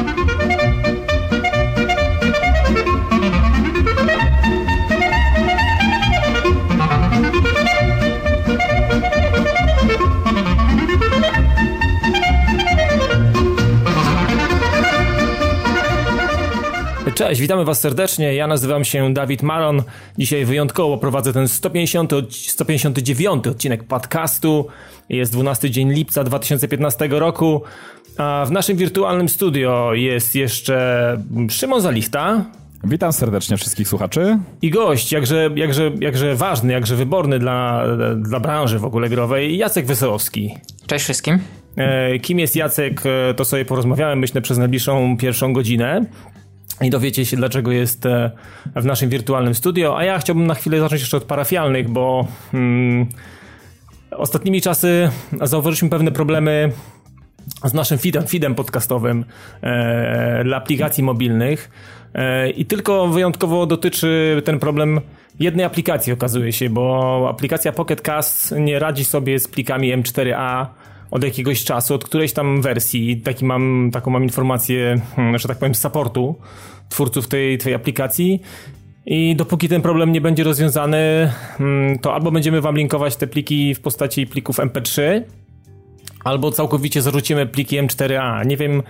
Cześć, witamy Was serdecznie, ja nazywam się Dawid Maron. Dzisiaj wyjątkowo prowadzę ten 159 odcinek podcastu. Jest 12 dzień lipca 2015 roku, a w naszym wirtualnym studio jest jeszcze Szymon Zalichta. Witam serdecznie wszystkich słuchaczy. I gość, jakże ważny, jakże wyborny dla branży w ogóle growej, Jacek Wesołowski. Cześć wszystkim. Kim jest Jacek, to sobie porozmawiałem, myślę, przez najbliższą pierwszą godzinę. I dowiecie się, dlaczego jest w naszym wirtualnym studio. A ja chciałbym na chwilę zacząć jeszcze od parafialnych, bo ostatnimi czasy zauważyliśmy pewne problemy z naszym feedem podcastowym dla aplikacji mobilnych. I tylko wyjątkowo dotyczy ten problem jednej aplikacji, okazuje się, bo aplikacja Pocket Cast nie radzi sobie z plikami M4A od jakiegoś czasu, od którejś tam wersji. Taką mam informację, że tak powiem, z supportu twórców tej aplikacji. I dopóki ten problem nie będzie rozwiązany, to albo będziemy wam linkować te pliki w postaci plików MP3, albo całkowicie zarzucimy pliki M4A. Nie wiem,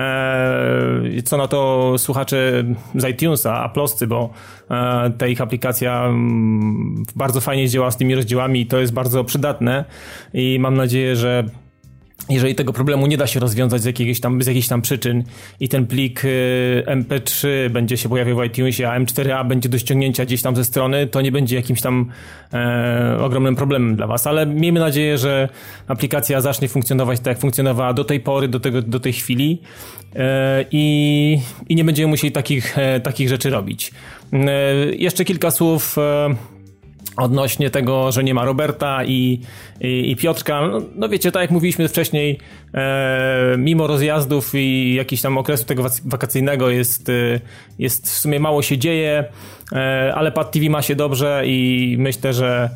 co na to słuchacze z iTunesa, Applowscy, bo ta ich aplikacja bardzo fajnie działa z tymi rozdziałami i to jest bardzo przydatne. I mam nadzieję, że jeżeli tego problemu nie da się rozwiązać z jakichś tam przyczyn i ten plik MP3 będzie się pojawiał w iTunesie, a M4A będzie do ściągnięcia gdzieś tam ze strony, to nie będzie jakimś tam ogromnym problemem dla was. Ale miejmy nadzieję, że aplikacja zacznie funkcjonować tak, jak funkcjonowała do tej pory, do tej chwili i nie będziemy musieli takich rzeczy robić. Jeszcze kilka słów odnośnie tego, że nie ma Roberta i Piotrka. No wiecie, tak jak mówiliśmy wcześniej, mimo rozjazdów i jakiś tam okresu tego wakacyjnego jest w sumie mało się dzieje, ale Pad TV ma się dobrze i myślę, że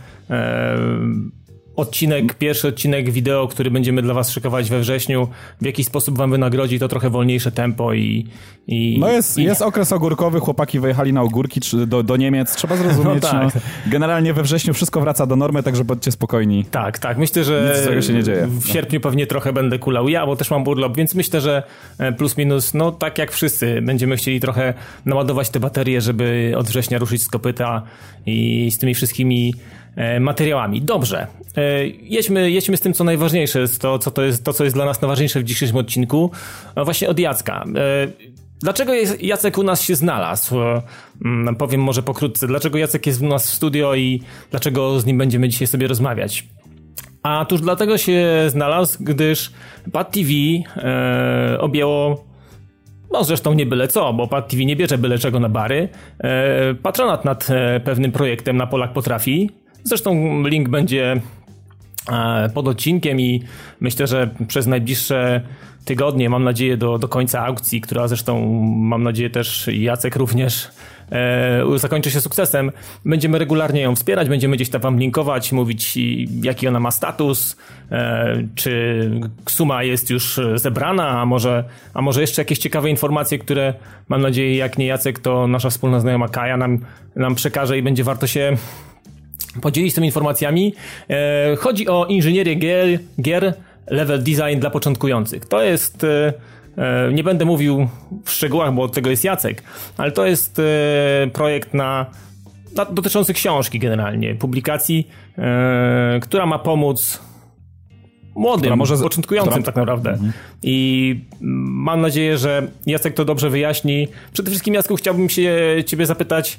pierwszy odcinek wideo, który będziemy dla was szykować we wrześniu, w jakiś sposób wam wynagrodzi to trochę wolniejsze tempo jest okres ogórkowy, chłopaki wyjechali na ogórki do Niemiec, trzeba zrozumieć. No tak. Generalnie we wrześniu wszystko wraca do normy, także bądźcie spokojni. Tak, myślę, że nic z tego się nie dzieje. W sierpniu pewnie trochę będę kulał ja, bo też mam urlop, więc myślę, że plus minus, no tak jak wszyscy, będziemy chcieli trochę naładować te baterie, żeby od września ruszyć z kopyta i z tymi wszystkimi materiałami. Dobrze. Jedźmy z tym, co najważniejsze, co jest dla nas najważniejsze w dzisiejszym odcinku. Właśnie od Jacka. Dlaczego Jacek u nas się znalazł? Powiem może pokrótce. Dlaczego Jacek jest u nas w studio i dlaczego z nim będziemy dzisiaj sobie rozmawiać? A tuż dlatego się znalazł, gdyż Pad TV objęło, no zresztą nie byle co, bo Pad TV nie bierze byle czego na bary, patronat nad pewnym projektem na Polak Potrafi. Zresztą link będzie pod odcinkiem i myślę, że przez najbliższe tygodnie, mam nadzieję do końca aukcji, która zresztą mam nadzieję też Jacek również zakończy się sukcesem, będziemy regularnie ją wspierać, będziemy gdzieś tam wam linkować, mówić jaki ona ma status, czy suma jest już zebrana, a może jeszcze jakieś ciekawe informacje, które mam nadzieję, jak nie Jacek, to nasza wspólna znajoma Kaja nam przekaże i będzie warto się podzielić tymi informacjami. Chodzi o inżynierię gier level design dla początkujących. To jest, nie będę mówił w szczegółach, bo od tego jest Jacek, ale to jest projekt dotyczący książki generalnie, publikacji, która ma pomóc młodym, początkującym tak naprawdę. I mam nadzieję, że Jacek to dobrze wyjaśni. Przede wszystkim, Jacku, chciałbym się ciebie zapytać,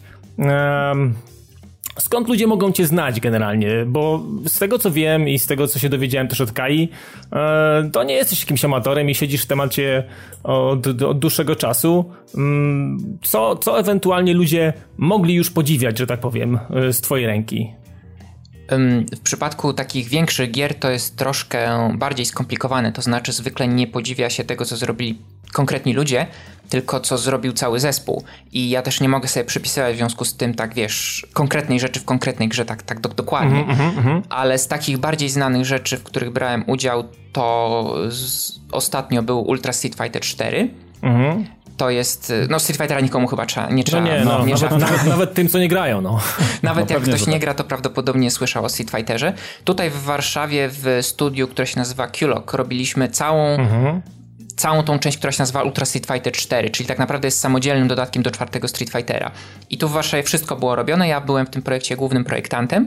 skąd ludzie mogą cię znać generalnie? Bo z tego, co wiem i z tego, co się dowiedziałem też od Kai, to nie jesteś jakimś amatorem i siedzisz w temacie od dłuższego czasu. Co ewentualnie ludzie mogli już podziwiać, że tak powiem, z twojej ręki? W przypadku takich większych gier to jest troszkę bardziej skomplikowane, to znaczy zwykle nie podziwia się tego, co zrobili konkretni ludzie, tylko co zrobił cały zespół. I ja też nie mogę sobie przypisywać w związku z tym, tak wiesz, konkretnej rzeczy w konkretnej grze tak dokładnie, ale z takich bardziej znanych rzeczy, w których brałem udział, to ostatnio był Ultra Street Fighter 4, To jest... No Street Fightera nikomu chyba nie trzeba. Nawet tym, co nie grają. Nawet jak ktoś nie gra, to prawdopodobnie słyszał o Street Fighterze. Tutaj w Warszawie w studiu, które się nazywa Q-Lock, robiliśmy całą tą część, która się nazywa Ultra Street Fighter 4, czyli tak naprawdę jest samodzielnym dodatkiem do 4 Street Fightera. I tu w Warszawie wszystko było robione. Ja byłem w tym projekcie głównym projektantem.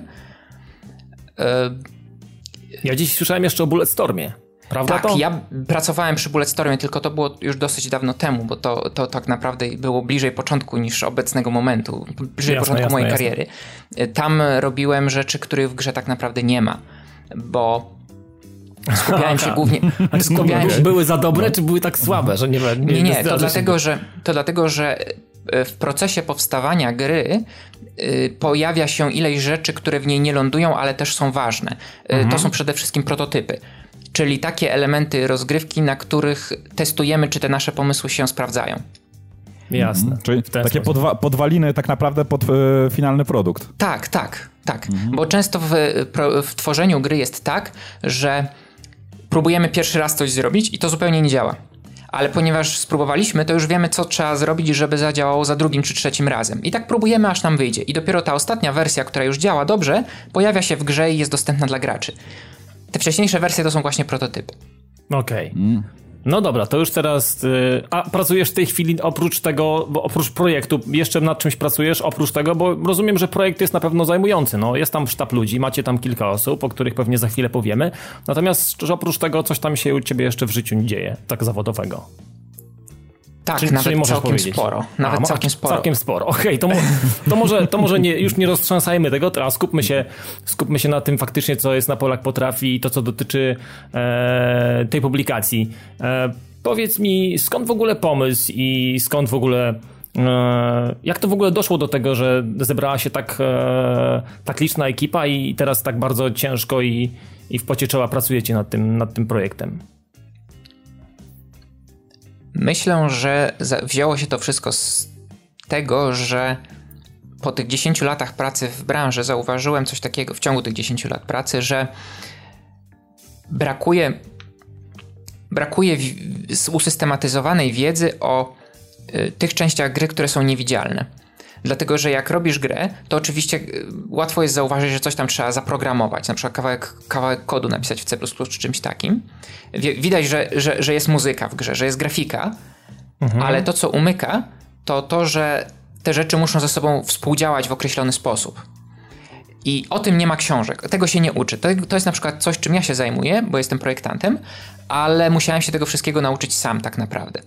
Ja dziś słyszałem jeszcze o Bulletstormie. Prawda tak, ja pracowałem przy Bulletstormie, tylko to było już dosyć dawno temu, bo to tak naprawdę było bliżej początku niż obecnego momentu, bliżej początku mojej kariery. Tam robiłem rzeczy, których w grze tak naprawdę nie ma, bo skupiałem się głównie... Były za dobre, czy były tak słabe, że nie, to dlatego, że w procesie powstawania gry pojawia się ileś rzeczy, które w niej nie lądują, ale też są ważne. To są przede wszystkim prototypy. Czyli takie elementy rozgrywki, na których testujemy, czy te nasze pomysły się sprawdzają. Jasne. Czyli takie podwaliny tak naprawdę pod finalny produkt. Tak. Bo często w tworzeniu gry jest tak, że próbujemy pierwszy raz coś zrobić i to zupełnie nie działa. Ale ponieważ spróbowaliśmy, to już wiemy, co trzeba zrobić, żeby zadziałało za drugim czy trzecim razem. I tak próbujemy, aż nam wyjdzie. I dopiero ta ostatnia wersja, która już działa dobrze, pojawia się w grze i jest dostępna dla graczy. Te wcześniejsze wersje to są właśnie prototypy. Okej. No dobra, to już teraz... A pracujesz w tej chwili oprócz tego, bo oprócz projektu, jeszcze nad czymś pracujesz oprócz tego, bo rozumiem, że projekt jest na pewno zajmujący. No, jest tam sztab ludzi, macie tam kilka osób, o których pewnie za chwilę powiemy. Natomiast że oprócz tego coś tam się u ciebie jeszcze w życiu nie dzieje, tak zawodowego. Tak, nawet całkiem sporo. Całkiem sporo. Okej, to może już nie roztrząsajmy tego, teraz skupmy się na tym faktycznie, co jest na Polak Potrafi i to, co dotyczy tej publikacji. Powiedz mi, skąd w ogóle pomysł i skąd w ogóle... jak to w ogóle doszło do tego, że zebrała się tak liczna ekipa i teraz tak bardzo ciężko i w pocie czoła pracujecie nad tym projektem? Myślę, że wzięło się to wszystko z tego, że po tych 10 latach pracy w branży zauważyłem coś takiego w ciągu tych 10 lat pracy, że brakuje usystematyzowanej wiedzy o tych częściach gry, które są niewidzialne. Dlatego, że jak robisz grę, to oczywiście łatwo jest zauważyć, że coś tam trzeba zaprogramować, na przykład kawałek kodu napisać w C++ czy czymś takim. Widać, że jest muzyka w grze, że jest grafika, ale to, co umyka, to, że te rzeczy muszą ze sobą współdziałać w określony sposób. I o tym nie ma książek, tego się nie uczy. To jest na przykład coś, czym ja się zajmuję, bo jestem projektantem, ale musiałem się tego wszystkiego nauczyć sam tak naprawdę.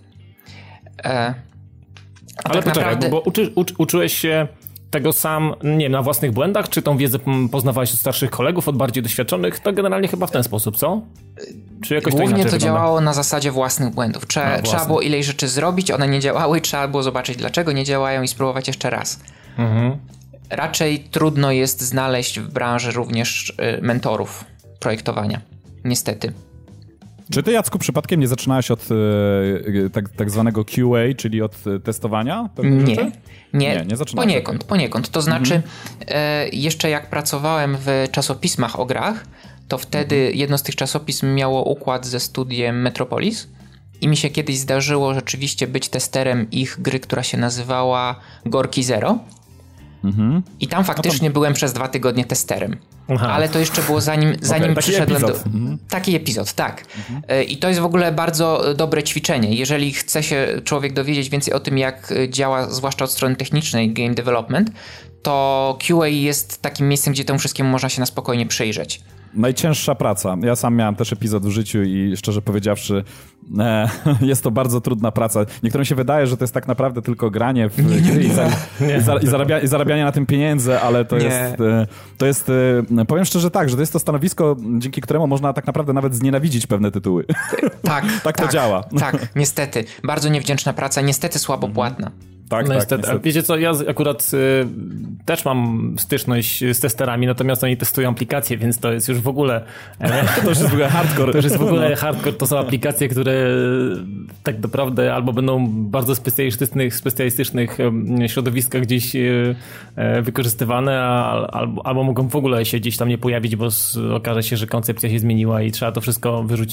Ale tak poczekaj, naprawdę... bo uczyłeś się tego sam, nie wiem, na własnych błędach, czy tą wiedzę poznawałeś od starszych kolegów, od bardziej doświadczonych? To generalnie chyba w ten sposób, co? Czy jakoś Głównie to działało na zasadzie własnych błędów. Trzeba było ileś rzeczy zrobić, one nie działały i trzeba było zobaczyć, dlaczego nie działają i spróbować jeszcze raz. Raczej trudno jest znaleźć w branży również mentorów projektowania. Niestety. Czy ty, Jacku, przypadkiem nie zaczynałeś od tak zwanego QA, czyli od testowania? Nie poniekąd. To znaczy, jeszcze jak pracowałem w czasopismach o grach, to wtedy jedno z tych czasopism miało układ ze studiem Metropolis i mi się kiedyś zdarzyło rzeczywiście być testerem ich gry, która się nazywała Gorki Zero. I tam faktycznie byłem przez 2 tygodnie testerem. Ale to jeszcze było zanim przyszedłem do... Taki epizod, tak. I to jest w ogóle bardzo dobre ćwiczenie. Jeżeli chce się człowiek dowiedzieć więcej o tym, jak działa, zwłaszcza od strony technicznej game development, to QA jest takim miejscem, gdzie temu wszystkiemu można się na spokojnie przyjrzeć. Najcięższa praca. Ja sam miałem też epizod w życiu i szczerze powiedziawszy jest to bardzo trudna praca. Niektórym się wydaje, że to jest tak naprawdę tylko granie w gry i zarabianie na tym pieniędzy, ale to jest powiem szczerze tak, że to jest to stanowisko, dzięki któremu można tak naprawdę nawet znienawidzić pewne tytuły. Tak to działa. Tak, niestety. Bardzo niewdzięczna praca, niestety słabo płatna. Tak, no niestety. Wiecie co, ja akurat też mam styczność z testerami, natomiast oni testują aplikacje, więc to jest już w ogóle to już jest w ogóle hardcore. To już jest w ogóle hardcore. To są aplikacje, które tak naprawdę albo będą w bardzo specjalistycznych środowiskach gdzieś wykorzystywane, albo mogą w ogóle się gdzieś tam nie pojawić, bo okaże się, że koncepcja się zmieniła i trzeba to wszystko wyrzucić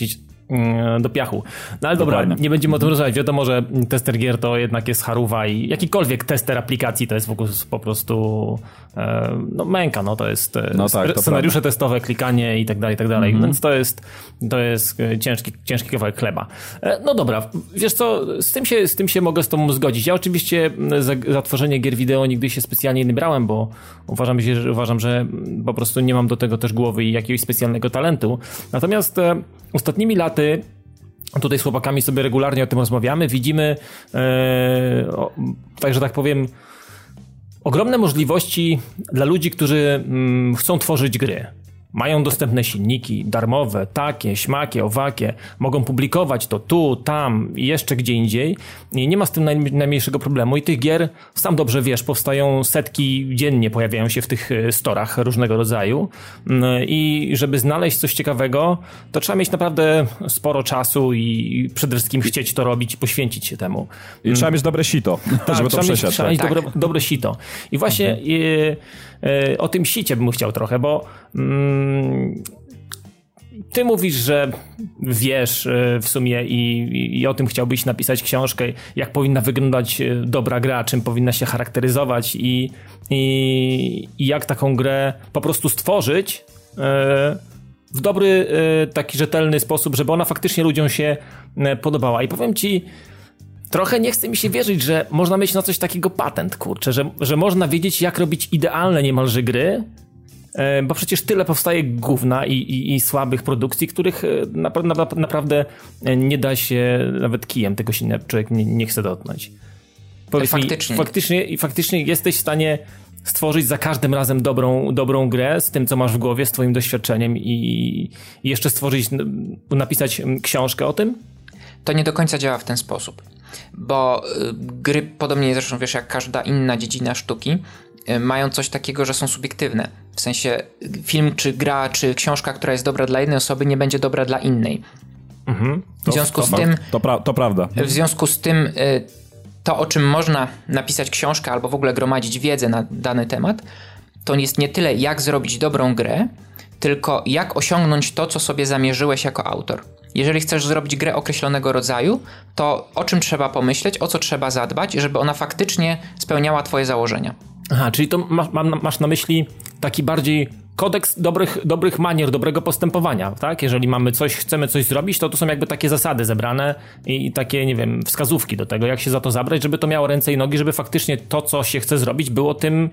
do piachu. No ale dobra, nie będziemy o tym rozmawiać. Wiadomo, że tester gier to jednak jest charówa i jakikolwiek tester aplikacji to jest po prostu męka, no to jest scenariusze testowe, klikanie i tak dalej, więc to jest ciężki kawałek chleba. No dobra, wiesz co, z tym się mogę z tobą zgodzić. Ja oczywiście za tworzenie gier wideo nigdy się specjalnie nie brałem, bo uważam, że po prostu nie mam do tego też głowy i jakiegoś specjalnego talentu. Natomiast ostatnimi laty, tutaj z chłopakami sobie regularnie o tym rozmawiamy, widzimy, także tak powiem, ogromne możliwości dla ludzi, którzy chcą tworzyć gry. Mają dostępne silniki, darmowe, takie, śmakie, owakie, mogą publikować to tu, tam i jeszcze gdzie indziej i nie ma z tym najmniejszego problemu i tych gier, sam dobrze wiesz, powstają setki dziennie, pojawiają się w tych storach różnego rodzaju i żeby znaleźć coś ciekawego, to trzeba mieć naprawdę sporo czasu i przede wszystkim chcieć to robić i poświęcić się temu. I trzeba mieć dobre sito, żeby to przesiać. Trzeba mieć dobre sito. I właśnie o tym sicie bym chciał trochę, bo ty mówisz, że wiesz w sumie i o tym chciałbyś napisać książkę, jak powinna wyglądać dobra gra, czym powinna się charakteryzować i jak taką grę po prostu stworzyć w dobry, taki rzetelny sposób, żeby ona faktycznie ludziom się podobała. I powiem ci, trochę nie chce mi się wierzyć, że można mieć na coś takiego patent, kurczę, że można wiedzieć, jak robić idealne niemalże gry, bo przecież tyle powstaje gówna i słabych produkcji, których naprawdę nie da się nawet kijem, tego się człowiek nie chce dotknąć. Powiedz mi, faktycznie jesteś w stanie stworzyć za każdym razem dobrą grę z tym, co masz w głowie, z twoim doświadczeniem i jeszcze napisać książkę o tym? To nie do końca działa w ten sposób, bo gry, podobnie zresztą wiesz, jak każda inna dziedzina sztuki, mają coś takiego, że są subiektywne. W sensie film, czy gra, czy książka, która jest dobra dla jednej osoby, nie będzie dobra dla innej. W związku z tym... To prawda. W związku z tym to, o czym można napisać książkę albo w ogóle gromadzić wiedzę na dany temat, to jest nie tyle jak zrobić dobrą grę, tylko jak osiągnąć to, co sobie zamierzyłeś jako autor. Jeżeli chcesz zrobić grę określonego rodzaju, to o czym trzeba pomyśleć, o co trzeba zadbać, żeby ona faktycznie spełniała twoje założenia. Aha, czyli to masz na myśli taki bardziej kodeks dobrych manier, dobrego postępowania, tak? Jeżeli chcemy coś zrobić, to są jakby takie zasady zebrane i takie, nie wiem, wskazówki do tego, jak się za to zabrać, żeby to miało ręce i nogi, żeby faktycznie to, co się chce zrobić, było tym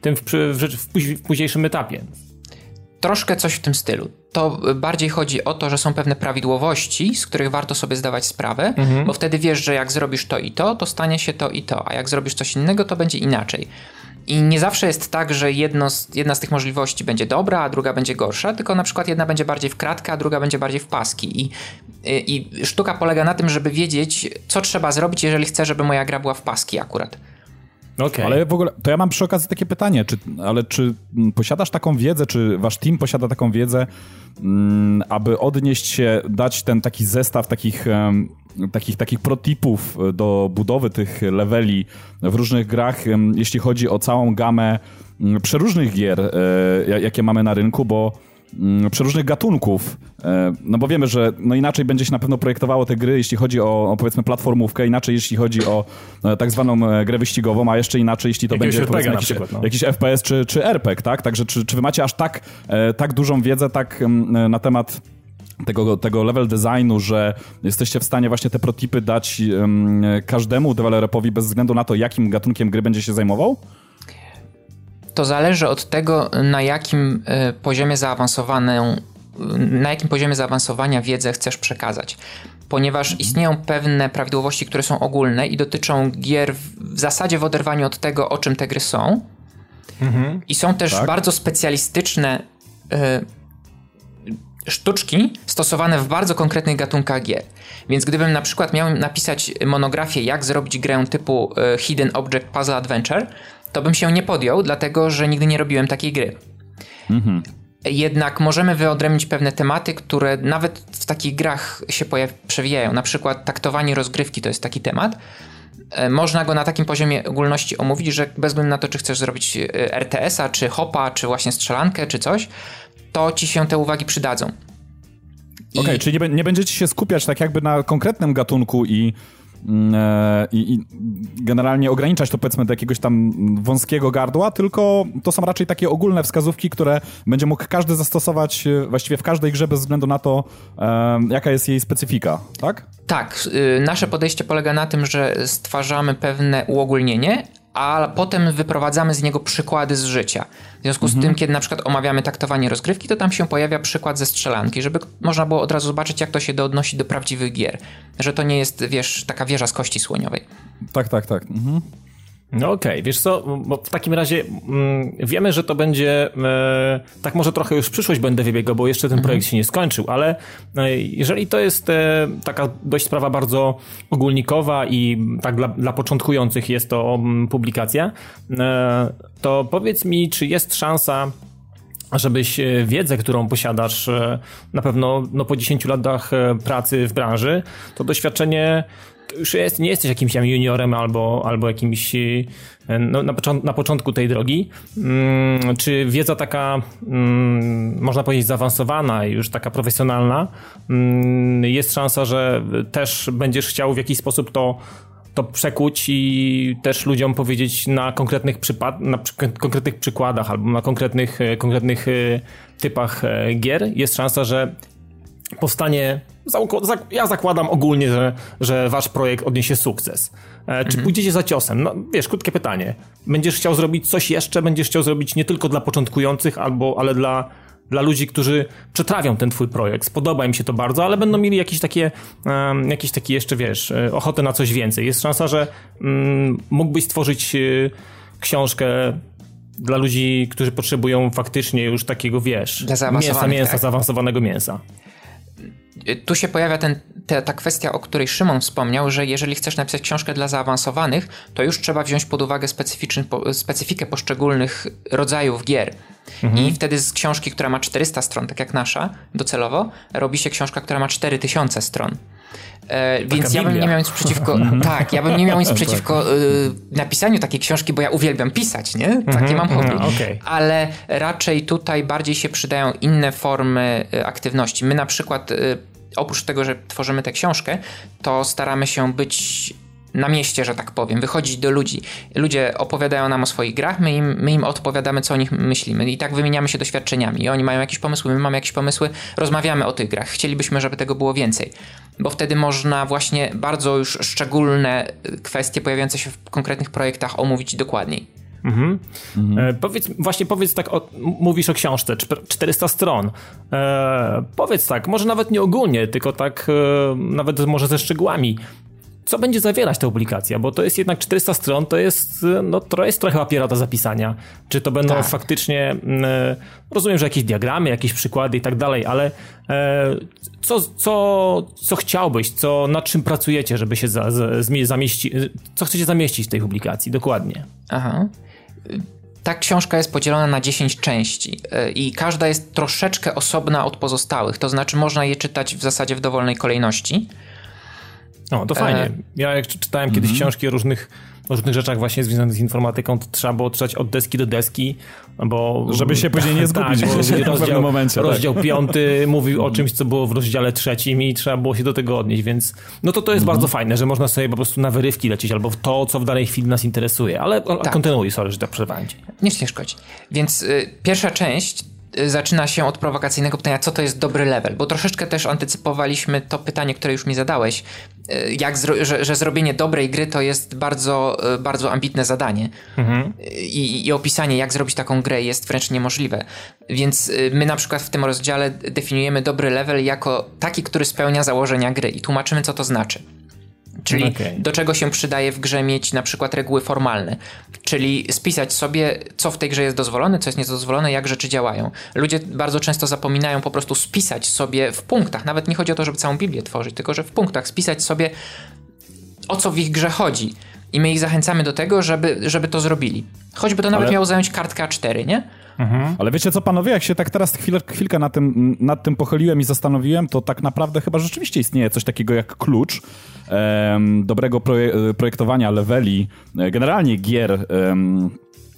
w późniejszym etapie. Troszkę coś w tym stylu. To bardziej chodzi o to, że są pewne prawidłowości, z których warto sobie zdawać sprawę, bo wtedy wiesz, że jak zrobisz to i to stanie się to i to, a jak zrobisz coś innego, to będzie inaczej. I nie zawsze jest tak, że jedna z tych możliwości będzie dobra, a druga będzie gorsza, tylko na przykład jedna będzie bardziej w kratkę, a druga będzie bardziej w paski. I sztuka polega na tym, żeby wiedzieć, co trzeba zrobić, jeżeli chcę, żeby moja gra była w paski akurat. Okay. Ale w ogóle, to ja mam przy okazji takie pytanie, czy posiadasz taką wiedzę, czy wasz team posiada taką wiedzę, aby odnieść się, dać ten taki zestaw takich protipów do budowy tych leveli w różnych grach, jeśli chodzi o całą gamę przeróżnych gier, jakie mamy na rynku, bo przeróżnych gatunków, no bo wiemy, że inaczej będzie się na pewno projektowało te gry, jeśli chodzi o powiedzmy platformówkę, inaczej jeśli chodzi o tak zwaną grę wyścigową, a jeszcze inaczej jeśli to jakiegoś będzie powiedzmy jakiś FPS czy RPG, tak? Także czy wy macie aż tak dużą wiedzę na temat tego level designu, że jesteście w stanie właśnie te protipy dać każdemu deweloperowi bez względu na to, jakim gatunkiem gry będzie się zajmował? To zależy od tego, na jakim poziomie zaawansowania wiedzę chcesz przekazać. Ponieważ istnieją pewne prawidłowości, które są ogólne i dotyczą gier w zasadzie w oderwaniu od tego, o czym te gry są. I są też bardzo specjalistyczne sztuczki stosowane w bardzo konkretnych gatunkach gier. Więc gdybym na przykład miał napisać monografię, jak zrobić grę typu Hidden Object Puzzle Adventure, to bym się nie podjął, dlatego że nigdy nie robiłem takiej gry. Jednak możemy wyodrębnić pewne tematy, które nawet w takich grach się przewijają. Na przykład taktowanie rozgrywki to jest taki temat. Można go na takim poziomie ogólności omówić, że bez względu na to, czy chcesz zrobić RTS-a, czy hopa, czy właśnie strzelankę, czy coś, to ci się te uwagi przydadzą. Okej, czyli nie będziecie się skupiać tak jakby na konkretnym gatunku i generalnie ograniczać to, powiedzmy, do jakiegoś tam wąskiego gardła, tylko to są raczej takie ogólne wskazówki, które będzie mógł każdy zastosować właściwie w każdej grze bez względu na to, jaka jest jej specyfika, tak? Tak, nasze podejście polega na tym, że stwarzamy pewne uogólnienie, a potem wyprowadzamy z niego przykłady z życia. W związku z tym, kiedy na przykład omawiamy taktowanie rozgrywki, to tam się pojawia przykład ze strzelanki, żeby można było od razu zobaczyć, jak to się odnosi do prawdziwych gier. Że to nie jest, wiesz, taka wieża z kości słoniowej. Tak. Mhm. No okej, wiesz co, bo w takim razie wiemy, że to będzie, tak może trochę już w przyszłość będę wybiegał, bo jeszcze ten projekt się nie skończył, ale jeżeli to jest taka dość sprawa bardzo ogólnikowa i tak dla początkujących jest to publikacja, to powiedz mi, czy jest szansa, żebyś wiedzę, którą posiadasz na pewno po 10 latach pracy w branży, to doświadczenie już nie jesteś jakimś juniorem albo jakimś na początku tej drogi. Czy wiedza taka, można powiedzieć, zaawansowana i już taka profesjonalna, jest szansa, że też będziesz chciał w jakiś sposób to przekuć i też ludziom powiedzieć na konkretnych przykładach albo na konkretnych typach gier? Jest szansa, że powstanie, ja zakładam ogólnie, że wasz projekt odniesie sukces. Czy pójdziecie za ciosem? No wiesz, krótkie pytanie. Będziesz chciał zrobić coś jeszcze? Będziesz chciał zrobić nie tylko dla początkujących, ale dla ludzi, którzy przetrawią ten twój projekt. Spodoba im się to bardzo, ale będą mieli jakieś takie jeszcze, wiesz, ochotę na coś więcej. Jest szansa, że mógłbyś stworzyć książkę dla ludzi, którzy potrzebują faktycznie już takiego, wiesz, mięsa, zaawansowanego mięsa. Tu się pojawia ta kwestia, o której Szymon wspomniał, że jeżeli chcesz napisać książkę dla zaawansowanych, to już trzeba wziąć pod uwagę specyfikę poszczególnych rodzajów gier. I wtedy z książki, która ma 400 stron, tak jak nasza, docelowo, robi się książka, która ma 4000 stron. Więc ja bym nie miał nic przeciwko ja bym nie miał nic przeciwko napisaniu takiej książki, bo ja uwielbiam pisać, nie? Takie mam hobby. Okay. Ale raczej tutaj bardziej się przydają inne formy aktywności. My na przykład oprócz tego, że tworzymy tę książkę, to staramy się być na mieście, że tak powiem, wychodzić do ludzi. Ludzie opowiadają nam o swoich grach, my im odpowiadamy, co o nich myślimy i tak wymieniamy się doświadczeniami. Oni mają jakieś pomysły, my mamy jakieś pomysły, rozmawiamy o tych grach. Chcielibyśmy, żeby tego było więcej, bo wtedy można właśnie bardzo już szczególne kwestie pojawiające się w konkretnych projektach omówić dokładniej. Powiedz tak, mówisz o książce, 400 stron. Powiedz tak, może nawet nie ogólnie, tylko tak nawet może ze szczegółami. Co będzie zawierać ta publikacja? Bo to jest jednak 400 stron, to jest trochę papiera do zapisania. Czy to będą faktycznie, rozumiem, że jakieś diagramy, jakieś przykłady i tak dalej, ale co chciałbyś, nad czym pracujecie, żeby się zamieścić, co chcecie zamieścić w tej publikacji dokładnie? Aha. Ta książka jest podzielona na 10 części i każda jest troszeczkę osobna od pozostałych, to znaczy można je czytać w zasadzie w dowolnej kolejności. O, to fajnie. Ja jak czytałem kiedyś książki o różnych rzeczach właśnie związanych z informatyką, to trzeba było czytać od deski do deski, bo... Żeby się później nie zgubić w pewnym momencie. Rozdział 5 mówił o czymś, co było w rozdziale 3 i trzeba było się do tego odnieść, więc to jest bardzo fajne, że można sobie po prostu na wyrywki lecieć albo w to, co w danej chwili nas interesuje. Ale kontynuuj, sorry, że tak przerwałem cię. Nie szkodzi. Więc pierwsza część zaczyna się od prowokacyjnego pytania, co to jest dobry level, bo troszeczkę też antycypowaliśmy to pytanie, które już mi zadałeś, że zrobienie dobrej gry to jest bardzo, bardzo ambitne zadanie i opisanie, jak zrobić taką grę jest wręcz niemożliwe. Więc my na przykład w tym rozdziale definiujemy dobry level jako taki, który spełnia założenia gry i tłumaczymy, co to znaczy. Czyli do czego się przydaje w grze mieć na przykład reguły formalne. Czyli spisać sobie, co w tej grze jest dozwolone, co jest niedozwolone, jak rzeczy działają. Ludzie bardzo często zapominają po prostu spisać sobie w punktach. Nawet nie chodzi o to, żeby całą Biblię tworzyć, tylko że w punktach spisać sobie, o co w ich grze chodzi. I my ich zachęcamy do tego, żeby to zrobili. Choćby to nawet miało zająć kartkę A4, nie? Ale wiecie co, panowie, jak się tak teraz chwilkę nad tym pochyliłem i zastanowiłem, to tak naprawdę chyba rzeczywiście istnieje coś takiego jak klucz dobrego projektowania leveli, generalnie gier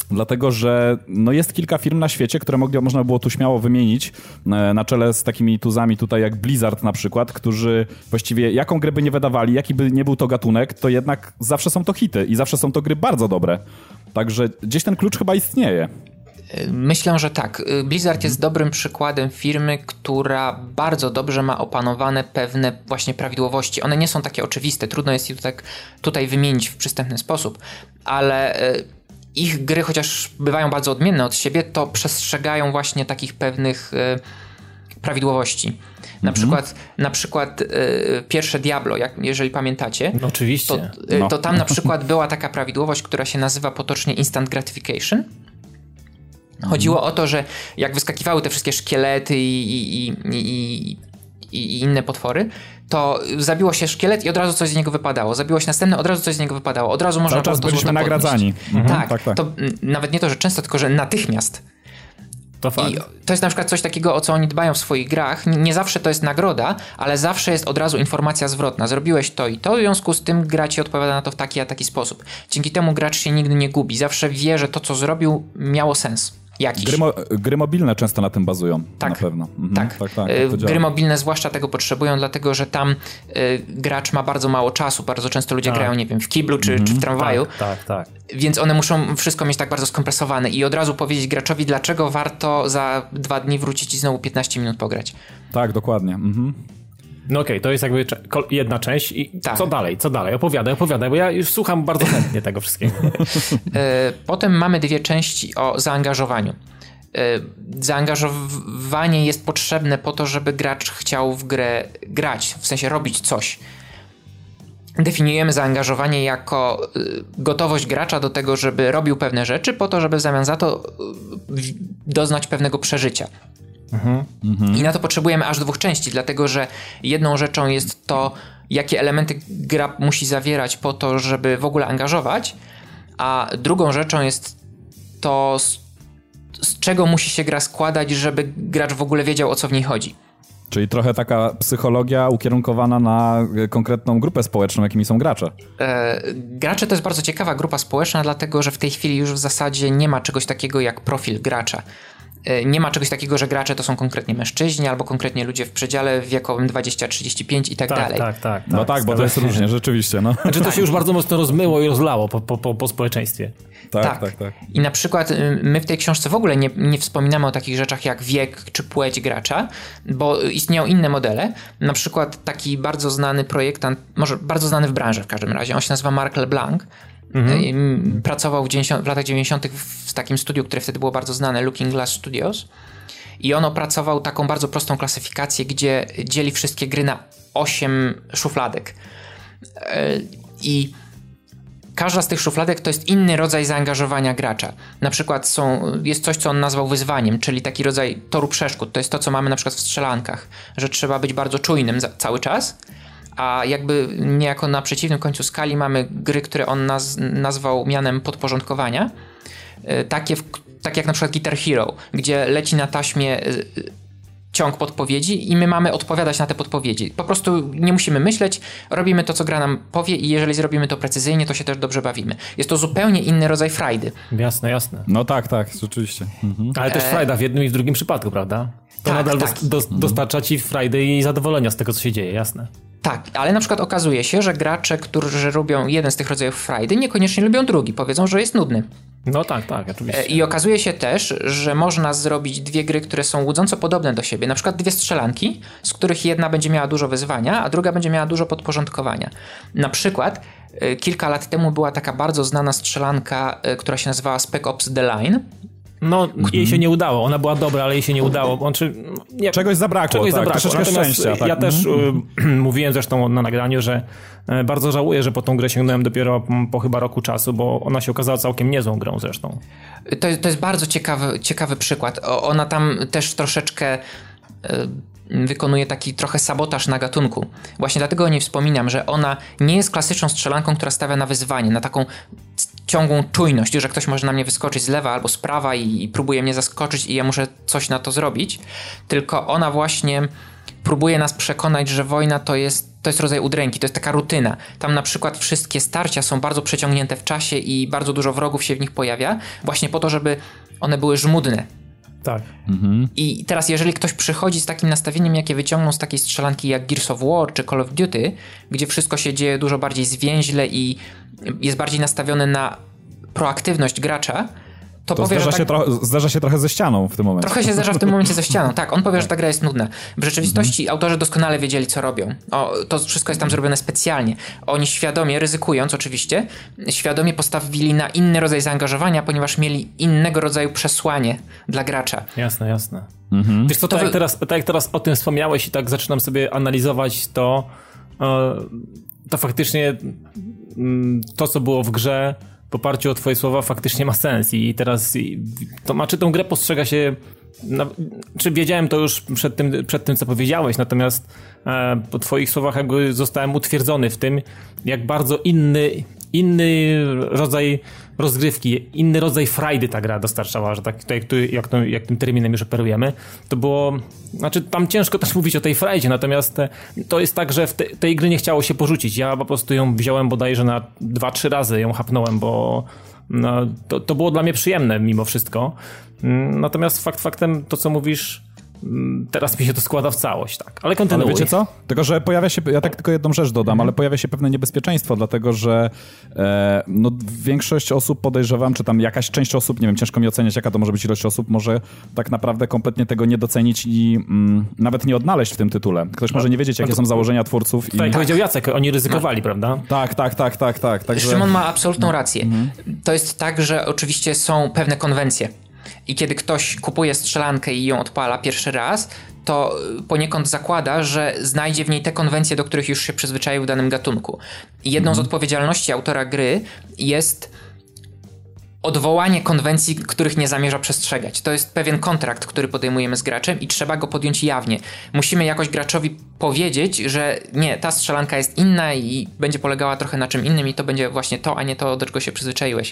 dlatego że no jest kilka firm na świecie, które można było tu śmiało wymienić na czele z takimi tuzami tutaj jak Blizzard na przykład, którzy właściwie jaką grę by nie wydawali, jaki by nie był to gatunek, to jednak zawsze są to hity i zawsze są to gry bardzo dobre. Także gdzieś ten klucz chyba istnieje. Myślę, że tak. Blizzard jest dobrym przykładem firmy, która bardzo dobrze ma opanowane pewne właśnie prawidłowości. One nie są takie oczywiste, trudno jest je tutaj wymienić w przystępny sposób, ale ich gry, chociaż bywają bardzo odmienne od siebie, to przestrzegają właśnie takich pewnych prawidłowości. Na przykład pierwsze Diablo, jeżeli pamiętacie, no, oczywiście. To tam na przykład była taka prawidłowość, która się nazywa potocznie instant gratification. Chodziło o to, że jak wyskakiwały te wszystkie szkielety i inne potwory, to zabiło się szkielet i od razu coś z niego wypadało. Zabiło się następne, od razu coś z niego wypadało. Od razu można było to byliśmy nagradzani. Tak. To nawet nie to, że często, tylko że natychmiast. To fakt. I to jest na przykład coś takiego, o co oni dbają w swoich grach. Nie zawsze to jest nagroda, ale zawsze jest od razu informacja zwrotna. Zrobiłeś to i to, w związku z tym gra ci odpowiada na to w taki a taki sposób. Dzięki temu gracz się nigdy nie gubi. Zawsze wie, że to, co zrobił, miało sens. Gry mobilne często na tym bazują, tak, na pewno. Tak. Gry mobilne zwłaszcza tego potrzebują, dlatego że tam gracz ma bardzo mało czasu. Bardzo często ludzie grają, nie wiem, w kiblu czy w tramwaju. Tak. Więc one muszą wszystko mieć tak bardzo skompresowane i od razu powiedzieć graczowi, dlaczego warto za 2 dni wrócić i znowu 15 minut pograć. Tak, dokładnie. No okej, to jest jakby jedna część i tak. Co dalej? Opowiadaj, bo ja już słucham bardzo chętnie tego wszystkiego. Potem mamy 2 części o zaangażowaniu. Zaangażowanie jest potrzebne po to, żeby gracz chciał w grę grać, w sensie robić coś. Definiujemy zaangażowanie jako gotowość gracza do tego, żeby robił pewne rzeczy po to, żeby w zamian za to doznać pewnego przeżycia. I na to potrzebujemy aż 2 części, dlatego że jedną rzeczą jest to, jakie elementy gra musi zawierać po to, żeby w ogóle angażować, a drugą rzeczą jest to, z czego musi się gra składać, żeby gracz w ogóle wiedział, o co w niej chodzi. Czyli trochę taka psychologia ukierunkowana na konkretną grupę społeczną, jakimi są gracze. Gracze to jest bardzo ciekawa grupa społeczna, dlatego że w tej chwili już w zasadzie nie ma czegoś takiego jak profil gracza. Nie ma czegoś takiego, że gracze to są konkretnie mężczyźni albo konkretnie ludzie w przedziale wiekowym 20-35 i tak dalej. Tak. No tak, bo to jest różnie, rzeczywiście. No. Znaczy to się już bardzo mocno rozmyło i rozlało po społeczeństwie. Tak. I na przykład my w tej książce w ogóle nie wspominamy o takich rzeczach jak wiek czy płeć gracza, bo istnieją inne modele. Na przykład taki bardzo znany projektant, może bardzo znany w branży w każdym razie, on się nazywa Mark LeBlanc. Pracował w latach 90. w takim studiu, które wtedy było bardzo znane, Looking Glass Studios, i on opracował taką bardzo prostą klasyfikację, gdzie dzieli wszystkie gry na 8 szufladek i każda z tych szufladek to jest inny rodzaj zaangażowania gracza. Na przykład jest coś, co on nazwał wyzwaniem, czyli taki rodzaj toru przeszkód. To jest to, co mamy na przykład w strzelankach, że trzeba być bardzo czujnym cały czas, a jakby niejako na przeciwnym końcu skali mamy gry, które on nazwał mianem podporządkowania. Tak jak na przykład Guitar Hero, gdzie leci na taśmie ciąg podpowiedzi i my mamy odpowiadać na te podpowiedzi. Po prostu nie musimy myśleć, robimy to, co gra nam powie i jeżeli zrobimy to precyzyjnie, to się też dobrze bawimy. Jest to zupełnie inny rodzaj frajdy. Jasne. No tak, rzeczywiście. Ale też frajda w jednym i w drugim przypadku, prawda? To nadal dostarcza ci frajdy i zadowolenia z tego, co się dzieje, jasne. Tak, ale na przykład okazuje się, że gracze, którzy lubią jeden z tych rodzajów frajdy, niekoniecznie lubią drugi. Powiedzą, że jest nudny. No tak, oczywiście. I okazuje się też, że można zrobić 2 gry, które są łudząco podobne do siebie. Na przykład 2 strzelanki, z których jedna będzie miała dużo wyzwania, a druga będzie miała dużo podporządkowania. Na przykład kilka lat temu była taka bardzo znana strzelanka, która się nazywała Spec Ops The Line. No, jej się nie udało. Ona była dobra, ale jej się nie udało. Czegoś zabrakło. Troszeczkę szczęścia. Ja też mówiłem zresztą na nagraniu, że bardzo żałuję, że po tą grę sięgnąłem dopiero po chyba roku czasu, bo ona się okazała całkiem niezłą grą zresztą. To jest bardzo ciekawy przykład. Ona tam też troszeczkę wykonuje taki trochę sabotaż na gatunku. Właśnie dlatego o niej wspominam, że ona nie jest klasyczną strzelanką, która stawia na wyzwanie, na taką ciągłą czujność, że ktoś może na mnie wyskoczyć z lewa albo z prawa i próbuje mnie zaskoczyć i ja muszę coś na to zrobić, tylko ona właśnie próbuje nas przekonać, że wojna to jest rodzaj udręki, to jest taka rutyna. Tam na przykład wszystkie starcia są bardzo przeciągnięte w czasie i bardzo dużo wrogów się w nich pojawia, właśnie po to, żeby one były żmudne. Tak. I teraz jeżeli ktoś przychodzi z takim nastawieniem, jakie wyciągną z takiej strzelanki jak Gears of War czy Call of Duty, gdzie wszystko się dzieje dużo bardziej zwięźle i jest bardziej nastawione na proaktywność gracza, to powie, że zderza się trochę ze ścianą w tym momencie. Trochę się zderza w tym momencie ze ścianą, tak. On powie, że ta gra jest nudna. W rzeczywistości autorzy doskonale wiedzieli, co robią. To wszystko jest tam zrobione specjalnie. Oni świadomie, ryzykując oczywiście, świadomie postawili na inny rodzaj zaangażowania, ponieważ mieli innego rodzaju przesłanie dla gracza. Jasne. Wiesz co, tak jak teraz o tym wspomniałeś i tak zaczynam sobie analizować to faktycznie to, co było w grze, w oparciu o twoje słowa faktycznie ma sens i teraz czy tą grę postrzega się, czy wiedziałem to już przed tym co powiedziałeś, natomiast po twoich słowach jakby zostałem utwierdzony w tym, jak bardzo inny rodzaj rozgrywki, inny rodzaj frajdy ta gra dostarczała, że tak, jak tym terminem już operujemy, to było, tam ciężko też mówić o tej frajdzie, natomiast to jest tak, że w tej gry nie chciało się porzucić. Ja po prostu ją wziąłem bodajże na 2-3 razy ją chapnąłem, bo to było dla mnie przyjemne mimo wszystko. Natomiast faktem to, co mówisz, teraz mi się to składa w całość, tak. Ale kontynuuj. Ale wiecie co? Tylko, że pojawia się, ja tak tylko jedną rzecz dodam, ale pojawia się pewne niebezpieczeństwo, dlatego, że większość osób podejrzewam, czy tam jakaś część osób, nie wiem, ciężko mi oceniać, jaka to może być ilość osób, może tak naprawdę kompletnie tego nie docenić i nawet nie odnaleźć w tym tytule. Ktoś może nie wiedzieć, jakie są założenia twórców. Tak, powiedział Jacek, oni ryzykowali, prawda? Tak. Także... Szymon ma absolutną rację. To jest tak, że oczywiście są pewne konwencje. I kiedy ktoś kupuje strzelankę i ją odpala pierwszy raz, to poniekąd zakłada, że znajdzie w niej te konwencje, do których już się przyzwyczaił w danym gatunku. I jedną z odpowiedzialności autora gry jest odwołanie konwencji, których nie zamierza przestrzegać. To jest pewien kontrakt, który podejmujemy z graczem i trzeba go podjąć jawnie. Musimy jakoś graczowi powiedzieć, że nie, ta strzelanka jest inna i będzie polegała trochę na czym innym i to będzie właśnie to, a nie to, do czego się przyzwyczaiłeś.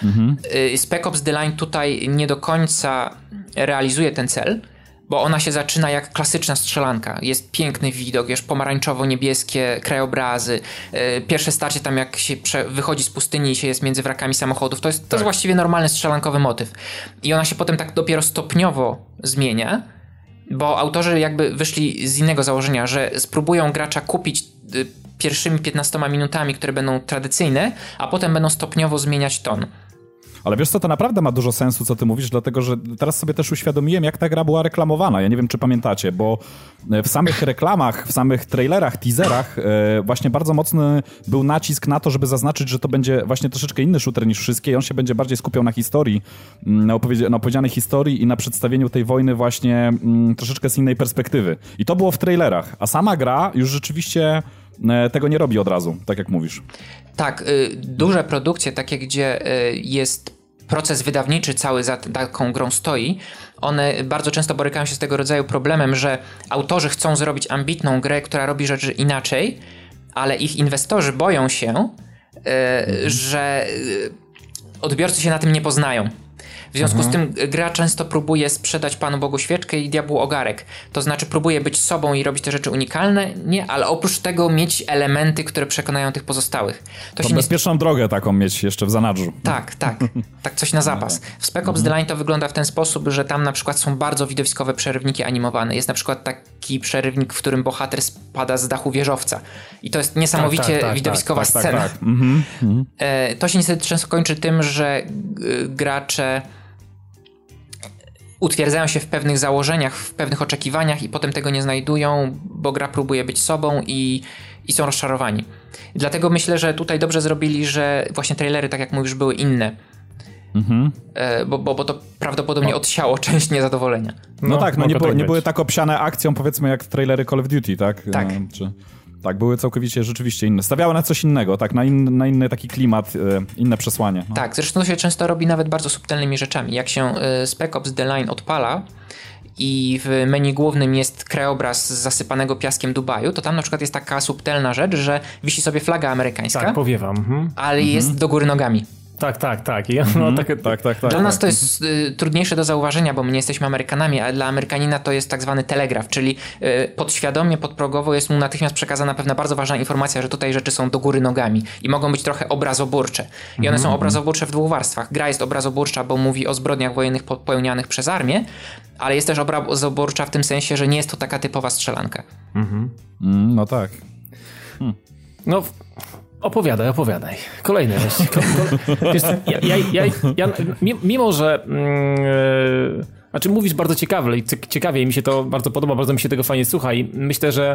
Spec Ops The Line tutaj nie do końca realizuje ten cel, bo ona się zaczyna jak klasyczna strzelanka. Jest piękny widok, wiesz, pomarańczowo-niebieskie krajobrazy. Pierwsze starcie tam jak się wychodzi z pustyni i się jest między wrakami samochodów. To jest właściwie normalny strzelankowy motyw. I ona się potem tak dopiero stopniowo zmienia, bo autorzy jakby wyszli z innego założenia, że spróbują gracza kupić pierwszymi 15 minutami, które będą tradycyjne, a potem będą stopniowo zmieniać ton. Ale wiesz co, to naprawdę ma dużo sensu, co ty mówisz, dlatego, że teraz sobie też uświadomiłem, jak ta gra była reklamowana. Ja nie wiem, czy pamiętacie, bo w samych reklamach, w samych trailerach, teaserach właśnie bardzo mocny był nacisk na to, żeby zaznaczyć, że to będzie właśnie troszeczkę inny shooter niż wszystkie i on się będzie bardziej skupiał na historii, na opowiedzianej historii i na przedstawieniu tej wojny właśnie troszeczkę z innej perspektywy. I to było w trailerach, a sama gra już rzeczywiście tego nie robi od razu, tak jak mówisz. Tak, duże produkcje, takie gdzie jest proces wydawniczy cały za taką grą stoi, one bardzo często borykają się z tego rodzaju problemem, że autorzy chcą zrobić ambitną grę, która robi rzeczy inaczej, ale ich inwestorzy boją się, że odbiorcy się na tym nie poznają. W związku z tym gra często próbuje sprzedać Panu Bogu świeczkę i diabłu ogarek. To znaczy próbuje być sobą i robić te rzeczy unikalne, nie, ale oprócz tego mieć elementy, które przekonają tych pozostałych. To się bezpieczną drogę taką mieć jeszcze w zanadrzu. Tak, coś na zapas. W Spec Ops The Line to wygląda w ten sposób, że tam na przykład są bardzo widowiskowe przerywniki animowane. Jest na przykład taki przerywnik, w którym bohater spada z dachu wieżowca. I to jest niesamowicie widowiskowa scena. To się niestety często kończy tym, że gracze utwierdzają się w pewnych założeniach, w pewnych oczekiwaniach i potem tego nie znajdują, bo gra próbuje być sobą i są rozczarowani. Dlatego myślę, że tutaj dobrze zrobili, że właśnie trailery, tak jak mówisz, były inne. Bo to prawdopodobnie odsiało część niezadowolenia. Nie były tak obsiane akcją, powiedzmy, jak trailery Call of Duty, tak? Tak. Tak, były całkowicie rzeczywiście inne. Stawiały na coś innego, tak, na inny taki klimat, inne przesłanie. No. Tak, zresztą to się często robi nawet bardzo subtelnymi rzeczami. Jak się Spec Ops The Line odpala i w menu głównym jest krajobraz z zasypanego piaskiem Dubaju, to tam na przykład jest taka subtelna rzecz, że wisi sobie flaga amerykańska. Tak, powiewam. Ale jest do góry nogami. Tak. Tak. Dla nas to jest trudniejsze do zauważenia, bo my nie jesteśmy Amerykanami, ale dla Amerykanina to jest tak zwany telegraf, czyli podświadomie, podprogowo jest mu natychmiast przekazana pewna bardzo ważna informacja, że tutaj rzeczy są do góry nogami i mogą być trochę obrazoburcze. I one są obrazoburcze w 2 warstwach. Gra jest obrazoburcza, bo mówi o zbrodniach wojennych popełnianych przez armię, ale jest też obrazoburcza w tym sensie, że nie jest to taka typowa strzelanka. No tak. No... Opowiadaj. Kolejne rzeczy. Mimo, że... Znaczy mówisz bardzo ciekawie i mi się to bardzo podoba, bardzo mi się tego fajnie słucha i myślę, że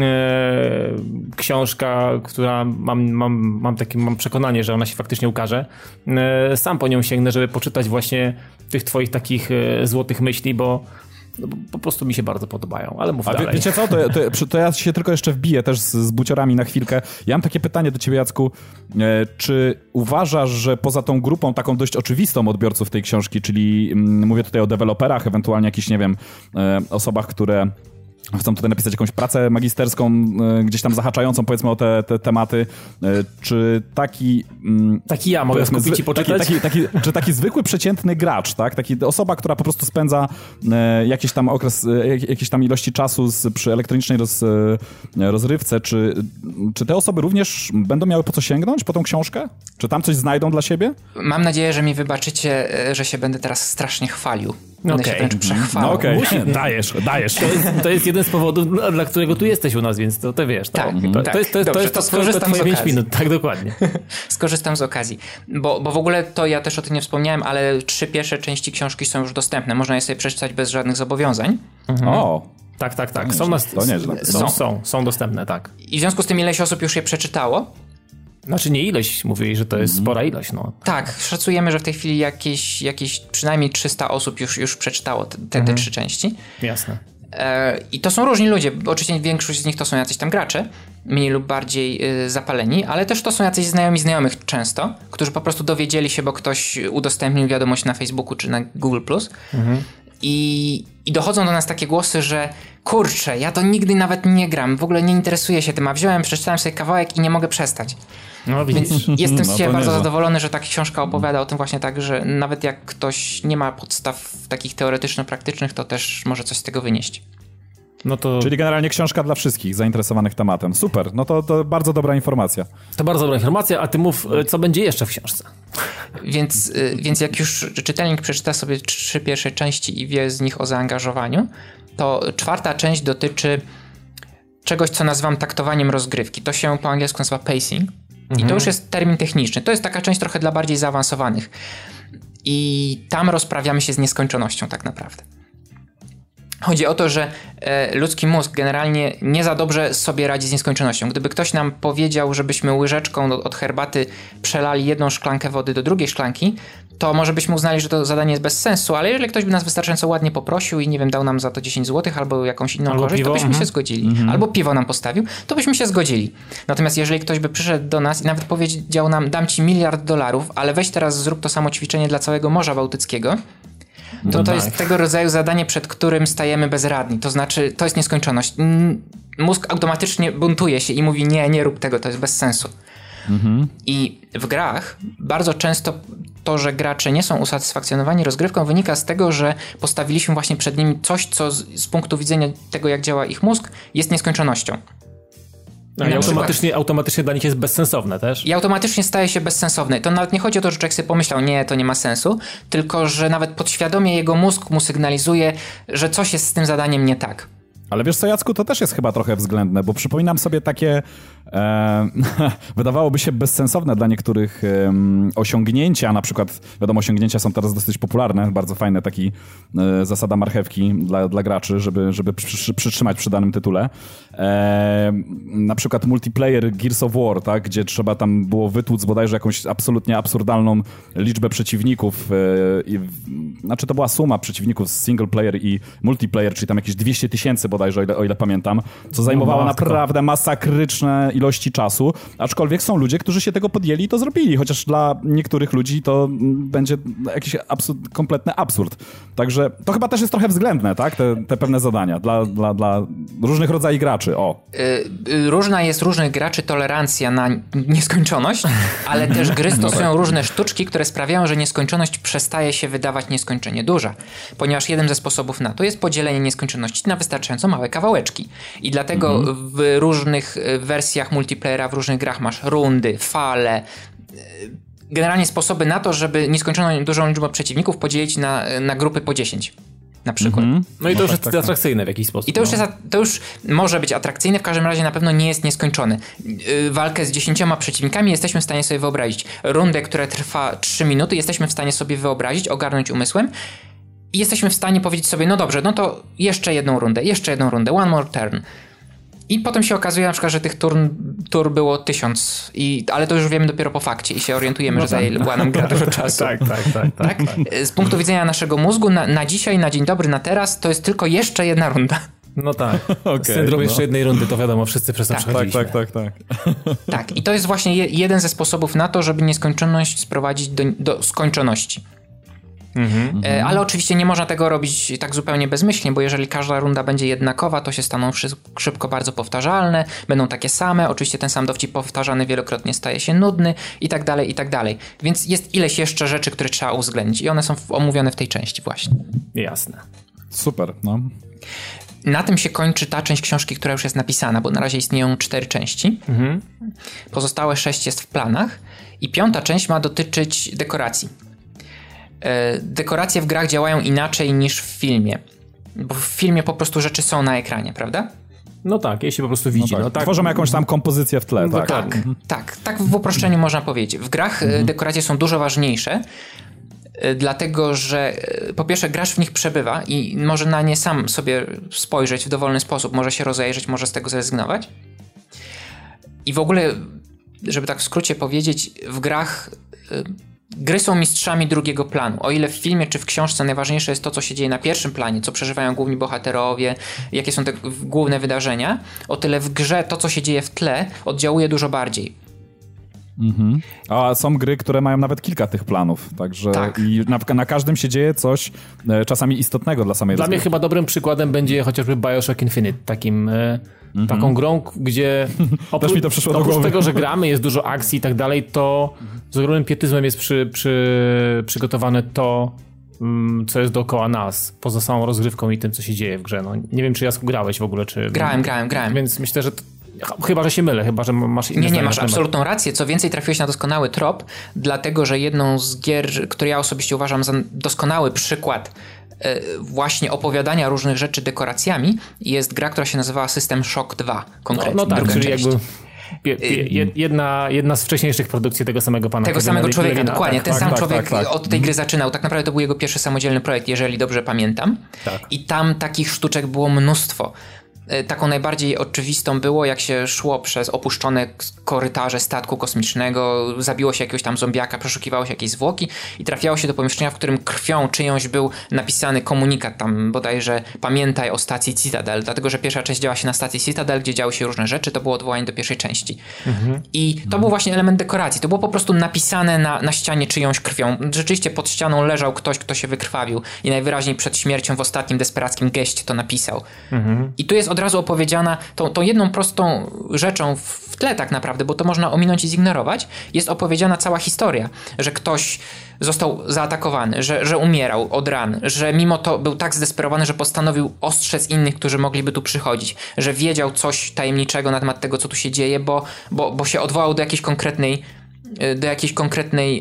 książka, która mam przekonanie, że ona się faktycznie ukaże, sam po nią sięgnę, żeby poczytać właśnie tych twoich takich złotych myśli, bo po prostu mi się bardzo podobają, ale mów dalej. Wiecie co, to ja się tylko jeszcze wbiję też z buciorami na chwilkę. Ja mam takie pytanie do ciebie, Jacku. Czy uważasz, że poza tą grupą taką dość oczywistą odbiorców tej książki, czyli mówię tutaj o deweloperach, ewentualnie jakichś, nie wiem, osobach, które chcą tutaj napisać jakąś pracę magisterską, gdzieś tam zahaczającą, powiedzmy, o te tematy. Czy taki ja mogę kupić i poczytać? Czy taki zwykły, przeciętny gracz, tak? Osoba, która po prostu spędza jakiś tam okres, jakieś tam ilości czasu przy elektronicznej rozrywce, czy te osoby również będą miały po co sięgnąć, po tą książkę? Czy tam coś znajdą dla siebie? Mam nadzieję, że mi wybaczycie, że się będę teraz strasznie chwalił. Będę się wręcz przechwalał. Dajesz. To jest jeden z powodów, dla którego tu jesteś u nas, więc to wiesz. To jest skorzystam z 5 minut, tak dokładnie. Skorzystam z okazji. Bo w ogóle to ja też o tym nie wspomniałem, ale 3 pierwsze części książki są już dostępne. Można je sobie przeczytać bez żadnych zobowiązań. O! Tak. Są dostępne, tak. I w związku z tym ileś osób już je przeczytało. Znaczy nie ilość, mówili, że to jest spora ilość. No. Tak, szacujemy, że w tej chwili jakieś przynajmniej 300 osób już przeczytało te 3 części. Jasne. I to są różni ludzie. Oczywiście większość z nich to są jacyś tam gracze, mniej lub bardziej zapaleni, ale też to są jacyś znajomi znajomych często, którzy po prostu dowiedzieli się, bo ktoś udostępnił wiadomość na Facebooku czy na Google+. I dochodzą do nas takie głosy, że kurczę, ja to nigdy nawet nie gram, w ogóle nie interesuję się tym, a przeczytałem sobie kawałek i nie mogę przestać. No widzisz. Więc jestem z siebie bardzo zadowolony, że ta książka opowiada o tym właśnie tak, że nawet jak ktoś nie ma podstaw takich teoretyczno-praktycznych, to też może coś z tego wynieść. No to... Czyli generalnie książka dla wszystkich zainteresowanych tematem. Super, no to bardzo dobra informacja. To bardzo dobra informacja, a ty mów, co będzie jeszcze w książce. Więc jak już czytelnik przeczyta sobie 3 pierwsze części i wie z nich o zaangażowaniu, to 4. część dotyczy czegoś, co nazywam taktowaniem rozgrywki. To się po angielsku nazywa pacing. I to już jest termin techniczny. To jest taka część trochę dla bardziej zaawansowanych. I tam rozprawiamy się z nieskończonością tak naprawdę. Chodzi o to, że ludzki mózg generalnie nie za dobrze sobie radzi z nieskończonością. Gdyby ktoś nam powiedział, żebyśmy łyżeczką od herbaty przelali 1 szklankę wody do drugiej szklanki, to może byśmy uznali, że to zadanie jest bez sensu, ale jeżeli ktoś by nas wystarczająco ładnie poprosił i nie wiem, dał nam za to 10 zł albo jakąś inną korzyść, to byśmy się zgodzili. Albo piwo nam postawił, to byśmy się zgodzili. Natomiast jeżeli ktoś by przyszedł do nas i nawet powiedział nam, dam ci $1 miliard, ale weź teraz zrób to samo ćwiczenie dla całego Morza Bałtyckiego, to jest tego rodzaju zadanie, przed którym stajemy bezradni. To znaczy, to jest nieskończoność. Mózg automatycznie buntuje się i mówi, nie rób tego, to jest bez sensu. I w grach bardzo często to, że gracze nie są usatysfakcjonowani rozgrywką, wynika z tego, że postawiliśmy właśnie przed nimi coś, co z punktu widzenia tego, jak działa ich mózg, jest nieskończonością. I automatycznie dla nich jest bezsensowne też. I automatycznie staje się bezsensowne. To nawet nie chodzi o to, że człowiek sobie pomyślał, nie, to nie ma sensu, tylko że nawet podświadomie jego mózg mu sygnalizuje, że coś jest z tym zadaniem nie tak. Ale wiesz co, Jacku, to też jest chyba trochę względne, bo przypominam sobie takie wydawałoby się bezsensowne dla niektórych osiągnięcia, na przykład, wiadomo, osiągnięcia są teraz dosyć popularne, bardzo fajne, taki zasada marchewki dla graczy, żeby przytrzymać przy danym tytule. Na przykład multiplayer Gears of War, tak, gdzie trzeba tam było wytłuc bodajże jakąś absolutnie absurdalną liczbę przeciwników, znaczy to była suma przeciwników z single player i multiplayer, czyli tam jakieś 200 000 bodajże, o ile pamiętam, co zajmowało naprawdę masakryczne ilości czasu, aczkolwiek są ludzie, którzy się tego podjęli i to zrobili, chociaż dla niektórych ludzi to będzie jakiś kompletny absurd. Także to chyba też jest trochę względne, tak? Te pewne zadania dla różnych rodzajów graczy. Różna jest różnych graczy tolerancja na nieskończoność, ale też gry stosują różne sztuczki, które sprawiają, że nieskończoność przestaje się wydawać nieskończenie duża. Ponieważ jeden ze sposobów na to jest podzielenie nieskończoności na wystarczająco małe kawałeczki. I dlatego w różnych wersjach multiplayera, w różnych grach masz rundy, fale, generalnie sposoby na to, żeby nieskończoną dużą liczbę przeciwników podzielić na grupy po 10. Na przykład. No i to już jest atrakcyjne w jakiś sposób. I to już może być atrakcyjne, w każdym razie na pewno nie jest nieskończony. Walkę z 10 przeciwnikami jesteśmy w stanie sobie wyobrazić. Rundę, która trwa 3 minuty, jesteśmy w stanie sobie wyobrazić, ogarnąć umysłem i jesteśmy w stanie powiedzieć sobie, no dobrze, no to jeszcze jedną rundę, one more turn. I potem się okazuje na przykład, że tych tur było 1000, ale to już wiemy dopiero po fakcie i się orientujemy, że zajęła nam gra dużo czasu. Tak. Z punktu widzenia naszego mózgu na dzisiaj, na dzień dobry, na teraz, to jest tylko jeszcze jedna runda. No tak. Syndrom jeszcze jednej rundy, to wiadomo, wszyscy przez to przechodziliśmy. Tak. Tak, i to jest właśnie jeden ze sposobów na to, żeby nieskończoność sprowadzić do skończoności. Ale oczywiście nie można tego robić tak zupełnie bezmyślnie, bo jeżeli każda runda będzie jednakowa, to się staną szybko bardzo powtarzalne, będą takie same, oczywiście ten sam dowcip powtarzany wielokrotnie staje się nudny i tak dalej. Więc jest ileś jeszcze rzeczy, które trzeba uwzględnić i one są omówione w tej części właśnie. Jasne. Super, no. Na tym się kończy ta część książki, która już jest napisana, bo na razie istnieją 4 części. Pozostałe 6 jest w planach i 5. część ma dotyczyć dekoracji. Dekoracje w grach działają inaczej niż w filmie. Bo w filmie po prostu rzeczy są na ekranie, prawda? No tak, je się po prostu widzi. No tak. Tworzą jakąś tam kompozycję w tle. Tak w uproszczeniu można powiedzieć. W grach dekoracje są dużo ważniejsze, dlatego że po pierwsze gracz w nich przebywa i może na nie sam sobie spojrzeć w dowolny sposób, może się rozejrzeć, może z tego zrezygnować. I w ogóle, żeby tak w skrócie powiedzieć, w grach gry są mistrzami drugiego planu. O ile w filmie czy w książce najważniejsze jest to, co się dzieje na pierwszym planie, co przeżywają główni bohaterowie, jakie są te główne wydarzenia, o tyle w grze to, co się dzieje w tle, oddziałuje dużo bardziej. A są gry, które mają nawet kilka tych planów, także i na każdym się dzieje coś czasami istotnego dla samej rozgrywki. Dla mnie chyba dobrym przykładem będzie chociażby BioShock Infinite, taką grą, gdzie oprócz tego, że gramy, jest dużo akcji i tak dalej, to z ogromnym pietyzmem jest przygotowane to, co jest dookoła nas, poza samą rozgrywką i tym, co się dzieje w grze. No, nie wiem, czy Jasku grałeś w ogóle, czy... Grałem. Więc myślę, że chyba, że się mylę, chyba, że masz inne Nie, masz absolutną rację. Co więcej, trafiłeś na doskonały trop, dlatego, że jedną z gier, które ja osobiście uważam za doskonały przykład właśnie opowiadania różnych rzeczy dekoracjami, jest gra, która się nazywała System Shock 2 konkretnie. No tak, czyli część. Jedna z wcześniejszych produkcji tego samego pana. Tego samego człowieka, dokładnie. Ten sam człowiek od tej gry zaczynał. Tak naprawdę to był jego pierwszy samodzielny projekt, jeżeli dobrze pamiętam. Tak. I tam takich sztuczek było mnóstwo. Taką najbardziej oczywistą było, jak się szło przez opuszczone korytarze statku kosmicznego, zabiło się jakiegoś tam zombiaka, przeszukiwało się jakieś zwłoki i trafiało się do pomieszczenia, w którym krwią czyjąś był napisany komunikat tam bodajże pamiętaj o stacji Citadel, dlatego że pierwsza część działa się na stacji Citadel, gdzie działy się różne rzeczy, to było odwołanie do pierwszej części. I to był właśnie element dekoracji, to było po prostu napisane na ścianie czyjąś krwią. Rzeczywiście pod ścianą leżał ktoś, kto się wykrwawił i najwyraźniej przed śmiercią w ostatnim desperackim geście to napisał. I tu jest od razu opowiedziana tą jedną prostą rzeczą w tle tak naprawdę, bo to można ominąć i zignorować, jest opowiedziana cała historia, że ktoś został zaatakowany, że umierał od ran, że mimo to był tak zdesperowany, że postanowił ostrzec innych, którzy mogliby tu przychodzić, że wiedział coś tajemniczego na temat tego, co tu się dzieje, bo się odwołał do jakiejś konkretnej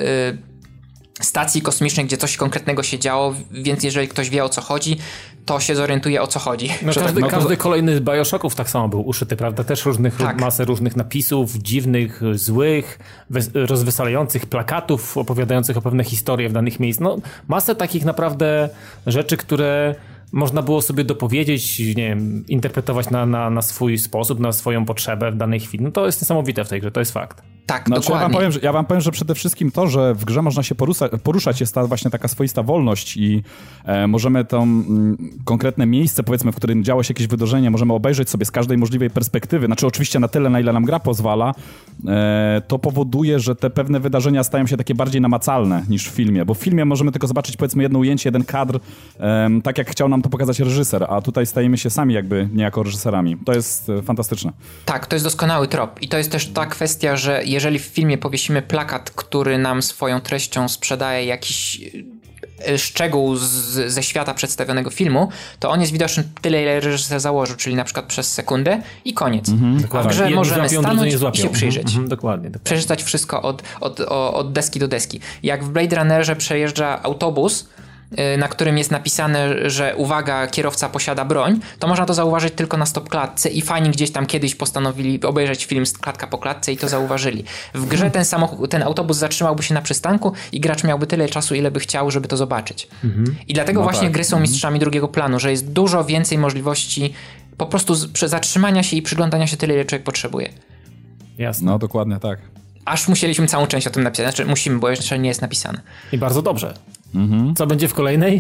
stacji kosmicznej, gdzie coś konkretnego się działo, więc jeżeli ktoś wie, o co chodzi, to się zorientuje, o co chodzi. No każdy kolejny z BioShocków tak samo był uszyty, prawda? Też masę różnych napisów, dziwnych, złych, rozweselających plakatów opowiadających o pewne historie w danych miejscach. No, masę takich naprawdę rzeczy, które można było sobie dopowiedzieć, nie wiem, interpretować na swój sposób, na swoją potrzebę w danej chwili. No to jest niesamowite w tej grze, to jest fakt. Tak, dokładnie. Ja wam powiem, że przede wszystkim to, że w grze można się poruszać, jest ta właśnie taka swoista wolność i możemy to konkretne miejsce, powiedzmy, w którym działo się jakieś wydarzenie, możemy obejrzeć sobie z każdej możliwej perspektywy. Znaczy oczywiście na tyle, na ile nam gra pozwala, to powoduje, że te pewne wydarzenia stają się takie bardziej namacalne niż w filmie, bo w filmie możemy tylko zobaczyć, powiedzmy, jedno ujęcie, jeden kadr, tak jak chciał nam to pokazać reżyser, a tutaj stajemy się sami jakby niejako reżyserami. To jest fantastyczne. Tak, to jest doskonały trop i to jest też ta kwestia, że jeżeli w filmie powiesimy plakat, który nam swoją treścią sprzedaje jakiś szczegół ze świata przedstawionego filmu, to on jest widoczny tyle, ile reżyser założył, czyli na przykład przez sekundę i koniec. A w grze możemy stanąć i się przyjrzeć. Dokładnie. Przeczytać wszystko od deski do deski. Jak w Blade Runnerze przejeżdża autobus, na którym jest napisane, że uwaga, kierowca posiada broń, to można to zauważyć tylko na stopklatce i fani gdzieś tam kiedyś postanowili obejrzeć film klatka po klatce i to zauważyli. W grze ten autobus zatrzymałby się na przystanku i gracz miałby tyle czasu, ile by chciał, żeby to zobaczyć. I dlatego właśnie gry są mistrzami drugiego planu, że jest dużo więcej możliwości po prostu zatrzymania się i przyglądania się tyle, ile człowiek potrzebuje. Jasne. No dokładnie tak. Aż musieliśmy całą część o tym napisać. Znaczy musimy, bo jeszcze nie jest napisane. I bardzo dobrze. Co będzie w kolejnej?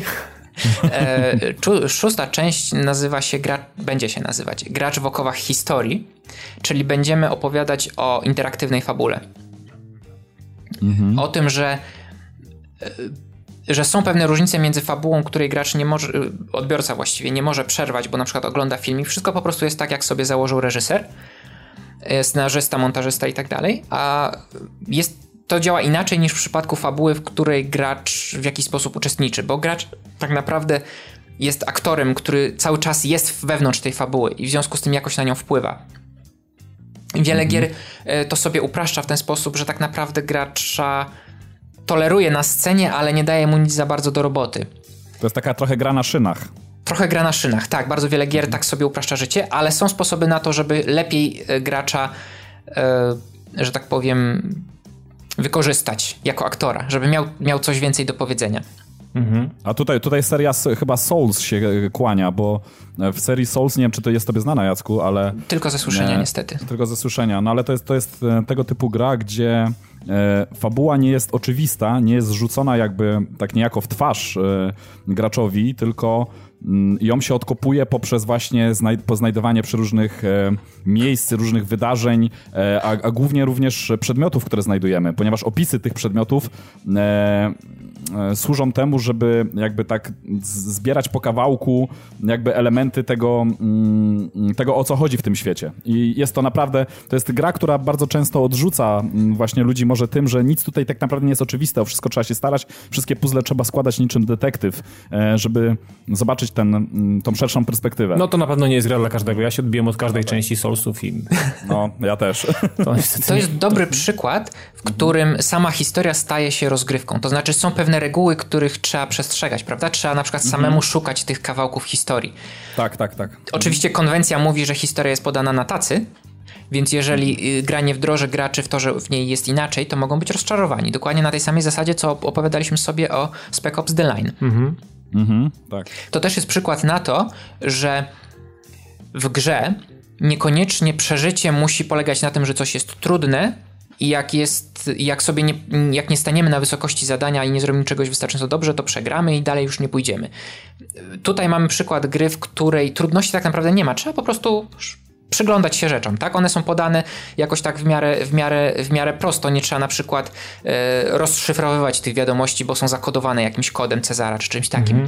6. część będzie się nazywać Gracz w okowach historii, czyli będziemy opowiadać o interaktywnej fabule. O tym, że są pewne różnice między fabułą, której gracz nie może, odbiorca właściwie nie może przerwać, bo na przykład ogląda film i wszystko po prostu jest tak, jak sobie założył reżyser, scenarzysta, montażysta i tak dalej, a to działa inaczej niż w przypadku fabuły, w której gracz w jakiś sposób uczestniczy, bo gracz tak naprawdę jest aktorem, który cały czas jest wewnątrz tej fabuły i w związku z tym jakoś na nią wpływa. Wiele gier to sobie upraszcza w ten sposób, że tak naprawdę gracza toleruje na scenie, ale nie daje mu nic za bardzo do roboty. To jest taka trochę gra na szynach. Trochę gra na szynach, tak. Bardzo wiele gier tak sobie upraszcza życie, ale są sposoby na to, żeby lepiej gracza, że tak powiem, wykorzystać jako aktora, żeby miał coś więcej do powiedzenia. A tutaj seria chyba Souls się kłania, bo w serii Souls, nie wiem, czy to jest tobie znana, Jacku, ale... Tylko ze słyszenia niestety. Tylko ze słyszenia, no ale to jest tego typu gra, gdzie fabuła nie jest oczywista, nie jest rzucona jakby tak niejako w twarz graczowi, tylko ją się odkopuje poprzez właśnie poznajdowanie przeróżnych miejsc, różnych wydarzeń, a głównie również przedmiotów, które znajdujemy, ponieważ opisy tych przedmiotów służą temu, żeby jakby tak zbierać po kawałku jakby elementy tego, o co chodzi w tym świecie. I jest to naprawdę, to jest gra, która bardzo często odrzuca właśnie ludzi może tym, że nic tutaj tak naprawdę nie jest oczywiste, o wszystko trzeba się starać, wszystkie puzzle trzeba składać niczym detektyw, żeby zobaczyć tą szerszą perspektywę. No to na pewno nie jest gra dla każdego. Ja się odbiłem od każdej części Soulsów i... No, ja też. To jest dobry przykład, w którym sama historia staje się rozgrywką. To znaczy są pewne reguły, których trzeba przestrzegać, prawda? Trzeba na przykład samemu szukać tych kawałków historii. Tak. Oczywiście konwencja mówi, że historia jest podana na tacy, więc jeżeli gra nie wdroży graczy w to, że w niej jest inaczej, to mogą być rozczarowani. Dokładnie na tej samej zasadzie, co opowiadaliśmy sobie o Spec Ops The Line. Tak. To też jest przykład na to, że w grze niekoniecznie przeżycie musi polegać na tym, że coś jest trudne i jak nie staniemy na wysokości zadania i nie zrobimy czegoś wystarczająco dobrze, to przegramy i dalej już nie pójdziemy. Tutaj mamy przykład gry, w której trudności tak naprawdę nie ma. Trzeba po prostu przyglądać się rzeczom, tak? One są podane jakoś tak w miarę prosto. Nie trzeba na przykład rozszyfrowywać tych wiadomości, bo są zakodowane jakimś kodem Cezara czy czymś takim.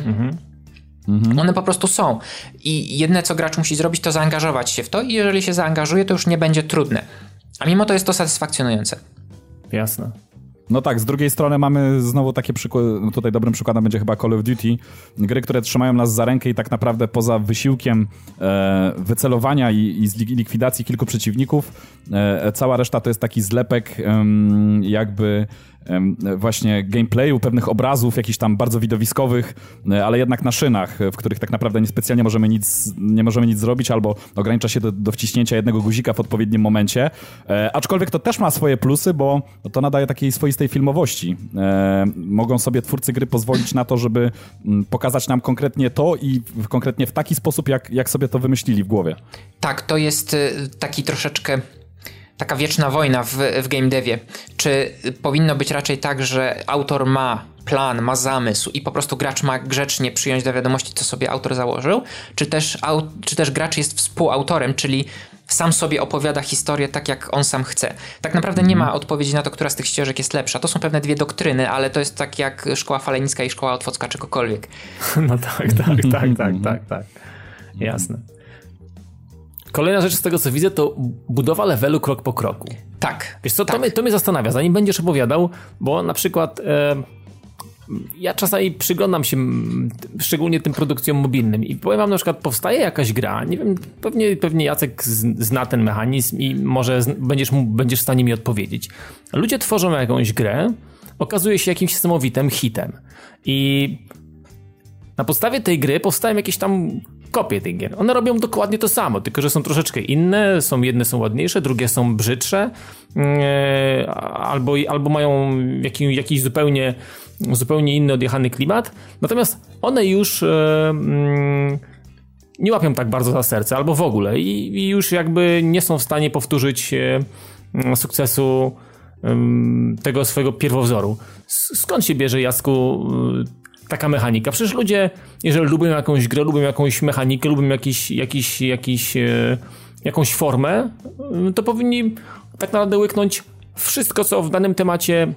One po prostu są. I jedyne, co gracz musi zrobić, to zaangażować się w to i jeżeli się zaangażuje, to już nie będzie trudne. A mimo to jest to satysfakcjonujące. Jasne. No tak, z drugiej strony mamy znowu takie przykłady, no tutaj dobrym przykładem będzie chyba Call of Duty, gry, które trzymają nas za rękę i tak naprawdę poza wysiłkiem wycelowania i likwidacji kilku przeciwników, cała reszta to jest taki zlepek jakby właśnie gameplayu, pewnych obrazów, jakichś tam bardzo widowiskowych, ale jednak na szynach, w których tak naprawdę niespecjalnie nie możemy nic zrobić, albo ogranicza się do wciśnięcia jednego guzika w odpowiednim momencie. Aczkolwiek to też ma swoje plusy, bo to nadaje takiej swoistej filmowości. Mogą sobie twórcy gry pozwolić na to, żeby pokazać nam konkretnie to i konkretnie w taki sposób, jak sobie to wymyślili w głowie. Tak, to jest taki troszeczkę taka wieczna wojna w game devie. Czy powinno być raczej tak, że autor ma plan, ma zamysł i po prostu gracz ma grzecznie przyjąć do wiadomości, co sobie autor założył, czy też gracz jest współautorem, czyli sam sobie opowiada historię tak, jak on sam chce. Tak naprawdę nie ma odpowiedzi na to, która z tych ścieżek jest lepsza. To są pewne dwie doktryny, ale to jest tak jak szkoła falenicka i szkoła otwocka, czegokolwiek. No tak. Jasne. Kolejna rzecz z tego, co widzę, to budowa levelu krok po kroku. Tak. Wiesz co, to mnie zastanawia, zanim będziesz opowiadał, bo na przykład ja czasami przyglądam się szczególnie tym produkcjom mobilnym i powiem wam, na przykład powstaje jakaś gra, nie wiem, pewnie Jacek zna ten mechanizm i może będziesz w stanie mi odpowiedzieć. Ludzie tworzą jakąś grę, okazuje się jakimś niesamowitym hitem i na podstawie tej gry powstają jakieś tam kopie tych gier. One robią dokładnie to samo, tylko że są troszeczkę inne, jedne są ładniejsze, drugie są brzydsze, albo mają jakiś zupełnie inny, odjechany klimat. Natomiast one już nie łapią tak bardzo za serce, albo w ogóle i już jakby nie są w stanie powtórzyć sukcesu tego swojego pierwowzoru. Skąd się bierze, Jacku, taka mechanika? Przecież ludzie, jeżeli lubią jakąś grę, lubią jakąś mechanikę, lubią jakąś formę, to powinni tak naprawdę łyknąć wszystko, co w danym temacie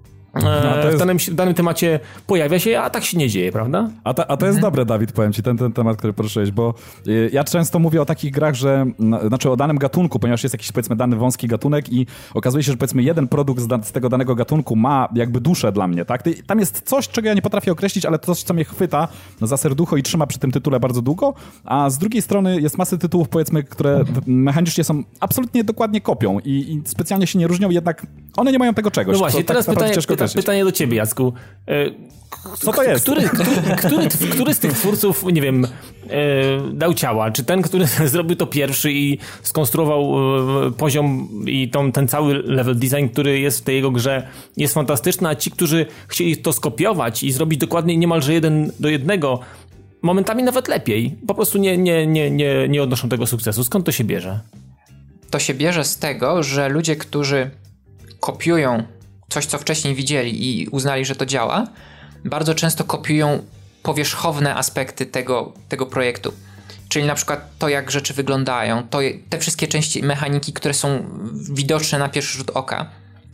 w danym temacie pojawia się, a tak się nie dzieje, prawda? A to jest dobre, Dawid, powiem ci, ten temat, który poruszyłeś, bo ja często mówię o takich grach, że znaczy o danym gatunku, ponieważ jest jakiś, powiedzmy, dany wąski gatunek i okazuje się, że, powiedzmy, jeden produkt z tego danego gatunku ma jakby duszę dla mnie, tak? Tam jest coś, czego ja nie potrafię określić, ale coś, co mnie chwyta za serducho i trzyma przy tym tytule bardzo długo, a z drugiej strony jest masy tytułów, powiedzmy, które mechanicznie są absolutnie dokładnie kopią i specjalnie się nie różnią, jednak one nie mają tego czegoś. No właśnie, teraz pytanie do ciebie, Jacku. Co to jest? Który z tych twórców, nie wiem, dał ciała? Czy ten, który zrobił to pierwszy i skonstruował poziom i ten cały level design, który jest w tej jego grze, jest fantastyczny, a ci, którzy chcieli to skopiować i zrobić dokładnie niemalże 1:1, momentami nawet lepiej, po prostu nie odnoszą tego sukcesu. Skąd to się bierze? To się bierze z tego, że ludzie, którzy kopiują coś, co wcześniej widzieli i uznali, że to działa, bardzo często kopiują powierzchowne aspekty tego projektu. Czyli na przykład to, jak rzeczy wyglądają, te wszystkie części mechaniki, które są widoczne na pierwszy rzut oka.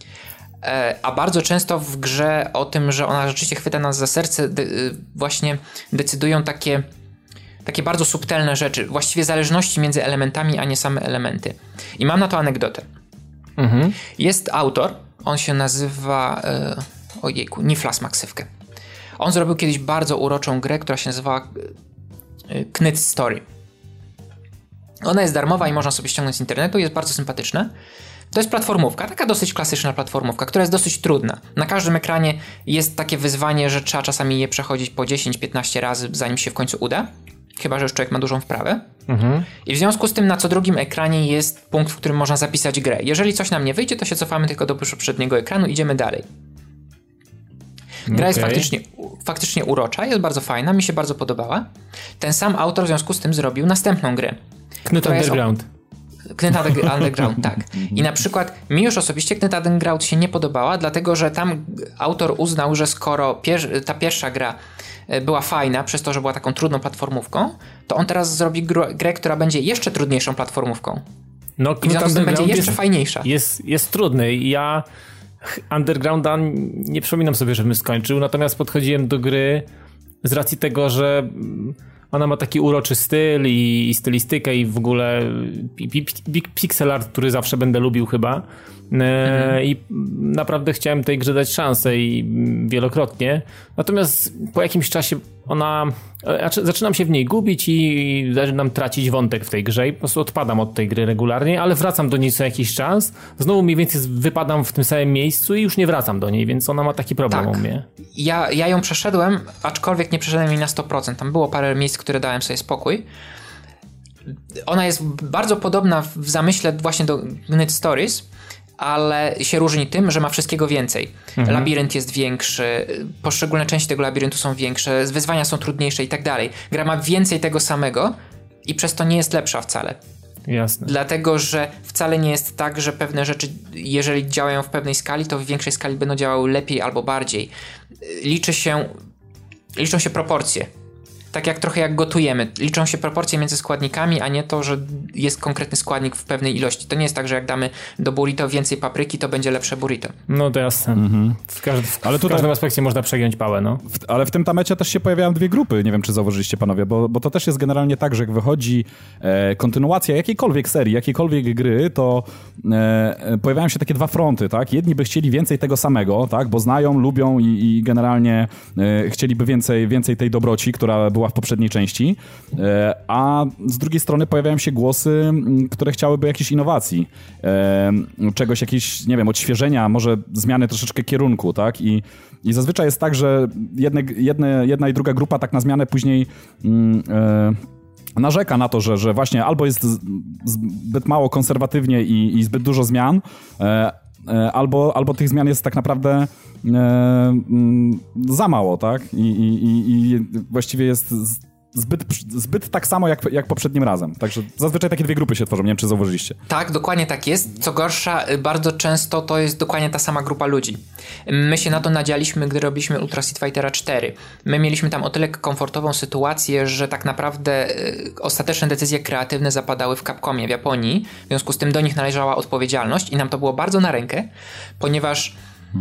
A bardzo często w grze o tym, że ona rzeczywiście chwyta nas za serce, właśnie decydują takie bardzo subtelne rzeczy, właściwie zależności między elementami, a nie same elementy. I mam na to anegdotę. Jest autor, on się nazywa Niflas Maksywkę. On zrobił kiedyś bardzo uroczą grę, która się nazywała Knyt Story. Ona jest darmowa i można sobie ściągnąć z internetu, jest bardzo sympatyczna. To jest platformówka, taka dosyć klasyczna platformówka, która jest dosyć trudna. Na każdym ekranie jest takie wyzwanie, że trzeba czasami je przechodzić po 10-15 razy, zanim się w końcu uda. Chyba że już człowiek ma dużą wprawę. I w związku z tym na co drugim ekranie jest punkt, w którym można zapisać grę. Jeżeli coś nam nie wyjdzie, to się cofamy tylko do poprzedniego ekranu i idziemy dalej. Gra jest faktycznie urocza, jest bardzo fajna, mi się bardzo podobała. Ten sam autor w związku z tym zrobił następną grę. Knyt Underground. Knyt Underground, tak. I na przykład mi już osobiście Knyt Underground się nie podobała, dlatego że tam autor uznał, że skoro ta pierwsza gra była fajna przez to, że była taką trudną platformówką, to on teraz zrobi grę, która będzie jeszcze trudniejszą platformówką. No, i w związku z tym będzie jeszcze fajniejsza. Jest trudny. Ja Undergrounda nie przypominam sobie, żebym skończył, natomiast podchodziłem do gry z racji tego, że ona ma taki uroczy styl i stylistykę i w ogóle pixel art, który zawsze będę lubił chyba. I naprawdę chciałem tej grze dać szansę i wielokrotnie. Natomiast po jakimś czasie zaczynam się w niej gubić i zaczynam tracić wątek w tej grze i po prostu odpadam od tej gry regularnie, ale wracam do niej co jakiś czas. Znowu mniej więcej wypadam w tym samym miejscu i już nie wracam do niej, więc ona ma taki problem u mnie. Ja ją przeszedłem, aczkolwiek nie przeszedłem jej na 100%. Tam było parę miejsc, które dałem sobie spokój. Ona jest bardzo podobna w zamyśle właśnie do Knyt Stories, ale się różni tym, że ma wszystkiego więcej. Labirynt jest większy, poszczególne części tego labiryntu są większe, wyzwania są trudniejsze i tak dalej. Gra ma więcej tego samego i przez to nie jest lepsza wcale. Jasne. Dlatego, że wcale nie jest tak, że pewne rzeczy, jeżeli działają w pewnej skali, to w większej skali będą działały lepiej albo bardziej. Liczą się proporcje. Tak jak trochę jak gotujemy. Liczą się proporcje między składnikami, a nie to, że jest konkretny składnik w pewnej ilości. To nie jest tak, że jak damy do burrito więcej papryki, to będzie lepsze burrito. No to jasne. W każdym aspekcie można przegiąć pałę, no. Ale w tym tamecie też się pojawiają dwie grupy. Nie wiem, czy zauważyliście, panowie, bo to też jest generalnie tak, że jak wychodzi kontynuacja jakiejkolwiek serii, jakiejkolwiek gry, to pojawiają się takie dwa fronty, tak? Jedni by chcieli więcej tego samego, tak? Bo znają, lubią i generalnie chcieliby więcej tej dobroci, która była w poprzedniej części, a z drugiej strony pojawiają się głosy, które chciałyby jakichś innowacji, czegoś, jakiejś, nie wiem, odświeżenia, może zmiany troszeczkę kierunku, tak? I zazwyczaj jest tak, że jedna i druga grupa tak na zmianę później narzeka na to, że właśnie albo jest zbyt mało konserwatywnie i zbyt dużo zmian, albo tych zmian jest tak naprawdę za mało, tak? I właściwie jest zbyt tak samo jak poprzednim razem. Także zazwyczaj takie dwie grupy się tworzą, nie wiem, czy zauważyliście. Tak, dokładnie tak jest. Co gorsza, bardzo często to jest dokładnie ta sama grupa ludzi. My się na to nadzialiśmy, gdy robiliśmy Ultra Street Fightera 4. My mieliśmy tam o tyle komfortową sytuację, że tak naprawdę ostateczne decyzje kreatywne zapadały w Capcomie w Japonii. W związku z tym do nich należała odpowiedzialność i nam to było bardzo na rękę, ponieważ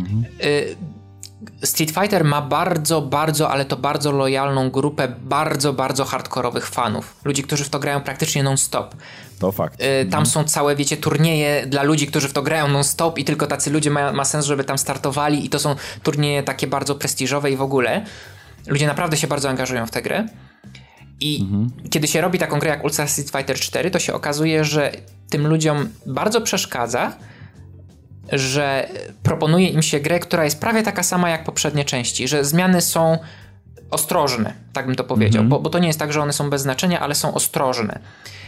Street Fighter ma bardzo, ale to bardzo lojalną grupę bardzo hardkorowych fanów. Ludzi, którzy w to grają praktycznie non-stop. To fakt. Tam są całe, wiecie, turnieje dla ludzi, którzy w to grają non-stop i tylko tacy ludzie ma sens, żeby tam startowali i to są turnieje takie bardzo prestiżowe i w ogóle. Ludzie naprawdę się bardzo angażują w tę grę. I kiedy się robi taką grę jak Ultra Street Fighter 4, to się okazuje, że tym ludziom bardzo przeszkadza, że proponuje im się grę, która jest prawie taka sama jak poprzednie części, że zmiany są ostrożne, tak bym to powiedział, bo to nie jest tak, że one są bez znaczenia, ale są ostrożne.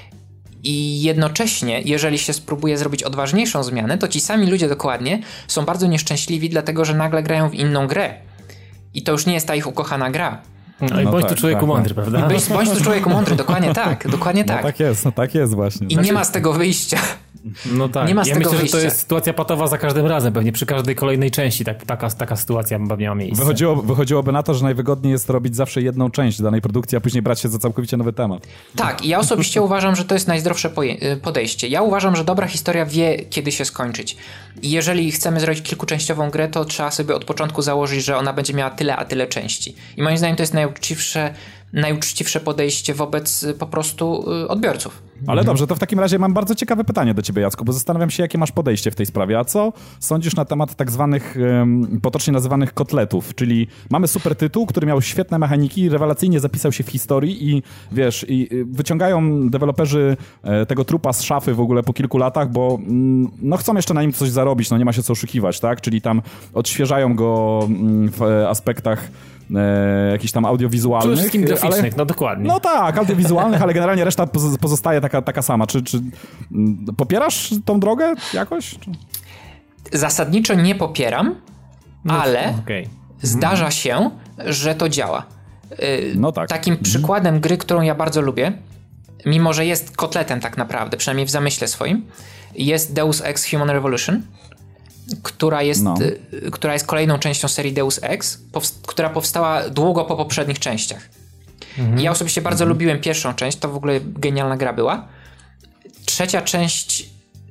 I jednocześnie, jeżeli się spróbuje zrobić odważniejszą zmianę, to ci sami ludzie dokładnie są bardzo nieszczęśliwi, dlatego że nagle grają w inną grę. I to już nie jest ta ich ukochana gra. No i bądź tu człowieku mądry, prawda? Bądź tu człowieku mądry, dokładnie tak. Dokładnie tak. Tak jest właśnie. I nie ma z tego wyjścia. No tak, nie ma z tego myślę, wyjścia. że to jest sytuacja patowa za każdym razem, pewnie przy każdej kolejnej części taka sytuacja pewnie ma miejsce. Wychodziłoby na to, że najwygodniej jest robić zawsze jedną część danej produkcji, a później brać się za całkowicie nowy temat. Tak, i ja osobiście uważam, że to jest najzdrowsze podejście. Ja uważam, że dobra historia wie, kiedy się skończyć. I jeżeli chcemy zrobić kilkuczęściową grę, to trzeba sobie od początku założyć, że ona będzie miała tyle, a tyle części. I moim zdaniem to jest najuczciwsze podejście wobec po prostu odbiorców. Ale dobrze, to w takim razie mam bardzo ciekawe pytanie do ciebie, Jacku, bo zastanawiam się, jakie masz podejście w tej sprawie. A co sądzisz na temat tak zwanych, potocznie nazywanych kotletów? Czyli mamy super tytuł, który miał świetne mechaniki, rewelacyjnie zapisał się w historii i wiesz, wyciągają deweloperzy tego trupa z szafy w ogóle po kilku latach, bo no chcą jeszcze na nim coś zarobić, no nie ma się co oszukiwać, tak? Czyli tam odświeżają go w aspektach jakichś tam audiowizualnych. Przede wszystkim graficznych, no dokładnie. No tak, audiowizualnych, ale generalnie reszta pozostaje taka sama. Czy popierasz tą drogę jakoś? Zasadniczo nie popieram, ale zdarza się, że to działa. No tak. Takim przykładem gry, którą ja bardzo lubię, mimo że jest kotletem tak naprawdę, przynajmniej w zamyśle swoim, jest Deus Ex Human Revolution, która jest kolejną częścią serii Deus Ex, która powstała długo po poprzednich częściach. Ja osobiście bardzo lubiłem pierwszą część, to w ogóle genialna gra była. Trzecia część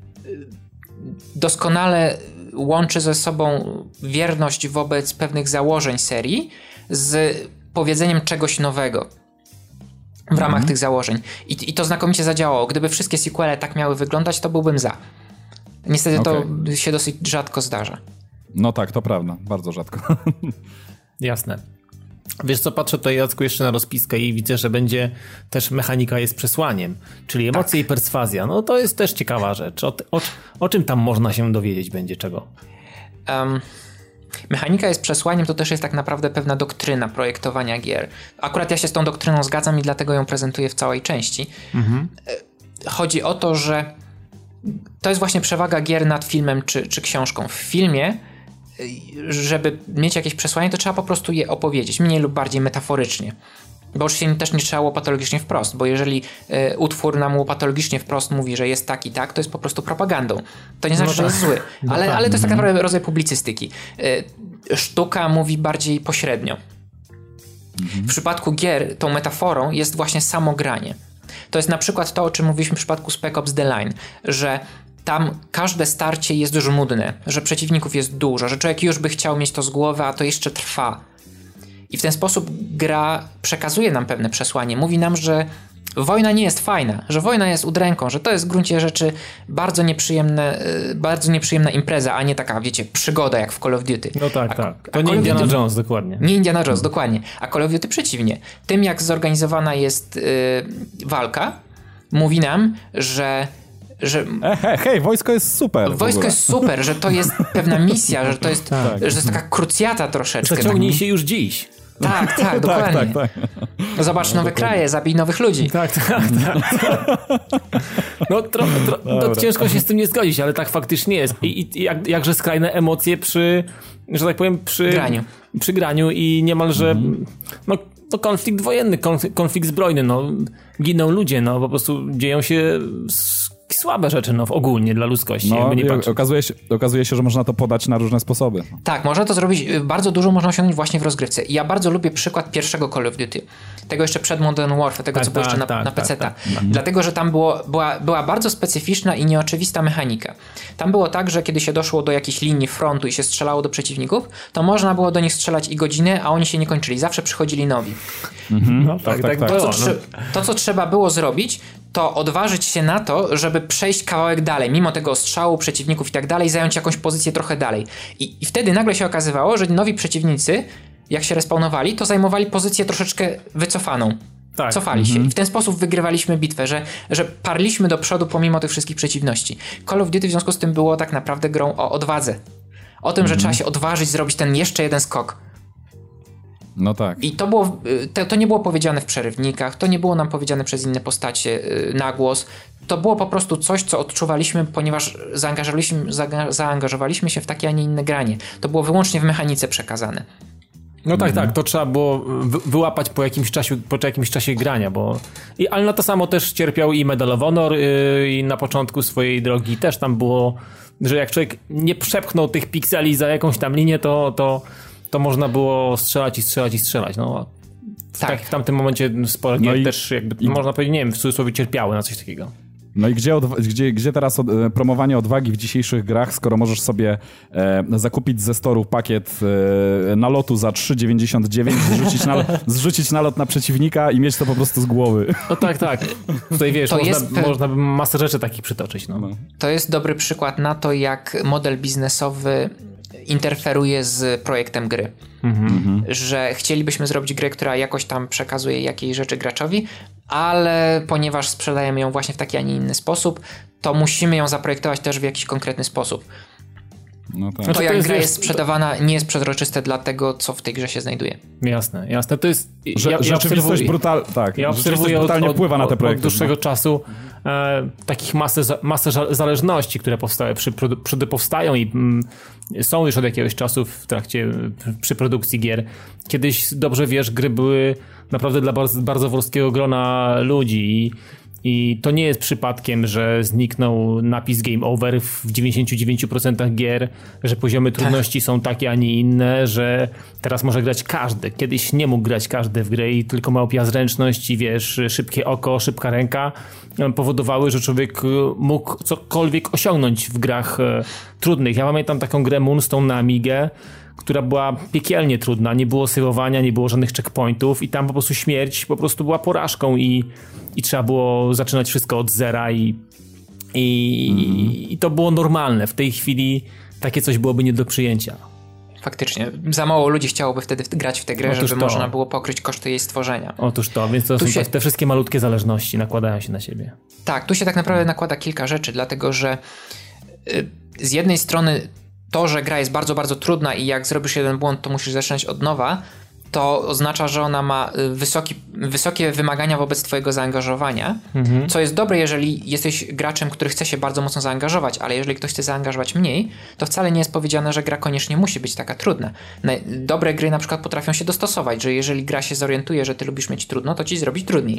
doskonale łączy ze sobą wierność wobec pewnych założeń serii z powiedzeniem czegoś nowego w ramach tych założeń. I to znakomicie zadziałało. Gdyby wszystkie sequele tak miały wyglądać, to byłbym za. Niestety to się dosyć rzadko zdarza. No tak, to prawda. Bardzo rzadko. Jasne. Wiesz co, patrzę tutaj, Jacku, jeszcze na rozpiskę i widzę, że będzie też mechanika jest przesłaniem, czyli emocje i perswazja. No to jest też ciekawa rzecz. O czym tam można się dowiedzieć będzie czego? Mechanika jest przesłaniem, to też jest tak naprawdę pewna doktryna projektowania gier. Akurat ja się z tą doktryną zgadzam i dlatego ją prezentuję w całej części. Chodzi o to, że to jest właśnie przewaga gier nad filmem czy książką. W filmie, żeby mieć jakieś przesłanie, to trzeba po prostu je opowiedzieć, mniej lub bardziej metaforycznie. Bo już się też nie trzeba łopatologicznie wprost, bo jeżeli utwór nam łopatologicznie wprost mówi, że jest tak i tak, to jest po prostu propagandą. To nie znaczy, że jest zły, ale to jest tak naprawdę rodzaj publicystyki. Sztuka mówi bardziej pośrednio. W przypadku gier tą metaforą jest właśnie samo granie. To jest na przykład to, o czym mówiliśmy w przypadku Spec Ops The Line, że tam każde starcie jest żmudne, że przeciwników jest dużo, że człowiek już by chciał mieć to z głowy, a to jeszcze trwa. I w ten sposób gra przekazuje nam pewne przesłanie. Mówi nam, że wojna nie jest fajna, że wojna jest udręką, że to jest w gruncie rzeczy bardzo nieprzyjemna impreza, a nie taka, wiecie, przygoda jak w Call of Duty. No tak. To nie Indiana Jones, dokładnie. Nie Indiana Jones, dokładnie. A Call of Duty przeciwnie. Tym, jak zorganizowana jest walka, mówi nam, że hej, wojsko jest super. Wojsko jest super, że to jest pewna misja, że to jest, że to jest taka krucjata troszeczkę. Zaciągnij się już dziś. Tak, dokładnie. Tak. Zobacz nowe kraje, zabij nowych ludzi. Tak. No ciężko się z tym nie zgodzić, ale tak faktycznie jest. I jakże skrajne emocje przy graniu i niemalże to konflikt wojenny, konflikt zbrojny, giną ludzie, po prostu dzieją się słabe rzeczy, ogólnie dla ludzkości. Okazuje się, że można to podać na różne sposoby. Tak, można to zrobić, bardzo dużo można osiągnąć właśnie w rozgrywce. I ja bardzo lubię przykład pierwszego Call of Duty. Tego jeszcze przed Modern Warfare, tego co było jeszcze na PC-ta. Dlatego, że tam była bardzo specyficzna i nieoczywista mechanika. Tam było tak, że kiedy się doszło do jakiejś linii frontu i się strzelało do przeciwników, to można było do nich strzelać i godzinę, a oni się nie kończyli. Zawsze przychodzili nowi. To, co trzeba było zrobić, to odważyć się na to, żeby przejść kawałek dalej, mimo tego ostrzału przeciwników i tak dalej, zająć jakąś pozycję trochę dalej. I wtedy nagle się okazywało, że nowi przeciwnicy, jak się respawnowali, to zajmowali pozycję troszeczkę wycofaną. Tak. Cofali się. I w ten sposób wygrywaliśmy bitwę, że parliśmy do przodu pomimo tych wszystkich przeciwności. Call of Duty w związku z tym było tak naprawdę grą o odwadze. O tym, że trzeba się odważyć zrobić ten jeszcze jeden skok. No tak. I to nie było powiedziane w przerywnikach, to nie było nam powiedziane przez inne postacie na głos. To było po prostu coś, co odczuwaliśmy, ponieważ zaangażowaliśmy się w takie, a nie inne granie. To było wyłącznie w mechanice przekazane. No tak, to trzeba było wyłapać po jakimś czasie grania, ale na to samo też cierpiał i Medal of Honor i na początku swojej drogi też tam było, że jak człowiek nie przepchnął tych pikseli za jakąś tam linię, to można było strzelać. W tamtym momencie sporo gier też można powiedzieć, nie wiem, w cudzysłowie cierpiały na coś takiego. No i gdzie teraz promowanie odwagi w dzisiejszych grach, skoro możesz sobie zakupić ze storu pakiet nalotu za 3,99, zrzucić nalot na przeciwnika i mieć to po prostu z głowy. No tak. Tutaj wiesz, można by masę rzeczy takich przytoczyć. To jest dobry przykład na to, jak model biznesowy interferuje z projektem gry. Że chcielibyśmy zrobić grę, która jakoś tam przekazuje jakiejś rzeczy graczowi, ale ponieważ sprzedajemy ją właśnie w taki, a nie inny sposób, to musimy ją zaprojektować też w jakiś konkretny sposób. No tak. To jak gra jest sprzedawana, nie jest przezroczyste dla tego, co w tej grze się znajduje. Jasne. To jest... Rzeczywistość brutalnie wpływa na te projekty. Od dłuższego czasu takich masę zależności, które powstają i są już od jakiegoś czasu przy produkcji gier. Kiedyś, dobrze wiesz, gry były naprawdę dla bardzo wąskiego grona ludzi i to nie jest przypadkiem, że zniknął napis Game Over w 99% gier, że poziomy trudności są takie, a nie inne, że teraz może grać każdy. Kiedyś nie mógł grać każdy w grę i tylko małpia zręczność i wiesz, szybkie oko, szybka ręka powodowały, że człowiek mógł cokolwiek osiągnąć w grach trudnych. Ja pamiętam taką grę Moonstone na Amigę, która była piekielnie trudna, nie było save'owania, nie było żadnych checkpointów i tam po prostu śmierć była porażką i trzeba było zaczynać wszystko od zera i to było normalne. W tej chwili takie coś byłoby nie do przyjęcia. Faktycznie. Za mało ludzi chciałoby wtedy grać w tę grę, żeby można było pokryć koszty jej stworzenia. Otóż to, więc te wszystkie malutkie zależności nakładają się na siebie. Tak, tu się tak naprawdę nakłada kilka rzeczy, dlatego że z jednej strony to, że gra jest bardzo, bardzo trudna i jak zrobisz jeden błąd, to musisz zaczynać od nowa, to oznacza, że ona ma wysokie wymagania wobec twojego zaangażowania, co jest dobre, jeżeli jesteś graczem, który chce się bardzo mocno zaangażować, ale jeżeli ktoś chce zaangażować mniej, to wcale nie jest powiedziane, że gra koniecznie musi być taka trudna. Dobre gry na przykład potrafią się dostosować, że jeżeli gra się zorientuje, że ty lubisz mieć trudno, to ci zrobić trudniej.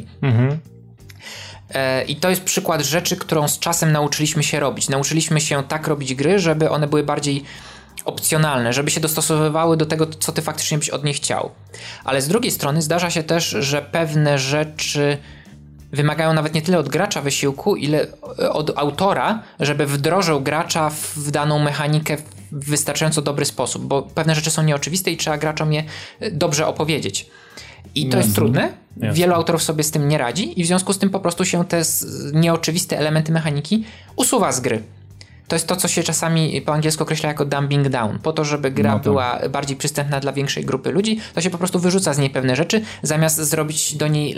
I to jest przykład rzeczy, którą z czasem nauczyliśmy się robić. Nauczyliśmy się tak robić gry, żeby one były bardziej opcjonalne, żeby się dostosowywały do tego, co ty faktycznie byś od niej chciał. Ale z drugiej strony zdarza się też, że pewne rzeczy wymagają nawet nie tyle od gracza wysiłku, ile od autora, żeby wdrożył gracza w daną mechanikę w wystarczająco dobry sposób, bo pewne rzeczy są nieoczywiste i trzeba graczom je dobrze opowiedzieć. I to jest trudne. Wielu autorów sobie z tym nie radzi i w związku z tym po prostu się te nieoczywiste elementy mechaniki usuwa z gry. To jest to, co się czasami po angielsku określa jako dumbing down. Po to, żeby gra była bardziej przystępna dla większej grupy ludzi, to się po prostu wyrzuca z niej pewne rzeczy, zamiast zrobić do niej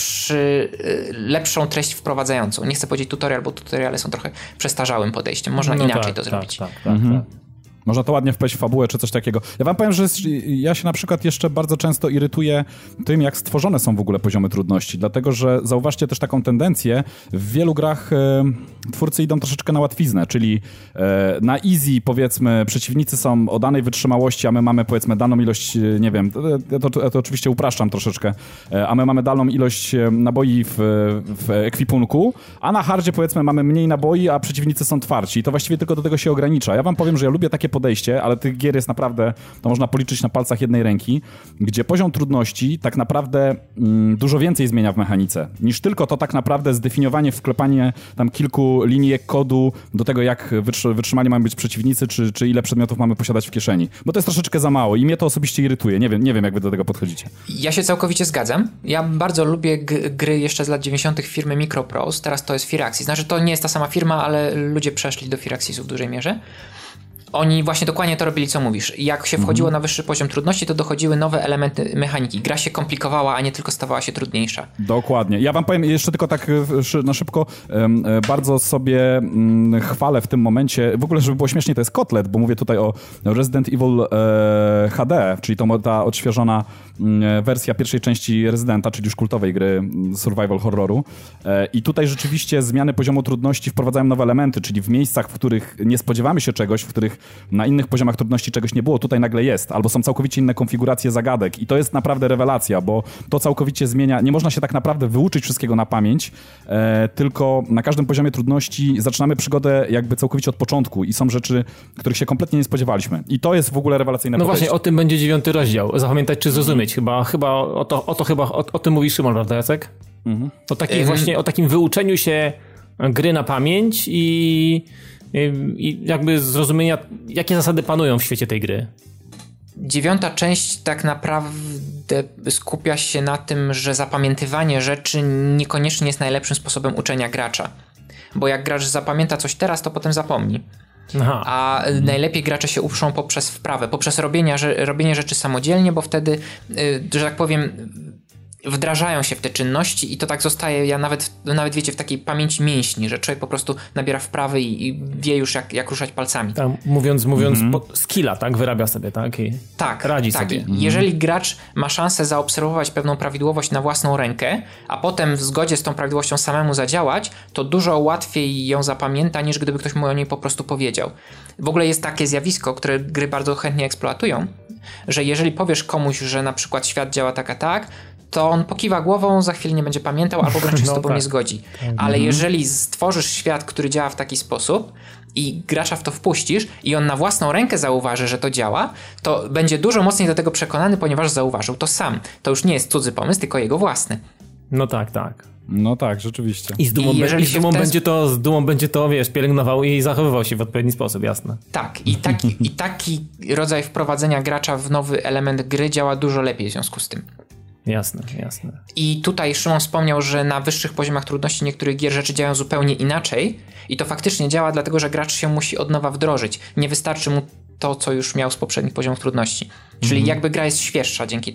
lepszą treść wprowadzającą. Nie chcę powiedzieć tutorial, bo tutoriale są trochę przestarzałym podejściem. Można inaczej to zrobić. Tak. Można to ładnie wpleść w fabułę czy coś takiego. Ja wam powiem, że ja się na przykład jeszcze bardzo często irytuję tym, jak stworzone są w ogóle poziomy trudności, dlatego że zauważcie też taką tendencję, w wielu grach twórcy idą troszeczkę na łatwiznę, czyli na easy powiedzmy przeciwnicy są o danej wytrzymałości, a my mamy powiedzmy daną ilość, nie wiem, to oczywiście upraszczam troszeczkę, a my mamy daną ilość naboi w ekwipunku, a na hardzie powiedzmy mamy mniej naboi, a przeciwnicy są twardsi i to właściwie tylko do tego się ogranicza. Ja wam powiem, że ja lubię takie podejście, ale tych gier jest naprawdę, to można policzyć na palcach jednej ręki, gdzie poziom trudności tak naprawdę dużo więcej zmienia w mechanice, niż tylko to tak naprawdę zdefiniowanie, wklepanie tam kilku linijek kodu do tego, jak wytrzymali mają być przeciwnicy, czy ile przedmiotów mamy posiadać w kieszeni. Bo to jest troszeczkę za mało i mnie to osobiście irytuje. Nie wiem jak wy do tego podchodzicie. Ja się całkowicie zgadzam. Ja bardzo lubię gry jeszcze z lat 90. firmy Microprose. Teraz to jest Firaxis. Znaczy to nie jest ta sama firma, ale ludzie przeszli do Firaxisu w dużej mierze. Oni właśnie dokładnie to robili, co mówisz. Jak się wchodziło na wyższy poziom trudności, to dochodziły nowe elementy mechaniki. Gra się komplikowała, a nie tylko stawała się trudniejsza. Dokładnie. Ja wam powiem jeszcze tylko tak na szybko, bardzo sobie chwalę w tym momencie, w ogóle żeby było śmiesznie, to jest kotlet, bo mówię tutaj o Resident Evil HD, czyli ta odświeżona wersja pierwszej części Residenta, czyli już kultowej gry survival horroru. I tutaj rzeczywiście zmiany poziomu trudności wprowadzają nowe elementy, czyli w miejscach, w których nie spodziewamy się czegoś, w których na innych poziomach trudności czegoś nie było, tutaj nagle jest, albo są całkowicie inne konfiguracje zagadek i to jest naprawdę rewelacja, bo to całkowicie zmienia, nie można się tak naprawdę wyuczyć wszystkiego na pamięć, tylko na każdym poziomie trudności zaczynamy przygodę jakby całkowicie od początku i są rzeczy, których się kompletnie nie spodziewaliśmy i to jest w ogóle rewelacyjne podejście. Właśnie o tym będzie 9 rozdział, zapamiętać czy zrozumieć, chyba o tym mówi Szymon, prawda Jacek? O takim wyuczeniu się gry na pamięć i jakby zrozumienia, jakie zasady panują w świecie tej gry. 9. część tak naprawdę skupia się na tym, że zapamiętywanie rzeczy niekoniecznie jest najlepszym sposobem uczenia gracza. Bo jak gracz zapamięta coś teraz, to potem zapomni. A najlepiej gracze się uczą poprzez wprawę, poprzez robienie rzeczy samodzielnie, bo wtedy, że tak powiem, wdrażają się w te czynności i to tak zostaje, nawet wiecie, w takiej pamięci mięśni, że człowiek po prostu nabiera wprawy i wie już jak ruszać palcami. Tam, mówiąc skilla, tak? Wyrabia sobie, tak? I radzi sobie. Jeżeli gracz ma szansę zaobserwować pewną prawidłowość na własną rękę, a potem w zgodzie z tą prawidłowością samemu zadziałać, to dużo łatwiej ją zapamięta, niż gdyby ktoś mu o niej po prostu powiedział. W ogóle jest takie zjawisko, które gry bardzo chętnie eksploatują, że jeżeli powiesz komuś, że na przykład świat działa tak, to on pokiwa głową, za chwilę nie będzie pamiętał albo wręcz się z tobą nie zgodzi. Ale jeżeli stworzysz świat, który działa w taki sposób i gracza w to wpuścisz i on na własną rękę zauważy, że to działa, to będzie dużo mocniej do tego przekonany, ponieważ zauważył to sam. To już nie jest cudzy pomysł, tylko jego własny. No tak. No tak, rzeczywiście. I z dumą będzie to, wiesz, pielęgnował i zachowywał się w odpowiedni sposób, jasne. Tak, i taki rodzaj wprowadzenia gracza w nowy element gry działa dużo lepiej w związku z tym. Jasne. I tutaj Szymon wspomniał, że na wyższych poziomach trudności niektórych gier rzeczy działają zupełnie inaczej i to faktycznie działa, dlatego że gracz się musi od nowa wdrożyć. Nie wystarczy mu to, co już miał z poprzednich poziomów trudności. Czyli jakby gra jest świeższa dzięki temu.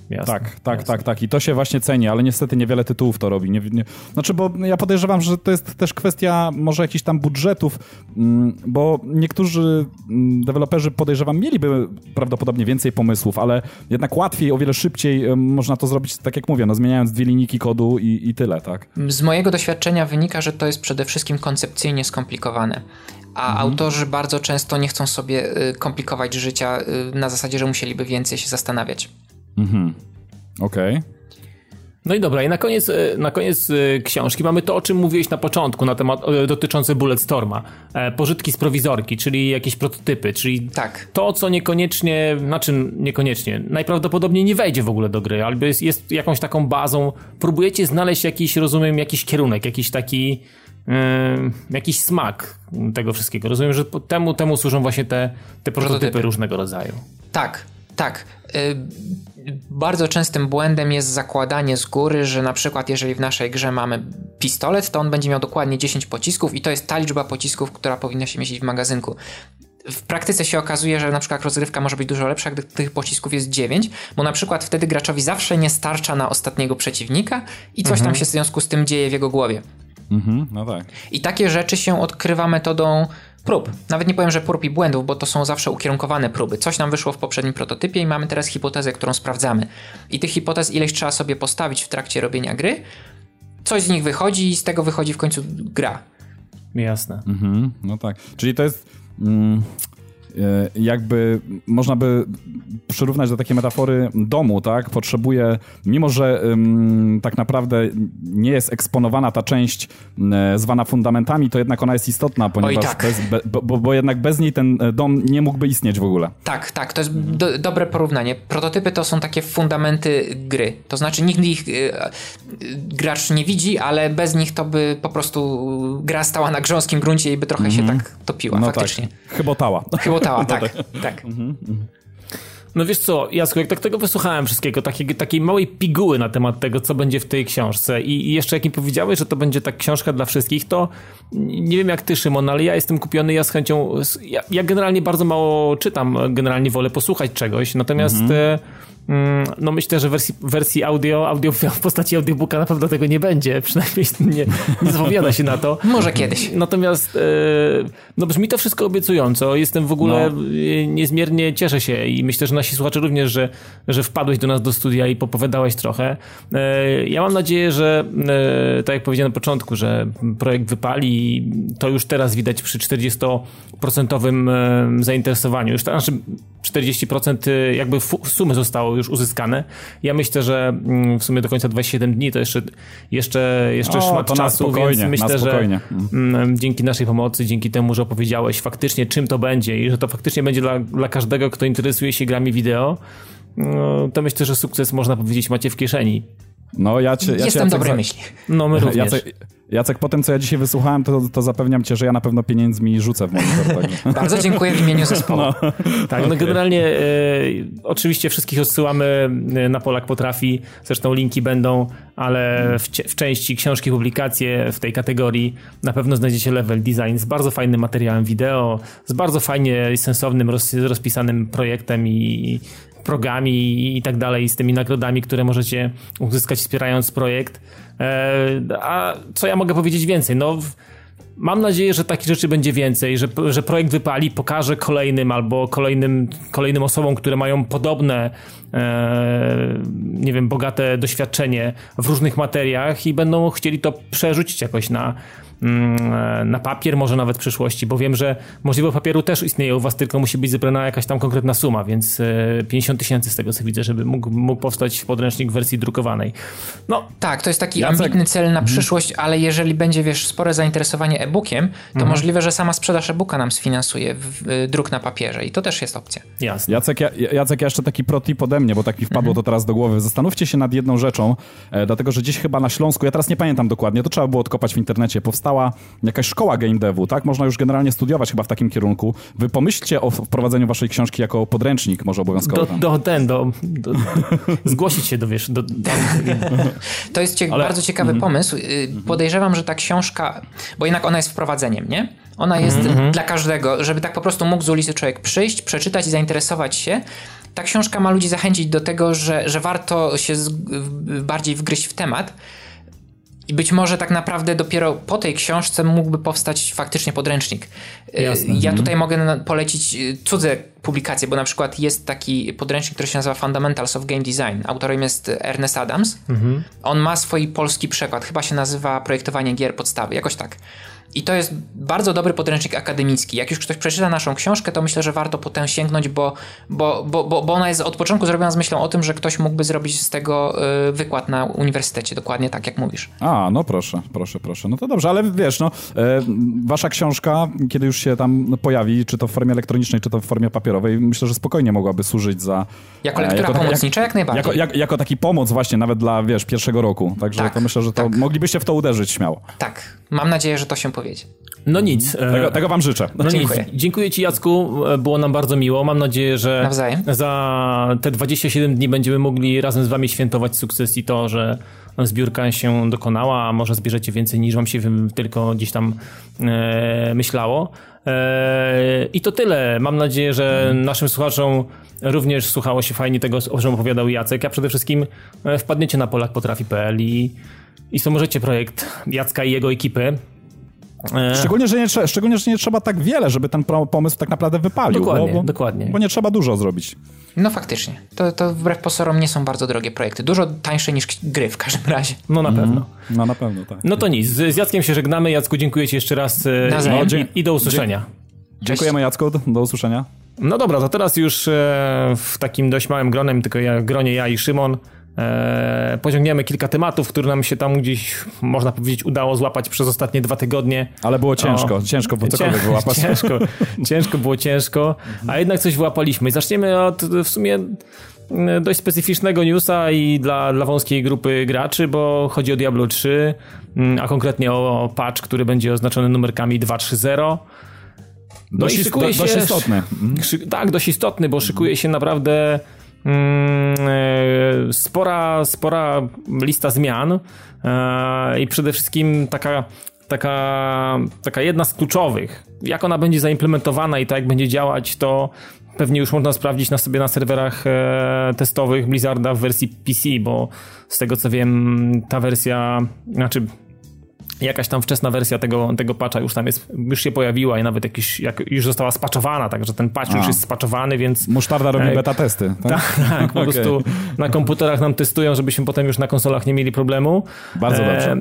Jasne. Tak. I to się właśnie ceni, ale niestety niewiele tytułów to robi. Znaczy, bo ja podejrzewam, że to jest też kwestia może jakichś tam budżetów, bo niektórzy deweloperzy, podejrzewam, mieliby prawdopodobnie więcej pomysłów, ale jednak łatwiej, o wiele szybciej można to zrobić, tak jak mówię, zmieniając 2 linijki kodu i tyle, tak? Z mojego doświadczenia wynika, że to jest przede wszystkim koncepcyjnie skomplikowane. A autorzy bardzo często nie chcą sobie komplikować życia na zasadzie, że musieliby więcej się zastanawiać. Okej. No i dobra, i na koniec książki mamy to, o czym mówiłeś na początku, na temat dotyczące Bulletstorma. Pożytki z prowizorki, czyli jakieś prototypy, czyli to, co niekoniecznie, najprawdopodobniej nie wejdzie w ogóle do gry, albo jest jakąś taką bazą. Próbujecie znaleźć jakiś, rozumiem, jakiś kierunek, jakiś taki jakiś smak tego wszystkiego. Rozumiem, że temu służą właśnie te prototypy różnego rodzaju. Tak. Bardzo częstym błędem jest zakładanie z góry, że na przykład jeżeli w naszej grze mamy pistolet, to on będzie miał dokładnie 10 pocisków i to jest ta liczba pocisków, która powinna się mieścić w magazynku. W praktyce się okazuje, że na przykład rozgrywka może być dużo lepsza, gdy tych pocisków jest 9, bo na przykład wtedy graczowi zawsze nie starcza na ostatniego przeciwnika i coś tam się w związku z tym dzieje w jego głowie. No tak. I takie rzeczy się odkrywa metodą prób. Nawet nie powiem, że prób i błędów, bo to są zawsze ukierunkowane próby. Coś nam wyszło w poprzednim prototypie i mamy teraz hipotezę, którą sprawdzamy. I tych hipotez ileś trzeba sobie postawić w trakcie robienia gry. Coś z nich wychodzi i z tego wychodzi w końcu gra. Jasne. No tak. Czyli to jest... jakby można by przyrównać do takiej metafory domu, tak? Potrzebuje, mimo że tak naprawdę nie jest eksponowana ta część zwana fundamentami, to jednak ona jest istotna, ponieważ bo jednak bez niej ten dom nie mógłby istnieć w ogóle. Tak, to jest dobre porównanie. Prototypy to są takie fundamenty gry. To znaczy nigdy ich gracz nie widzi, ale bez nich to by po prostu gra stała na grząskim gruncie i by trochę się tak topiła, faktycznie. Tak. Chybotała, tak. No wiesz co, Jacku, jak tak tego wysłuchałem wszystkiego, takiej małej piguły na temat tego, co będzie w tej książce i jeszcze jak mi powiedziałeś, że to będzie ta książka dla wszystkich, to nie wiem jak ty, Szymon, ale ja jestem kupiony, ja z chęcią, ja generalnie bardzo mało czytam, generalnie wolę posłuchać czegoś, natomiast no myślę, że wersji audio w postaci audiobooka na pewno tego nie będzie, przynajmniej nie zapowiada się na to. Może kiedyś. Natomiast no brzmi to wszystko obiecująco, jestem w ogóle niezmiernie cieszę się i myślę, że nasi słuchacze również, że wpadłeś do nas do studia i popowiadałeś trochę. Ja mam nadzieję, że tak jak powiedziałem na początku, że projekt wypali i to już teraz widać przy 40% zainteresowaniu. Już znaczy 40% jakby sumy zostało już uzyskane. Ja myślę, że w sumie do końca 27 dni to jeszcze szmat czasu, więc myślę, że dzięki naszej pomocy, dzięki temu, że opowiedziałeś faktycznie czym to będzie i że to faktycznie będzie dla każdego, kto interesuje się grami wideo, to myślę, że sukces można powiedzieć macie w kieszeni. No, Jestem dobrej myśli. No, my również. Jacek, po tym, co ja dzisiaj wysłuchałem, to zapewniam cię, że ja na pewno pieniędzmi rzucę w monitor. Bardzo dziękuję w imieniu zespołu. Tak, no generalnie oczywiście wszystkich odsyłamy na Polak Potrafi, zresztą linki będą, ale w części książki, publikacje w tej kategorii na pewno znajdziecie Level Design z bardzo fajnym materiałem wideo, z bardzo fajnie i sensownym, rozpisanym projektem i progami i tak dalej, z tymi nagrodami, które możecie uzyskać wspierając projekt. A co ja mogę powiedzieć więcej? No, mam nadzieję, że takich rzeczy będzie więcej, że projekt wypali, pokaże kolejnym albo kolejnym osobom, które mają podobne nie wiem, bogate doświadczenie w różnych materiach i będą chcieli to przerzucić jakoś na papier, może nawet w przyszłości, bo wiem, że możliwość papieru też istnieje u was, tylko musi być zebrana jakaś tam konkretna suma, więc 50 000 z tego co widzę, żeby mógł powstać podręcznik w wersji drukowanej. No, tak, to jest taki ambitny cel na przyszłość, ale jeżeli będzie, spore zainteresowanie e-bookiem, to możliwe, że sama sprzedaż e-booka nam sfinansuje druk na papierze i to też jest opcja. Jasne. Jacek, ja jeszcze taki protip ode mnie, bo tak mi wpadło to teraz do głowy. Zastanówcie się nad jedną rzeczą, dlatego, że gdzieś chyba na Śląsku, ja teraz nie pamiętam dokładnie, to trzeba było odkopać w internecie, powstała jakaś szkoła game devu, tak? Można już generalnie studiować chyba w takim kierunku. Wy pomyślcie o wprowadzeniu waszej książki jako podręcznik, może obowiązkowo. Zgłosić się To jest bardzo ciekawy pomysł. Podejrzewam, że ta książka, bo jednak ona jest wprowadzeniem, nie? Ona jest dla każdego, żeby tak po prostu mógł z ulicy człowiek przyjść, przeczytać i zainteresować się. ta książka ma ludzi zachęcić do tego, że warto się bardziej wgryźć w temat. I być może tak naprawdę dopiero po tej książce mógłby powstać faktycznie podręcznik. Jasne. Ja tutaj mogę polecić cudze publikacje, bo na przykład jest taki podręcznik, który się nazywa Fundamentals of Game Design. Autorem jest Ernest Adams. On ma swój polski przekład. Chyba się nazywa Projektowanie gier podstawy. Jakoś tak. I to jest bardzo dobry podręcznik akademicki. Jak już ktoś przeczyta naszą książkę, to myślę, że warto potem sięgnąć, bo ona jest od początku zrobiona z myślą o tym, że ktoś mógłby zrobić z tego wykład na uniwersytecie. Dokładnie tak, jak mówisz. No proszę. No to dobrze, ale wiesz, wasza książka, kiedy już się tam pojawi, czy to w formie elektronicznej, czy to w formie papierowej, myślę, że spokojnie mogłaby służyć za... Jako lektura pomocnicza, jak najbardziej. Jako taki pomoc właśnie, nawet dla, pierwszego roku. Także tak, to myślę, że to moglibyście w to uderzyć śmiało. Tak. Mam nadzieję, że to się powiedzie. No nic. Tego wam życzę. No dziękuję. Dziękuję ci, Jacku. Było nam bardzo miło. Mam nadzieję, że nawzajem. Za te 27 dni będziemy mogli razem z wami świętować sukces i to, że zbiórka się dokonała, a może zbierzecie więcej niż wam się tylko gdzieś tam myślało. I to tyle. Mam nadzieję, że naszym słuchaczom również słuchało się fajnie tego, o czym opowiadał Jacek. A przede wszystkim wpadniecie na polakpotrafi.pl i wspomożecie projekt Jacka i jego ekipy. Szczególnie, że nie trzeba tak wiele, żeby ten pomysł tak naprawdę wypalił. Dokładnie. Bo nie trzeba dużo zrobić. No faktycznie. To wbrew pozorom nie są bardzo drogie projekty. Dużo tańsze niż gry w każdym razie. No na pewno. No na pewno, tak. No to nic. Z Jackiem się żegnamy. Jacku, dziękuję ci jeszcze raz i do usłyszenia. Dziękujemy, Jacku. Do usłyszenia. No dobra, to teraz już w takim dość małym gronem, tylko gronie ja i Szymon, pociągniemy kilka tematów, które nam się tam gdzieś, można powiedzieć, udało złapać przez ostatnie 2 tygodnie. Ale było ciężko było cokolwiek wyłapać. Ciężko, a jednak coś wyłapaliśmy. Zaczniemy od w sumie dość specyficznego newsa i dla wąskiej grupy graczy, bo chodzi o Diablo 3, a konkretnie o patch, który będzie oznaczony numerkami 2.3.0. Dość istotny. Tak, dość istotny, bo szykuje się naprawdę spora lista zmian i przede wszystkim taka jedna z kluczowych. Jak ona będzie zaimplementowana i tak jak będzie działać, to pewnie już można sprawdzić na serwerach testowych Blizzarda w wersji PC, bo z tego co wiem, ta wersja, jakaś tam wczesna wersja tego patcha już się pojawiła i nawet już została spatchowana, także ten patch już jest spaczowany, więc... Musztarda robi beta testy. Tak, po prostu na komputerach nam testują, żebyśmy potem już na konsolach nie mieli problemu. Bardzo dobrze.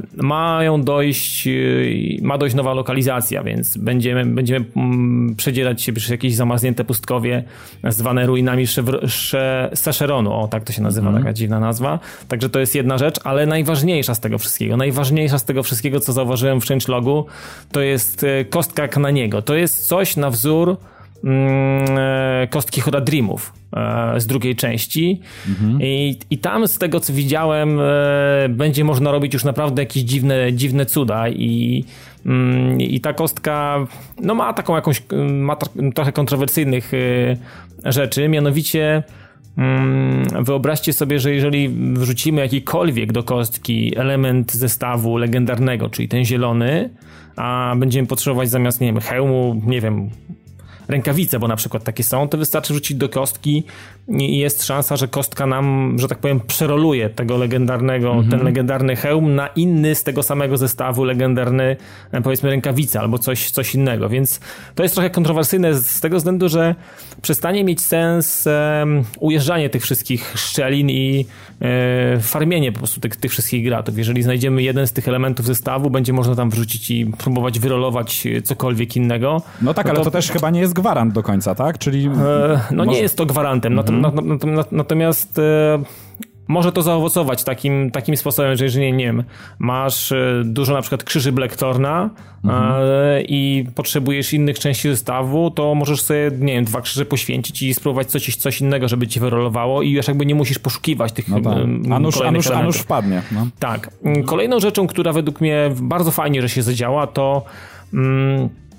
Ma dojść nowa lokalizacja, więc będziemy przedzierać się przez jakieś zamarznięte pustkowie zwane ruinami Seszeronu. O, tak to się nazywa, taka dziwna nazwa. Także to jest jedna rzecz, ale najważniejsza z tego wszystkiego, co zauważyłem w changelogu, to jest kostka Knaniego. To jest coś na wzór kostki Hoda Dreamów z drugiej części. I tam z tego, co widziałem, będzie można robić już naprawdę jakieś dziwne cuda i ta kostka ma taką ma trochę kontrowersyjnych rzeczy, mianowicie wyobraźcie sobie, że jeżeli wrzucimy jakikolwiek do kostki element zestawu legendarnego, czyli ten zielony, a będziemy potrzebować zamiast, hełmu, rękawice, bo na przykład takie są, to wystarczy wrzucić do kostki i jest szansa, że kostka nam, że tak powiem, przeroluje tego legendarnego, ten legendarny hełm na inny z tego samego zestawu legendarny, powiedzmy, rękawica albo coś innego, więc to jest trochę kontrowersyjne z tego względu, że przestanie mieć sens ujeżdżanie tych wszystkich szczelin i farmienie po prostu tych wszystkich gratów. Jeżeli znajdziemy jeden z tych elementów zestawu, będzie można tam wrzucić i próbować wyrolować cokolwiek innego. No tak, ale to też chyba nie jest gwarant do końca, tak? Czyli nie jest to gwarantem, natomiast może to zaowocować takim sposobem, że jeżeli, masz dużo na przykład krzyży Blackthorna i potrzebujesz innych części zestawu, to możesz sobie, 2 krzyże poświęcić i spróbować coś innego, żeby ci wyrolowało i już jakby nie musisz poszukiwać tych kolejnych a nóż wpadnie. No. Tak. Kolejną rzeczą, która według mnie bardzo fajnie, że się zadziała, to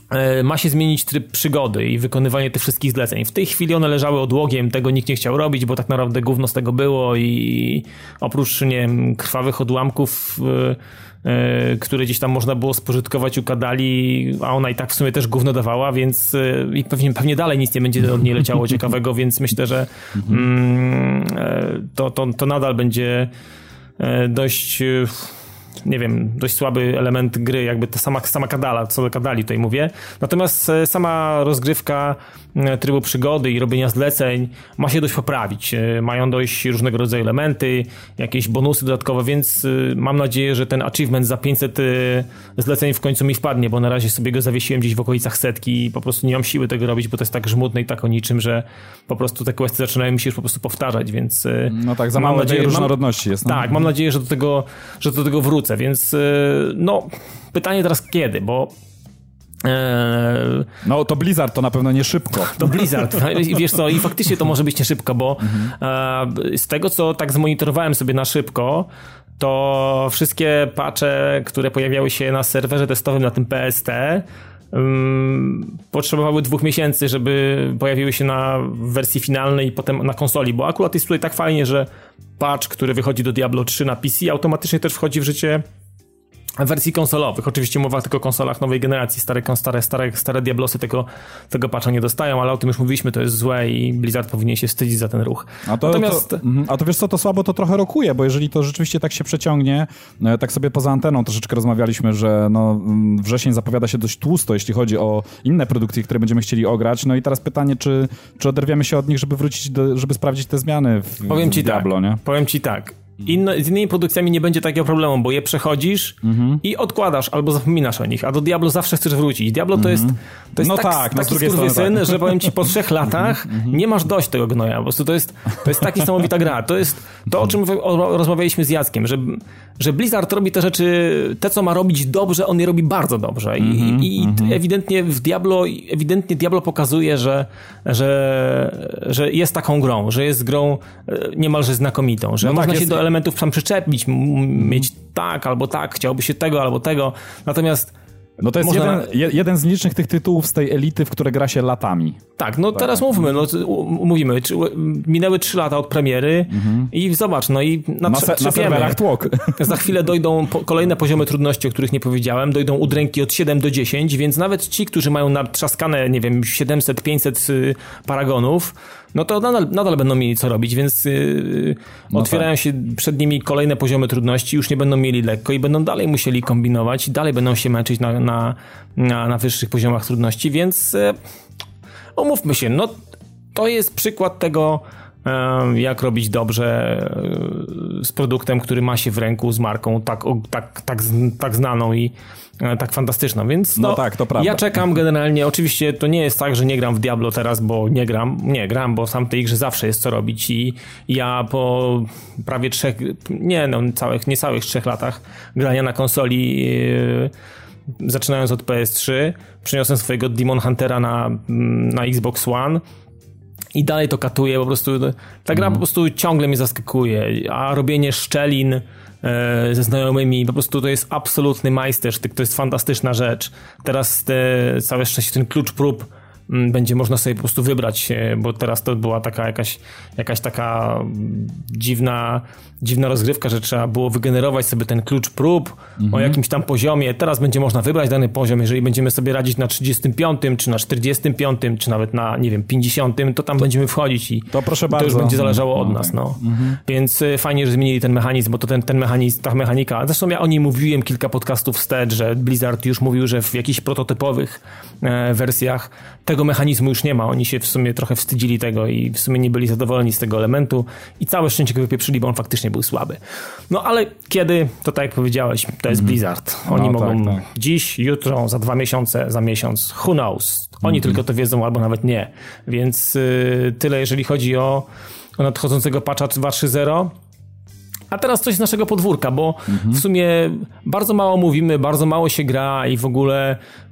ma się zmienić tryb przygody i wykonywanie tych wszystkich zleceń. W tej chwili one leżały odłogiem, tego nikt nie chciał robić, bo tak naprawdę gówno z tego było i oprócz, nie wiem, krwawych odłamków, które gdzieś tam można było spożytkować u Kadali, a ona i tak w sumie też gówno dawała, więc i pewnie dalej nic nie będzie od niej leciało ciekawego, więc myślę, że to nadal będzie dość... nie wiem, dość słaby element gry, jakby ta sama Kadala, co do Kadali tutaj mówię. Natomiast sama rozgrywka trybu przygody i robienia zleceń ma się dość poprawić. Mają dość różnego rodzaju elementy, jakieś bonusy dodatkowe, więc mam nadzieję, że ten achievement za 500 zleceń w końcu mi wpadnie, bo na razie sobie go zawiesiłem gdzieś w okolicach 100 i po prostu nie mam siły tego robić, bo to jest tak żmudne i tak o niczym, że po prostu te questy zaczynają mi się już po prostu powtarzać, więc... No tak, za mało nadzieję, różnorodności jest. No. Tak, mam nadzieję, że do tego wrócę, więc no, pytanie teraz kiedy, bo no to Blizzard to na pewno nie szybko. To Blizzard, wiesz co, i faktycznie to może być nie szybko, bo z tego, co tak zmonitorowałem sobie na szybko, to wszystkie patche, które pojawiały się na serwerze testowym na tym PST, potrzebowały 2 miesięcy, żeby pojawiły się na wersji finalnej i potem na konsoli, bo akurat jest tutaj tak fajnie, że patch, który wychodzi do Diablo 3 na PC, automatycznie też wchodzi w życie w wersji konsolowych. Oczywiście mowa tylko o konsolach nowej generacji. Stare Diablosy tego patcha nie dostają, ale o tym już mówiliśmy, to jest złe i Blizzard powinien się wstydzić za ten ruch. A to wiesz co, to słabo to trochę rokuje, bo jeżeli to rzeczywiście tak się przeciągnie, tak sobie poza anteną troszeczkę rozmawialiśmy, że no, wrzesień zapowiada się dość tłusto, jeśli chodzi o inne produkcje, które będziemy chcieli ograć. No i teraz pytanie, czy oderwiemy się od nich, żeby wrócić, żeby sprawdzić te zmiany w Diablo, tak, nie? Powiem ci tak. Z innymi produkcjami nie będzie takiego problemu, bo je przechodzisz i odkładasz albo zapominasz o nich, a do Diablo zawsze chcesz wrócić. Diablo to jest no tak, taki skurwysyn, tak, że powiem ci, po 3 latach nie masz dość tego gnoja. Po prostu to jest tak niesamowita gra. To jest to, o czym rozmawialiśmy z Jackiem, że Blizzard robi te rzeczy, co ma robić dobrze, on je robi bardzo dobrze. I ewidentnie w Diablo, Diablo pokazuje, że jest taką grą, że jest grą niemalże znakomitą, że można się do elementów tam przyczepić, mieć tak albo tak, chciałoby się tego albo tego, natomiast no to jest jeden z licznych tych tytułów z tej elity, w które gra się latami. Tak, no teraz mówimy, minęły 3 lata od premiery i zobacz, no i na serwerach tłok. Za chwilę dojdą kolejne poziomy trudności, o których nie powiedziałem, dojdą udręki od 7 do 10, więc nawet ci, którzy mają natrzaskane, nie wiem, 700-500 paragonów, no to nadal będą mieli co robić, więc otwierają się przed nimi kolejne poziomy trudności, już nie będą mieli lekko i będą dalej musieli kombinować, dalej będą się męczyć na wyższych poziomach trudności, więc umówmy się, no to jest przykład tego, jak robić dobrze z produktem, który ma się w ręku, z marką tak znaną i tak fantastyczną, więc no tak, to prawda. Ja czekam generalnie, oczywiście to nie jest tak, że nie gram w Diablo teraz, bo gram, bo sam w tej grze zawsze jest co robić i ja po prawie niecałych 3 latach grania na konsoli, zaczynając od PS3, przyniosłem swojego Demon Huntera na Xbox One i dalej to katuję, po prostu ta gra po prostu ciągle mnie zaskakuje, a robienie szczelin ze znajomymi, po prostu to jest absolutny majstersztyk, to jest fantastyczna rzecz. Teraz całe szczęście ten klucz prób będzie można sobie po prostu wybrać, bo teraz to była jakaś taka dziwna rozgrywka, że trzeba było wygenerować sobie ten klucz prób o jakimś tam poziomie. Teraz będzie można wybrać dany poziom, jeżeli będziemy sobie radzić na 35, czy na 45, czy nawet na, nie wiem, 50, to tam będziemy wchodzić i to proszę bardzo. To już będzie zależało od nas, no. Więc fajnie, że zmienili ten mechanizm, bo to ten mechanizm, ta mechanika, zresztą ja o niej mówiłem kilka podcastów wstecz, że Blizzard już mówił, że w jakichś prototypowych wersjach tego mechanizmu już nie ma. Oni się w sumie trochę wstydzili tego i w sumie nie byli zadowoleni z tego elementu i całe szczęście go wypieprzyli, bo on faktycznie był słaby. No ale kiedy, to tak jak powiedziałeś, to jest Blizzard. Oni mogą dziś, jutro, za 2 miesiące, za miesiąc, who knows. Oni tylko to wiedzą, albo nawet nie. Więc tyle, jeżeli chodzi o nadchodzącego patcha 2.3.0. A teraz coś z naszego podwórka, bo w sumie bardzo mało mówimy, bardzo mało się gra i w ogóle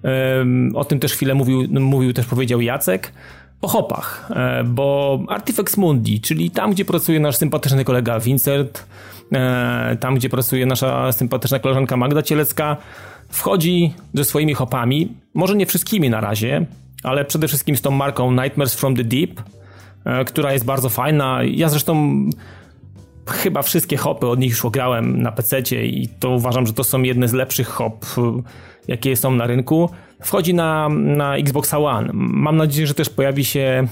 o tym też chwilę powiedział Jacek, o hopach, bo Artifex Mundi, czyli tam, gdzie pracuje nasz sympatyczny kolega Vincent, tam, gdzie pracuje nasza sympatyczna koleżanka Magda Cielecka, wchodzi ze swoimi hopami, może nie wszystkimi na razie, ale przede wszystkim z tą marką Nightmares from the Deep, która jest bardzo fajna. Ja zresztą chyba wszystkie hopy od nich już ograłem na PC-cie i to uważam, że to są jedne z lepszych hop, jakie są na rynku. Wchodzi na Xboxa One. Mam nadzieję, że też pojawi się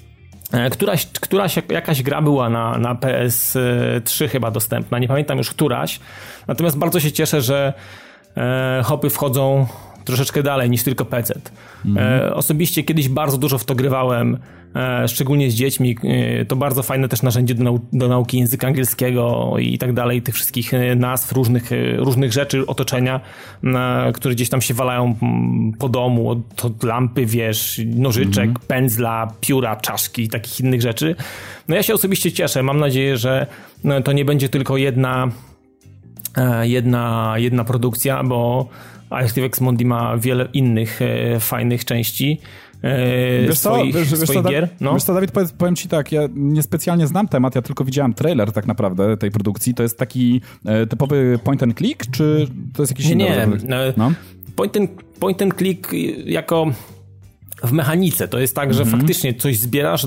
jakaś gra była na PS3 chyba dostępna, nie pamiętam już któraś. Natomiast bardzo się cieszę, że hopy wchodzą troszeczkę dalej niż tylko PC. Osobiście kiedyś bardzo dużo w to grywałem, szczególnie z dziećmi. To bardzo fajne też narzędzie do nauki języka angielskiego i tak dalej, tych wszystkich nazw, różnych rzeczy, otoczenia, które gdzieś tam się walają po domu, od lampy, wiesz, nożyczek, pędzla, pióra, czaszki i takich innych rzeczy. No ja się osobiście cieszę. Mam nadzieję, że to nie będzie tylko jedna produkcja, bo ActiveX Mundi ma wiele innych fajnych części swoich gier. No. Wiesz co, Dawid, powiem ci tak, ja niespecjalnie znam temat, ja tylko widziałem trailer tak naprawdę tej produkcji. To jest taki typowy point and click, czy to jest jakiś inny rodzaj? No. Point and click jako w mechanice. To jest tak, że faktycznie coś zbierasz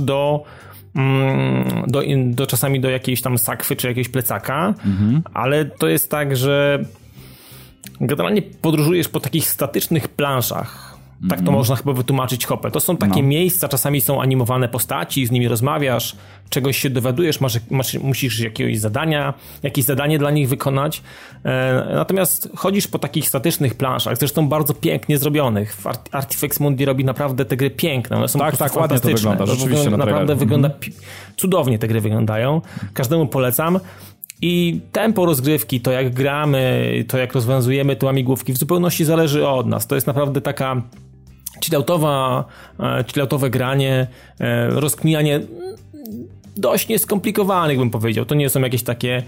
czasami do jakiejś tam sakwy czy jakiegoś plecaka, ale to jest tak, że generalnie podróżujesz po takich statycznych planszach. Tak to można chyba wytłumaczyć hopę. To są takie miejsca, czasami są animowane postaci, z nimi rozmawiasz, czegoś się dowiadujesz, musisz jakieś zadanie dla nich wykonać. Natomiast chodzisz po takich statycznych planszach, zresztą bardzo pięknie zrobionych. Artifex Mundi robi naprawdę te gry piękne. One są tak ładnie to wygląda, rzeczywiście. Naprawdę wygląda cudownie te gry wyglądają. Każdemu polecam. I tempo rozgrywki, to jak gramy, to jak rozwiązujemy te łamigłówki w zupełności zależy od nas. To jest naprawdę taka chilloutowe granie, rozkminianie dość nieskomplikowanych, bym powiedział. To nie są jakieś takie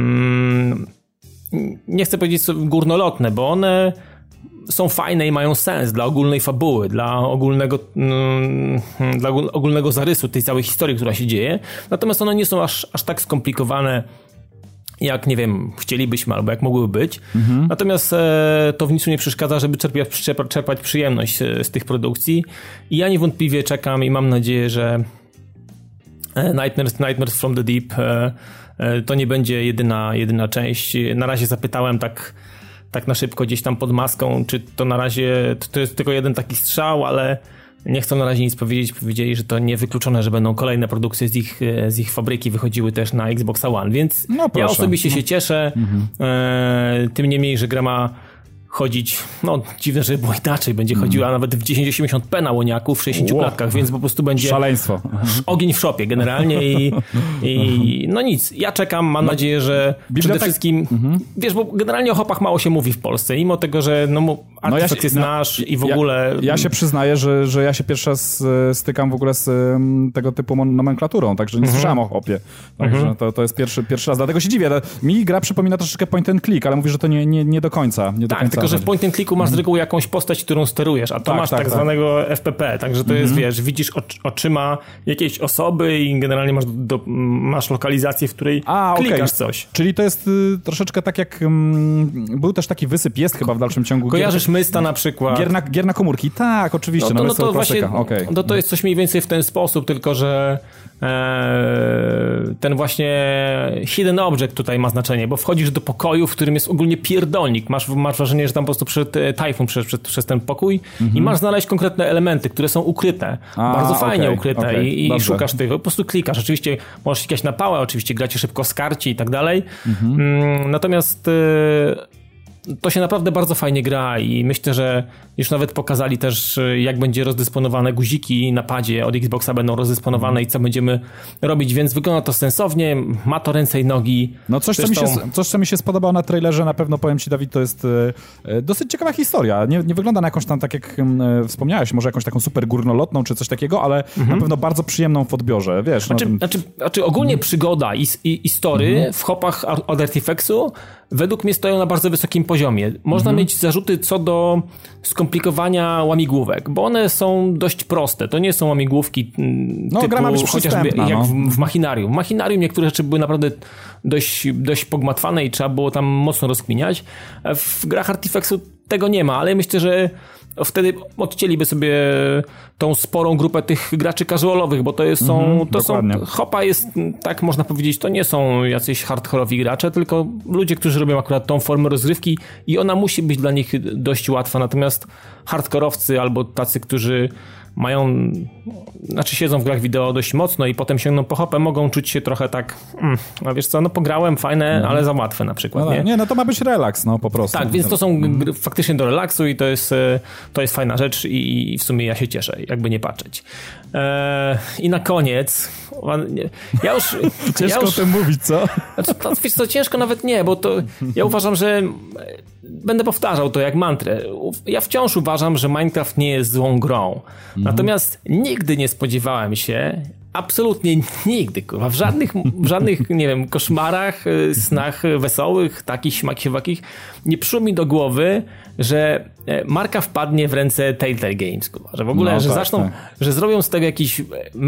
nie chcę powiedzieć górnolotne, bo one są fajne i mają sens dla ogólnej fabuły, dla ogólnego zarysu tej całej historii, która się dzieje. Natomiast one nie są aż tak skomplikowane, jak, nie wiem, chcielibyśmy, albo jak mogłyby być. Natomiast to w niczym nie przeszkadza, żeby czerpać przyjemność z tych produkcji. I ja niewątpliwie czekam i mam nadzieję, że Nightmares from the Deep to nie będzie jedyna część. Na razie zapytałem tak na szybko gdzieś tam pod maską, czy to na razie to jest tylko jeden taki strzał, ale nie chcą na razie nic powiedzieć. Powiedzieli, że to niewykluczone, że będą kolejne produkcje z ich fabryki wychodziły też na Xboxa One, więc ja osobiście się cieszę. Tym niemniej, że gra ma chodzić, dziwne, żeby było inaczej, będzie chodziła nawet w 1080p na łoniaku w 60 klatkach, więc po prostu będzie szaleństwo. Ogień w szopie generalnie i no nic, ja czekam, mam nadzieję, że przede wszystkim, wiesz, bo generalnie o hopach mało się mówi w Polsce, mimo tego, że Artifact jest nasz i w ogóle... Ja się przyznaję, że ja się pierwszy raz stykam w ogóle z tego typu nomenklaturą, także nie słyszałem o hopie, także to jest pierwszy raz, dlatego się dziwię. Mi gra przypomina troszeczkę point and click, ale mówisz, że to nie do końca. Tylko że w point and clicku masz z reguły jakąś postać, którą sterujesz, a to masz tak zwanego FPP, także to jest, wiesz, widzisz oczyma jakiejś osoby i generalnie masz lokalizację, w której klikasz coś. Czyli to jest troszeczkę tak jak był też taki wysyp, jest chyba w dalszym ciągu. Kojarzysz Mysta na przykład? Gier na komórki, tak, oczywiście. To właśnie, to jest coś mniej więcej w ten sposób, tylko że ten właśnie hidden object tutaj ma znaczenie, bo wchodzisz do pokoju, w którym jest ogólnie pierdolnik. Masz wrażenie, że tam po prostu przyszedł tajfun przez ten pokój i masz znaleźć konkretne elementy, które są ukryte. Bardzo fajnie ukryte i szukasz tego. Po prostu klikasz. Oczywiście możesz klikać na pałę, oczywiście gra cię szybko skarci i tak dalej. Natomiast to się naprawdę bardzo fajnie gra i myślę, że już nawet pokazali też, jak będzie rozdysponowane guziki na padzie od Xboxa będą rozdysponowane i co będziemy robić, więc wygląda to sensownie, ma to ręce i nogi. No coś, co mi się spodobało na trailerze, na pewno powiem ci, Dawid, to jest dosyć ciekawa historia. Nie wygląda na jakąś tam, tak jak wspomniałeś, może jakąś taką super górnolotną czy coś takiego, ale na pewno bardzo przyjemną w odbiorze, wiesz. Znaczy ogólnie przygoda i story w hopach od Artifexu według mnie stoją na bardzo wysokim poziomie. Można mieć zarzuty co do skomplikowania łamigłówek, bo one są dość proste. To nie są łamigłówki typu gra ma być chociażby jak w Machinarium. W Machinarium niektóre rzeczy były naprawdę dość pogmatwane i trzeba było tam mocno rozkminiać. W grach Artifexu tego nie ma, ale myślę, że wtedy odcięliby sobie tą sporą grupę tych graczy casualowych, bo to są Hopa jest, tak można powiedzieć, to nie są jacyś hardkorowi gracze, tylko ludzie, którzy robią akurat tą formę rozgrywki i ona musi być dla nich dość łatwa, natomiast hardkorowcy albo tacy, którzy siedzą w grach wideo dość mocno i potem sięgną po Hopę, mogą czuć się trochę tak, wiesz co, pograłem, fajne, ale za łatwe na przykład. No to ma być relaks, po prostu. Tak, więc to są gry faktycznie do relaksu i to jest fajna rzecz i w sumie ja się cieszę, jakby nie patrzeć. I na koniec, ciężko o tym mówić, co? Wiesz co, ciężko nawet nie, bo to ja uważam, że będę powtarzał to jak mantrę. Ja wciąż uważam, że Minecraft nie jest złą grą. Natomiast nigdy nie spodziewałem się, absolutnie nigdy, kurwa, w żadnych, nie wiem, koszmarach, snach wesołych, takich, śmakich, nie przyszło mi do głowy, że marka wpadnie w ręce Telltale Games, kurwa, że w ogóle, że zrobią z tego jakiś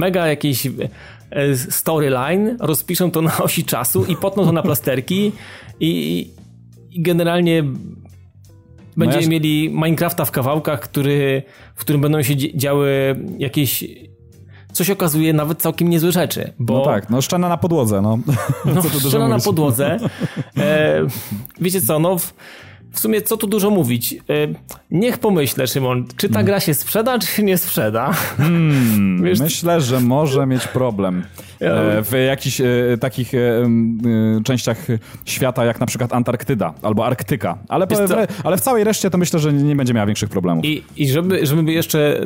storyline, rozpiszą to na osi czasu i potną to na plasterki i generalnie będziemy mieli Minecrafta w kawałkach, w którym będą się działy jakieś, co się okazuje, nawet całkiem niezłe rzeczy. Bo... szczena na podłodze, szczena na podłodze. Wiecie co, w sumie co tu dużo mówić. Niech pomyślę, Szymon, czy ta gra się sprzeda, czy się nie sprzeda? Myślę, że może mieć problem. W jakichś takich częściach świata, jak na przykład Antarktyda albo Arktyka. Ale w całej reszcie to myślę, że nie będzie miała większych problemów. I żeby jeszcze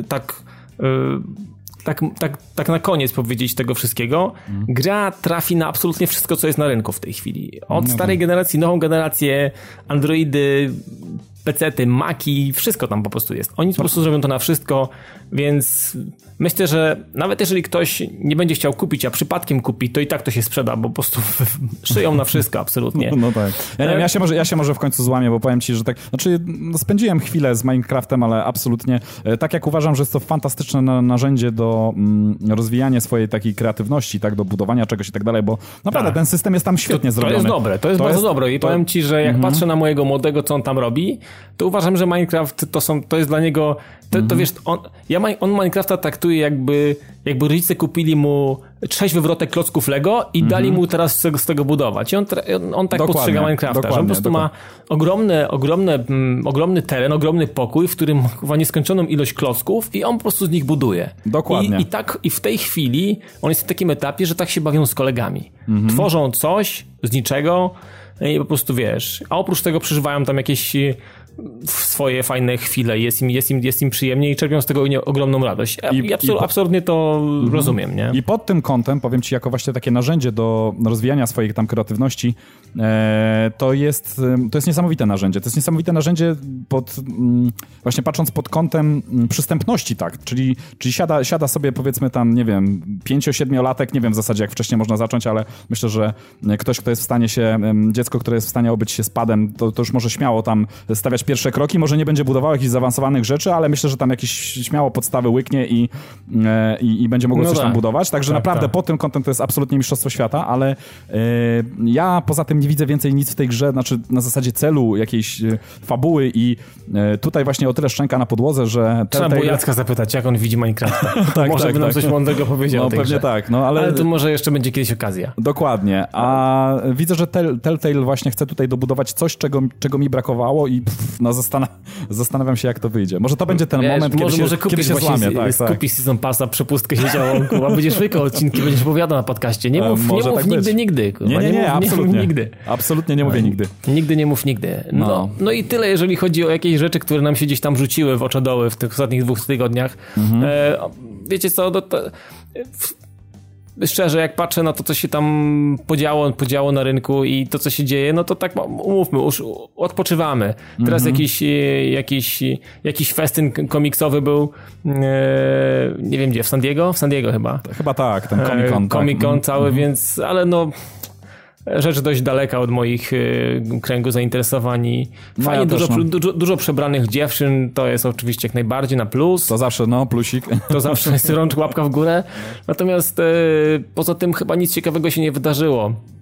tak na koniec powiedzieć tego wszystkiego, gra trafi na absolutnie wszystko, co jest na rynku w tej chwili. Od starej generacji, nową generację, Androidy, PC-ty, Maki, wszystko tam po prostu jest. Oni po prostu zrobią to na wszystko, więc myślę, że nawet jeżeli ktoś nie będzie chciał kupić, a przypadkiem kupi, to i tak to się sprzeda, bo po prostu szyją na wszystko absolutnie. Tak. Ja się może w końcu złamię, bo powiem ci, że tak, spędziłem chwilę z Minecraftem, ale absolutnie, tak jak uważam, że jest to fantastyczne narzędzie do rozwijania swojej takiej kreatywności, tak, do budowania czegoś i tak dalej, bo naprawdę ten system jest tam świetnie zrobiony. To jest bardzo dobre i powiem ci, że jak patrzę na mojego młodego, co on tam robi, to uważam, że Minecraft to jest dla niego, to wiesz, on Minecrafta traktuje jakby rodzice kupili mu 6 wywrotek klocków Lego i dali mu teraz z tego budować. I on tak postrzega Minecrafta, że on po prostu ma ogromny teren, ogromny pokój, w którym ma nieskończoną ilość klocków i on po prostu z nich buduje. Dokładnie. I w tej chwili on jest w takim etapie, że tak się bawią z kolegami. Tworzą coś z niczego i po prostu wiesz, a oprócz tego przeżywają tam jakieś swoje fajne chwile, jest im przyjemnie i czerpią z tego ogromną radość. Absolutnie to rozumiem, nie? I pod tym kątem, powiem ci, jako właśnie takie narzędzie do rozwijania swojej tam kreatywności, to jest niesamowite narzędzie. To jest niesamowite narzędzie właśnie patrząc pod kątem przystępności, tak? Czyli siada sobie, powiedzmy tam, nie wiem, 5-7-latek, nie wiem w zasadzie jak wcześniej można zacząć, ale myślę, że ktoś, kto jest w stanie dziecko, które jest w stanie obyć się z padem, to już może śmiało tam stawiać pierwsze kroki, może nie będzie budował jakichś zaawansowanych rzeczy, ale myślę, że tam jakieś śmiało podstawy łyknie i będzie mogło coś tam budować. Także naprawdę pod tym kątem to jest absolutnie mistrzostwo świata, ale ja poza tym nie widzę więcej nic w tej grze, znaczy na zasadzie celu, jakiejś fabuły i tutaj właśnie o tyle szczęka na podłodze, że... Trzeba było Jacka zapytać, jak on widzi Minecrafta. Może by nam coś mądrego powiedział o tej pewnie grze. Tak, ale to może jeszcze będzie kiedyś okazja. Dokładnie, a widzę, że Telltale właśnie chce tutaj dobudować coś, czego mi brakowało i zastanawiam się, jak to wyjdzie. Może to będzie ten moment, kiedy się złamie. Kupisz Season Passa, przepustkę siedziałą, a będziesz wykał odcinki, będziesz opowiadał na podcaście. Nie mów nigdy. Nie, absolutnie. Nigdy. Absolutnie nie mówię nigdy. Nigdy nie mów nigdy. No i tyle, jeżeli chodzi o jakieś rzeczy, które nam się gdzieś tam rzuciły w oczodoły w tych ostatnich 2 tygodniach. Wiecie co, szczerze, jak patrzę na to, co się tam podziało na rynku i to, co się dzieje, no to tak umówmy, już odpoczywamy. Teraz jakiś festyn komiksowy był, nie wiem gdzie, w San Diego? W San Diego chyba. Chyba tak, ten Comic-Con. Comic-Con cały, więc, ale no... Rzecz dość daleka od moich kręgu zainteresowań. Fajnie, dużo przebranych dziewczyn, to jest oczywiście jak najbardziej na plus. To zawsze, plusik. To zawsze jest łapka w górę. Natomiast poza tym chyba nic ciekawego się nie wydarzyło.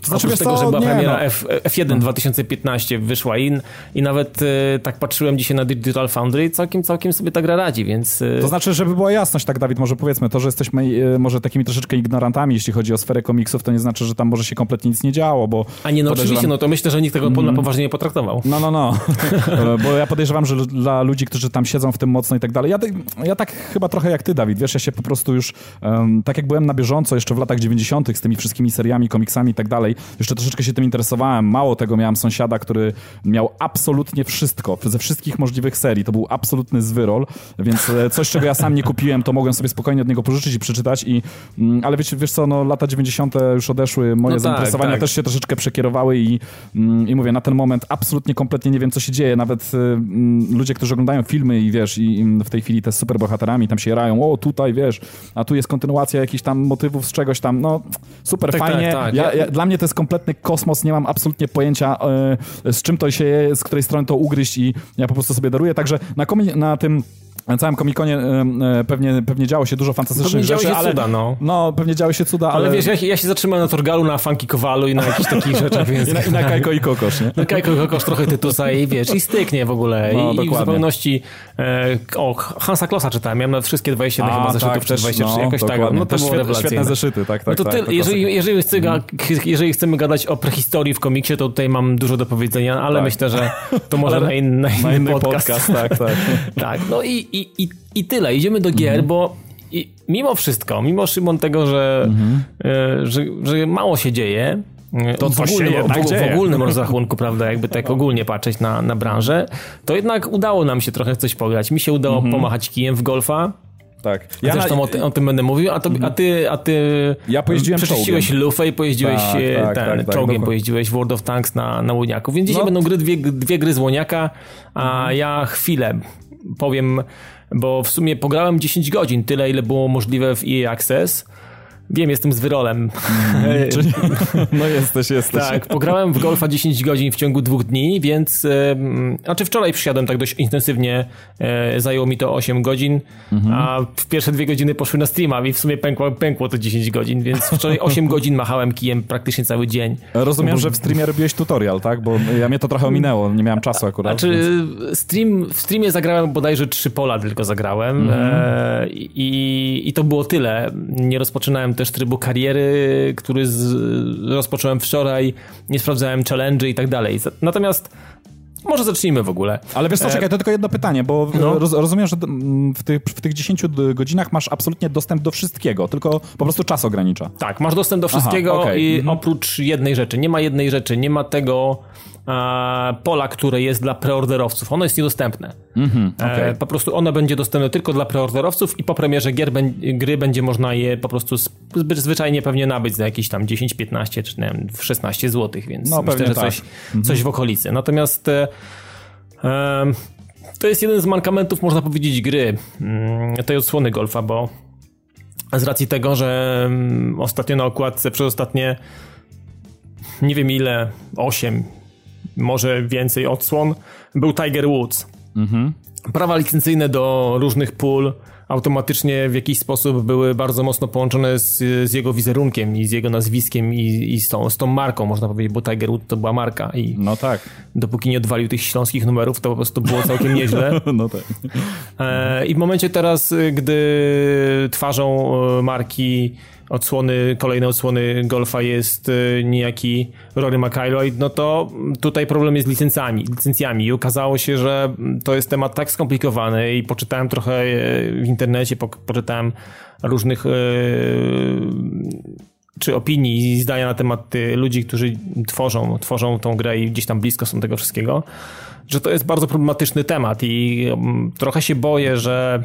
Oprócz tego, że była premiera F1 2015 wyszła i nawet tak patrzyłem dzisiaj na Digital Foundry, całkiem sobie ta gra radzi, więc... To znaczy, żeby była jasność, tak Dawid, może powiedzmy, to, że jesteśmy może takimi troszeczkę ignorantami, jeśli chodzi o sferę komiksów, to nie znaczy, że tam może się kompletnie nic nie działo, bo... A nie, no oczywiście, no to myślę, że nikt tego na poważnie nie potraktował. No. Bo ja podejrzewam, że dla ludzi, którzy tam siedzą w tym mocno i tak dalej, ja tak chyba trochę jak ty, Dawid, wiesz, ja się po prostu już, tak jak byłem na bieżąco jeszcze w latach 90. z tymi wszystkimi seriami, komiksami i tak dalej, jeszcze troszeczkę się tym interesowałem, mało tego, miałem sąsiada, który miał absolutnie wszystko, ze wszystkich możliwych serii, to był absolutny zwyrol, więc coś, czego ja sam nie kupiłem, to mogłem sobie spokojnie od niego pożyczyć i przeczytać, ale wiesz co, no lata 90. już odeszły, moje zainteresowania też się troszeczkę przekierowały i mówię, na ten moment absolutnie, kompletnie nie wiem, co się dzieje, nawet ludzie, którzy oglądają filmy i wiesz, i w tej chwili te superbohaterami tam się jarają, o tutaj, wiesz, a tu jest kontynuacja jakichś tam motywów z czegoś tam, no super fajnie. Tak. Dla mnie to jest kompletny kosmos, nie mam absolutnie pojęcia, z czym to się je, z której strony to ugryźć i ja po prostu sobie daruję, także na tym całym Comic-Conie pewnie działo się dużo fantastycznych rzeczy, ale cuda, no pewnie działy się cuda, ale wiesz, ja się zatrzymałem na Torgalu, na Funky Kowalu i na jakichś takich rzeczach, więc... I na Kajko i Kokosz, nie? Na Kajko i Kokosz, trochę Tytusa i wiesz, i styknie w ogóle. I w zupełności Hansa Klossa czytałem, miałem nawet wszystkie 21 chyba zeszytów, czy 23, jakoś tak. No to było rewelacyjne. Świetne zeszyty, tak. No to jeżeli chcemy gadać o prehistorii w komiksie, to tutaj mam dużo do powiedzenia, ale myślę, że to może na inny podcast. Tak, no i tyle. Idziemy do gier, bo mimo wszystko, mimo Szymon tego, że mało się dzieje, to w ogólnym rozrachunku, prawda, jakby tak ogólnie patrzeć na branżę, to jednak udało nam się trochę coś pograć. Mi się udało pomachać kijem w golfa. Tak. Zresztą o tym będę mówił, a ty ja pojeździłem przeczyściłeś lufę i pojeździłeś czołgiem, pojeździłeś World of Tanks na Łoniaku. Więc dzisiaj będą dwie gry z Łoniaka, a ja chwilę powiem, bo w sumie pograłem 10 godzin, tyle ile było możliwe w EA Access. Wiem, jestem z wyrolem. Czyli, no jesteś. Tak, pograłem w golfa 10 godzin w ciągu 2 dni, więc wczoraj przysiadłem tak dość intensywnie, zajęło mi to 8 godzin, a w pierwsze 2 godziny poszły na streama i w sumie pękło to 10 godzin, więc wczoraj 8 godzin machałem kijem praktycznie cały dzień. Rozumiem, że w streamie robiłeś tutorial, tak? Bo mnie to trochę ominęło, nie miałem czasu akurat. W streamie zagrałem bodajże 3 pola tylko zagrałem i to było tyle. Nie rozpoczynałem też trybu kariery, który rozpocząłem wczoraj, nie sprawdzałem challenge'y i tak dalej. Natomiast może zacznijmy w ogóle. Ale wiesz co, czekaj, to tylko jedno pytanie, bo rozumiem, że w tych 10 godzinach masz absolutnie dostęp do wszystkiego, tylko po prostu czas ogranicza. Tak, masz dostęp do wszystkiego i oprócz jednej rzeczy. Nie ma tego pola, które jest dla preorderowców. Ono jest niedostępne. Po prostu ono będzie dostępne tylko dla preorderowców i po premierze gry będzie można je po prostu zwyczajnie pewnie nabyć za jakieś tam 10, 15 czy nie wiem, 16 zł, więc myślę, że coś w okolicy. Natomiast to jest jeden z mankamentów, można powiedzieć, gry tej odsłony golfa, bo z racji tego, że ostatnio na okładce przez ostatnie nie wiem ile, 8 może więcej odsłon, był Tiger Woods. Prawa licencyjne do różnych pól automatycznie w jakiś sposób były bardzo mocno połączone z jego wizerunkiem i z jego nazwiskiem i z tą marką, można powiedzieć, bo Tiger Woods to była marka i no tak. Dopóki nie odwalił tych śląskich numerów, to po prostu było całkiem nieźle. No tak. I w momencie teraz, gdy twarzą marki kolejne odsłony golfa jest niejaki Rory McIlroy, no to tutaj problem jest z licencjami i okazało się, że to jest temat tak skomplikowany i poczytałem trochę w internecie, poczytałem różnych czy opinii i zdania na temat ludzi, którzy tworzą tą grę i gdzieś tam blisko są tego wszystkiego, że to jest bardzo problematyczny temat i trochę się boję, że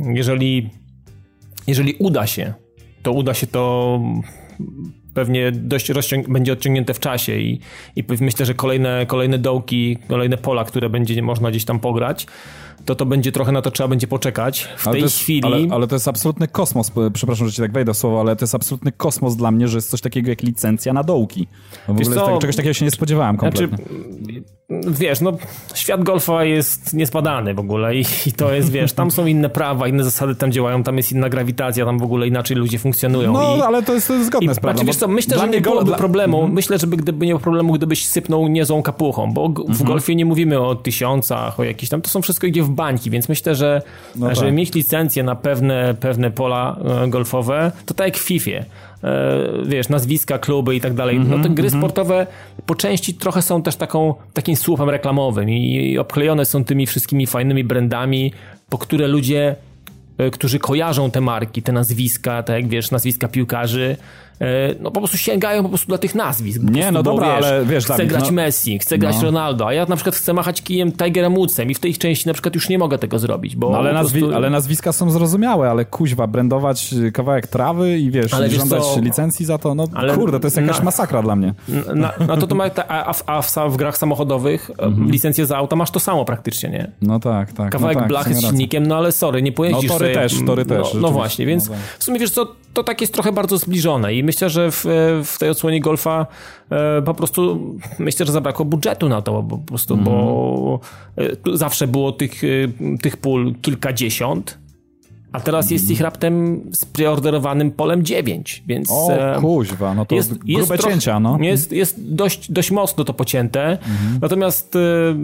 jeżeli uda się to pewnie dość będzie odciągnięte w czasie i myślę, że kolejne dołki, kolejne pola, które będzie można gdzieś tam pograć, to będzie trochę na to trzeba będzie poczekać. W tej chwili... Ale to jest absolutny kosmos, przepraszam, że ci tak wejdę w słowo, ale to jest absolutny kosmos dla mnie, że jest coś takiego jak licencja na dołki. W ogóle czegoś takiego się nie spodziewałem kompletnie. Wiesz, świat golfa jest niezbadany w ogóle i to jest, wiesz, tam są inne prawa, inne zasady tam działają, tam jest inna grawitacja, tam w ogóle inaczej ludzie funkcjonują. Ale to jest zgodne z prawdą. Wiesz co, myślę, że nie byłoby problemu. Myślę, że gdyby nie było problemu, gdybyś sypnął niezłą kapuchą, bo w golfie nie mówimy o tysiącach, o jakichś tam, to są wszystko idzie w bańki, więc myślę, że żeby mieć licencję na pewne pola golfowe, to tak jak w Fifie. Wiesz, nazwiska, kluby i tak dalej. No te gry sportowe po części trochę są też takim słupem reklamowym i obklejone są tymi wszystkimi fajnymi brandami, po które ludzie, którzy kojarzą te marki, te nazwiska, tak jak wiesz, nazwiska piłkarzy, no po prostu sięgają po prostu dla tych nazwisk. Nie, no dobra, ale wiesz... Chcę grać Messi, chcę grać Ronaldo, a ja na przykład chcę machać kijem Tigerem Woodsem i w tej części na przykład już nie mogę tego zrobić, bo... No, ale nazwiska są zrozumiałe, ale kuźwa, brandować kawałek trawy i wiesz, żądać licencji za to, no ale kurde, to jest jakaś masakra dla mnie. A w grach samochodowych licencję za auta masz to samo praktycznie, nie? No tak. Kawałek blachy z silnikiem, no ale sorry, nie pojeździsz tory też. No właśnie, więc w sumie wiesz co, to tak jest trochę bardzo zbliżone i myślę, że w tej odsłonie golfa po prostu myślę, że zabrakło budżetu na to, po prostu, bo zawsze było tych pól kilkadziesiąt, a teraz jest ich raptem z preorderowanym polem 9, więc... O kuźwa, no to grube cięcia, no. Jest dość mocno to pocięte, natomiast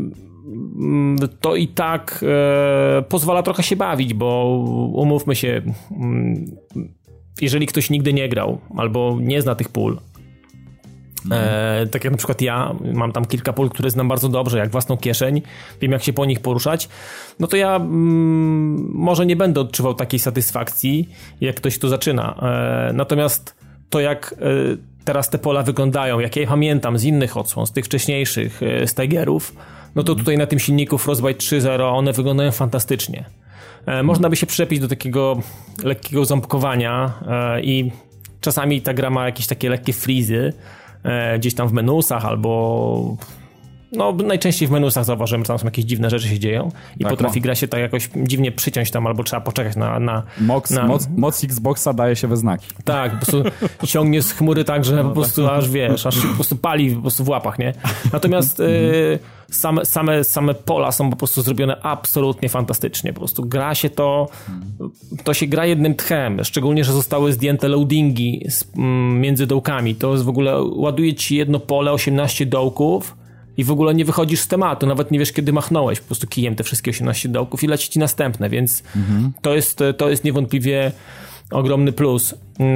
to i tak pozwala trochę się bawić, bo umówmy się, jeżeli ktoś nigdy nie grał albo nie zna tych pól, tak jak na przykład ja mam tam kilka pól, które znam bardzo dobrze, jak własną kieszeń, wiem jak się po nich poruszać, no to ja może nie będę odczuwał takiej satysfakcji, jak ktoś tu zaczyna. Natomiast to jak teraz te pola wyglądają, jak ja je pamiętam z innych odsłon, z tych wcześniejszych, z Tigerów, no to tutaj na tym silniku Frostbite 3.0 one wyglądają fantastycznie. Można by się przyczepić do takiego lekkiego ząbkowania i czasami ta gra ma jakieś takie lekkie frizy gdzieś tam w menusach albo... No najczęściej w menusach zauważyłem, że tam są jakieś dziwne rzeczy się dzieją i tak, potrafi gra się tak jakoś dziwnie przyciąć tam albo trzeba poczekać na... Moc Xboxa daje się we znaki. Tak, po prostu ciągnie z chmury tak, że po prostu aż wiesz, aż po prostu pali po prostu w łapach, nie? Natomiast same pola są po prostu zrobione absolutnie fantastycznie. Po prostu gra się to się gra jednym tchem, szczególnie, że zostały zdjęte loadingi między dołkami. To jest w ogóle, ładuje ci jedno pole, 18 dołków i w ogóle nie wychodzisz z tematu, nawet nie wiesz kiedy machnąłeś po prostu kijem te wszystkie 18 dołków i leci ci następne, więc to jest niewątpliwie ogromny plus.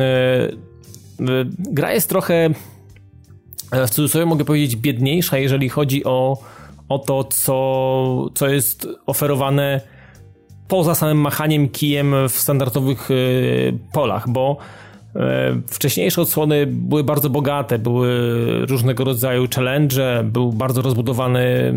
Gra jest trochę, w cudzysłowie mogę powiedzieć, biedniejsza, jeżeli chodzi o to, co jest oferowane poza samym machaniem kijem w standardowych polach, bo wcześniejsze odsłony były bardzo bogate, były różnego rodzaju challenge, był bardzo rozbudowany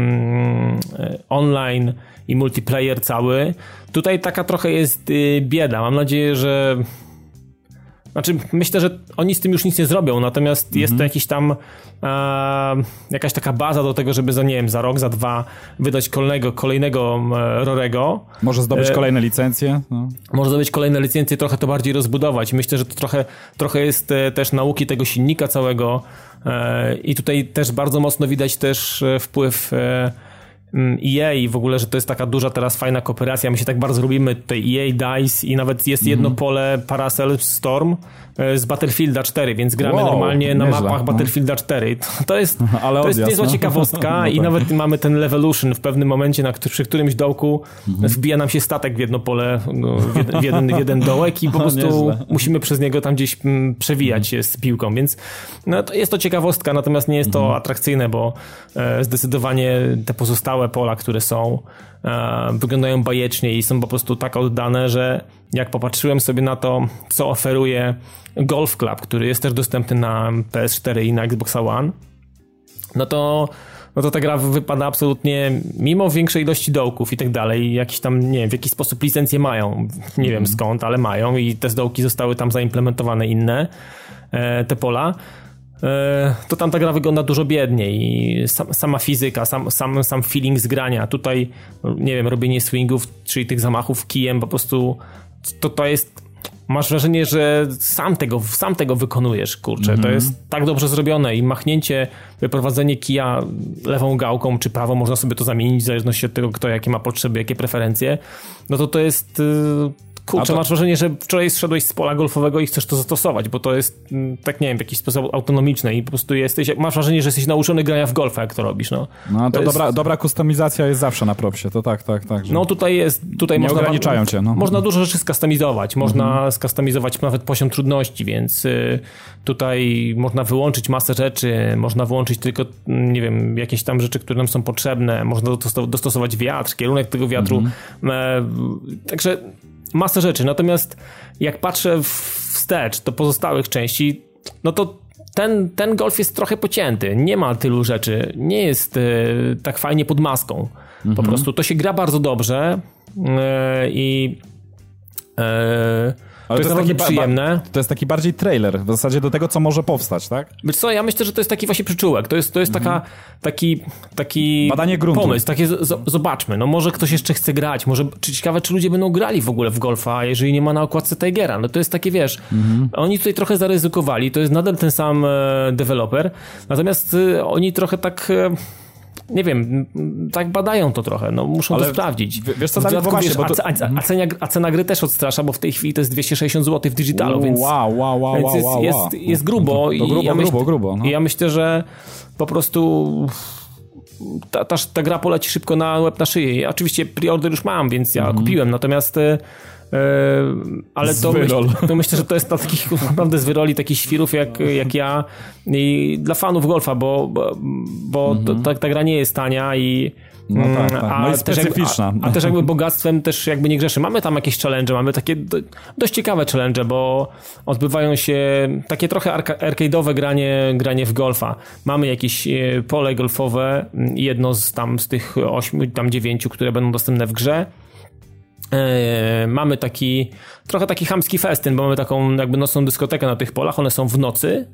online i multiplayer cały. Tutaj taka trochę jest bieda. Mam nadzieję, że... Znaczy, myślę, że oni z tym już nic nie zrobią, natomiast jest to jakiś tam jakaś taka baza do tego, żeby za rok, za dwa wydać kolejnego Rorego. Może zdobyć kolejne licencje. No. Może zdobyć kolejne licencje, trochę to bardziej rozbudować. Myślę, że to trochę jest też nauki tego silnika całego i tutaj też bardzo mocno widać też wpływ EA i w ogóle, że to jest taka duża teraz fajna kooperacja. My się tak bardzo lubimy tutaj EA, DICE i nawet jest jedno pole Paracel Storm z Battlefielda 4, więc gramy normalnie na mapach Battlefielda 4. To jest niezła ciekawostka i nawet mamy ten Levolution w pewnym momencie, przy którymś dołku wbija nam się statek w jedno pole, w jeden dołek i po prostu musimy przez niego tam gdzieś przewijać się z piłką, więc no, jest to ciekawostka, natomiast nie jest to atrakcyjne, bo zdecydowanie te pozostałe pola, które są, wyglądają bajecznie i są po prostu tak oddane, że jak popatrzyłem sobie na to, co oferuje Golf Club, który jest też dostępny na PS4 i na Xbox One, no to ta gra wypada absolutnie, mimo większej ilości dołków i tak dalej, jakiś tam, nie wiem, w jakiś sposób licencje mają, nie wiem skąd, ale mają i te dołki zostały tam zaimplementowane inne, te pola, to tam ta gra wygląda dużo biedniej i sama fizyka, sam feeling z grania, tutaj, nie wiem, robienie swingów, czyli tych zamachów kijem, po prostu to jest, masz wrażenie, że sam tego wykonujesz, kurczę, to jest tak dobrze zrobione i machnięcie, wyprowadzenie kija lewą gałką czy prawą, można sobie to zamienić w zależności od tego, kto jakie ma potrzeby, jakie preferencje, no to jest kurczę, masz wrażenie, że wczoraj zszedłeś z pola golfowego i chcesz to zastosować, bo to jest, tak nie wiem, w jakiś sposób autonomiczne i po prostu masz wrażenie, że jesteś nauczony grania w golfa, jak to robisz, no. No to jest... dobra kustomizacja jest zawsze na propsie, to tak. Że... No tutaj nie można... ograniczają cię, no. Można dużo rzeczy skustomizować, można skustomizować nawet poziom trudności, więc tutaj można wyłączyć masę rzeczy, można wyłączyć tylko, nie wiem, jakieś tam rzeczy, które nam są potrzebne, można dostosować wiatr, kierunek tego wiatru, także masę rzeczy, natomiast jak patrzę wstecz do pozostałych części, no to ten golf jest trochę pocięty, nie ma tylu rzeczy, nie jest tak fajnie pod maską, po prostu to się gra bardzo dobrze i ale to jest takie przyjemne. To jest taki bardziej trailer w zasadzie do tego, co może powstać, tak? Wiesz co, ja myślę, że to jest taki właśnie przyczółek. To jest taki badanie gruntu. Pomysł, takie zobaczmy, no może ktoś jeszcze chce grać, może ciekawe, czy ludzie będą grali w ogóle w golfa, jeżeli nie ma na okładce Tigera. No to jest takie, wiesz, oni tutaj trochę zaryzykowali, to jest nadal ten sam deweloper, natomiast oni trochę tak... Nie wiem, tak badają to trochę, no muszą to sprawdzić. Wiesz co, Dawid, właśnie, wiesz, bo to... a cena gry też odstrasza, bo w tej chwili to jest 260 zł w digitalu, więc jest grubo. Grubo. No. I ja myślę, że po prostu ta gra poleci szybko na łeb na szyję. Oczywiście preorder już mam, więc ja kupiłem, natomiast... ale to myślę, że to jest dla takich naprawdę z wyroli takich świrów jak ja i dla fanów golfa, bo ta gra nie jest tania i no tak. No i specyficzna. A też jakby bogactwem też jakby nie grzeszy. Mamy tam jakieś challenge, mamy takie dość ciekawe challenge, bo odbywają się takie trochę arcade'owe granie w golfa. Mamy jakieś pole golfowe, jedno z tych 8, tam 9, które będą dostępne w grze. Mamy trochę taki chamski festyn, bo mamy taką jakby nocną dyskotekę na tych polach, one są w nocy,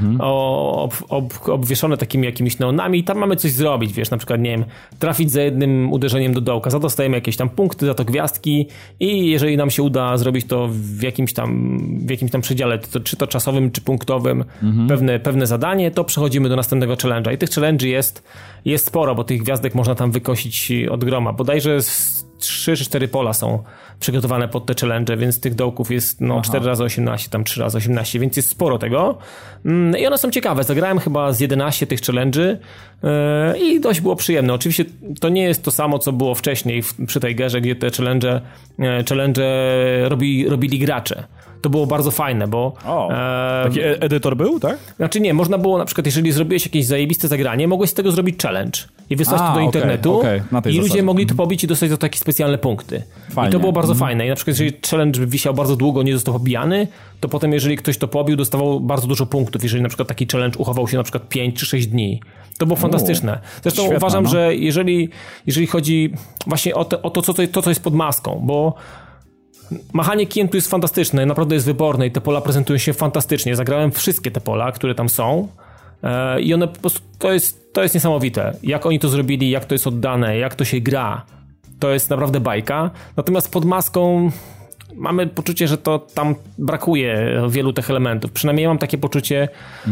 obwieszone takimi jakimiś neonami i tam mamy coś zrobić, wiesz, na przykład, nie wiem, trafić za jednym uderzeniem do dołka, za to dostajemy jakieś tam punkty, za to gwiazdki i jeżeli nam się uda zrobić to w jakimś tam przedziale, czy to czasowym, czy punktowym, pewne zadanie, to przechodzimy do następnego challenge'a i tych challenge'y jest sporo, bo tych gwiazdek można tam wykosić od groma, bodajże 3 czy 4 pola są przygotowane pod te challenge, więc tych dołków jest 4 razy 18, tam 3 razy 18, więc jest sporo tego. I one są ciekawe. Zagrałem chyba z 11 tych challenge'y i dość było przyjemne. Oczywiście to nie jest to samo, co było wcześniej przy tej grze, gdzie te challenge robili gracze. To było bardzo fajne, bo... taki edytor był, tak? Znaczy nie, można było na przykład, jeżeli zrobiłeś jakieś zajebiste zagranie, mogłeś z tego zrobić challenge i wysłać to do internetu i ludzie mogli to pobić i dostać za takie specjalne punkty. Fajnie. I to było bardzo fajne. I na przykład jeżeli challenge wisiał bardzo długo, nie został pobijany, to potem jeżeli ktoś to pobił, dostawał bardzo dużo punktów, jeżeli na przykład taki challenge uchował się na przykład 5 czy 6 dni. To było fantastyczne. Zresztą świetne, uważam, że jeżeli chodzi właśnie o to, co jest pod maską, bo machanie kijem tu jest fantastyczne, naprawdę jest wyborne i te pola prezentują się fantastycznie. Zagrałem wszystkie te pola, które tam są i one po prostu, to jest niesamowite. Jak oni to zrobili, jak to jest oddane, jak to się gra. To jest naprawdę bajka. Natomiast pod maską mamy poczucie, że to tam brakuje wielu tych elementów. Przynajmniej ja mam takie poczucie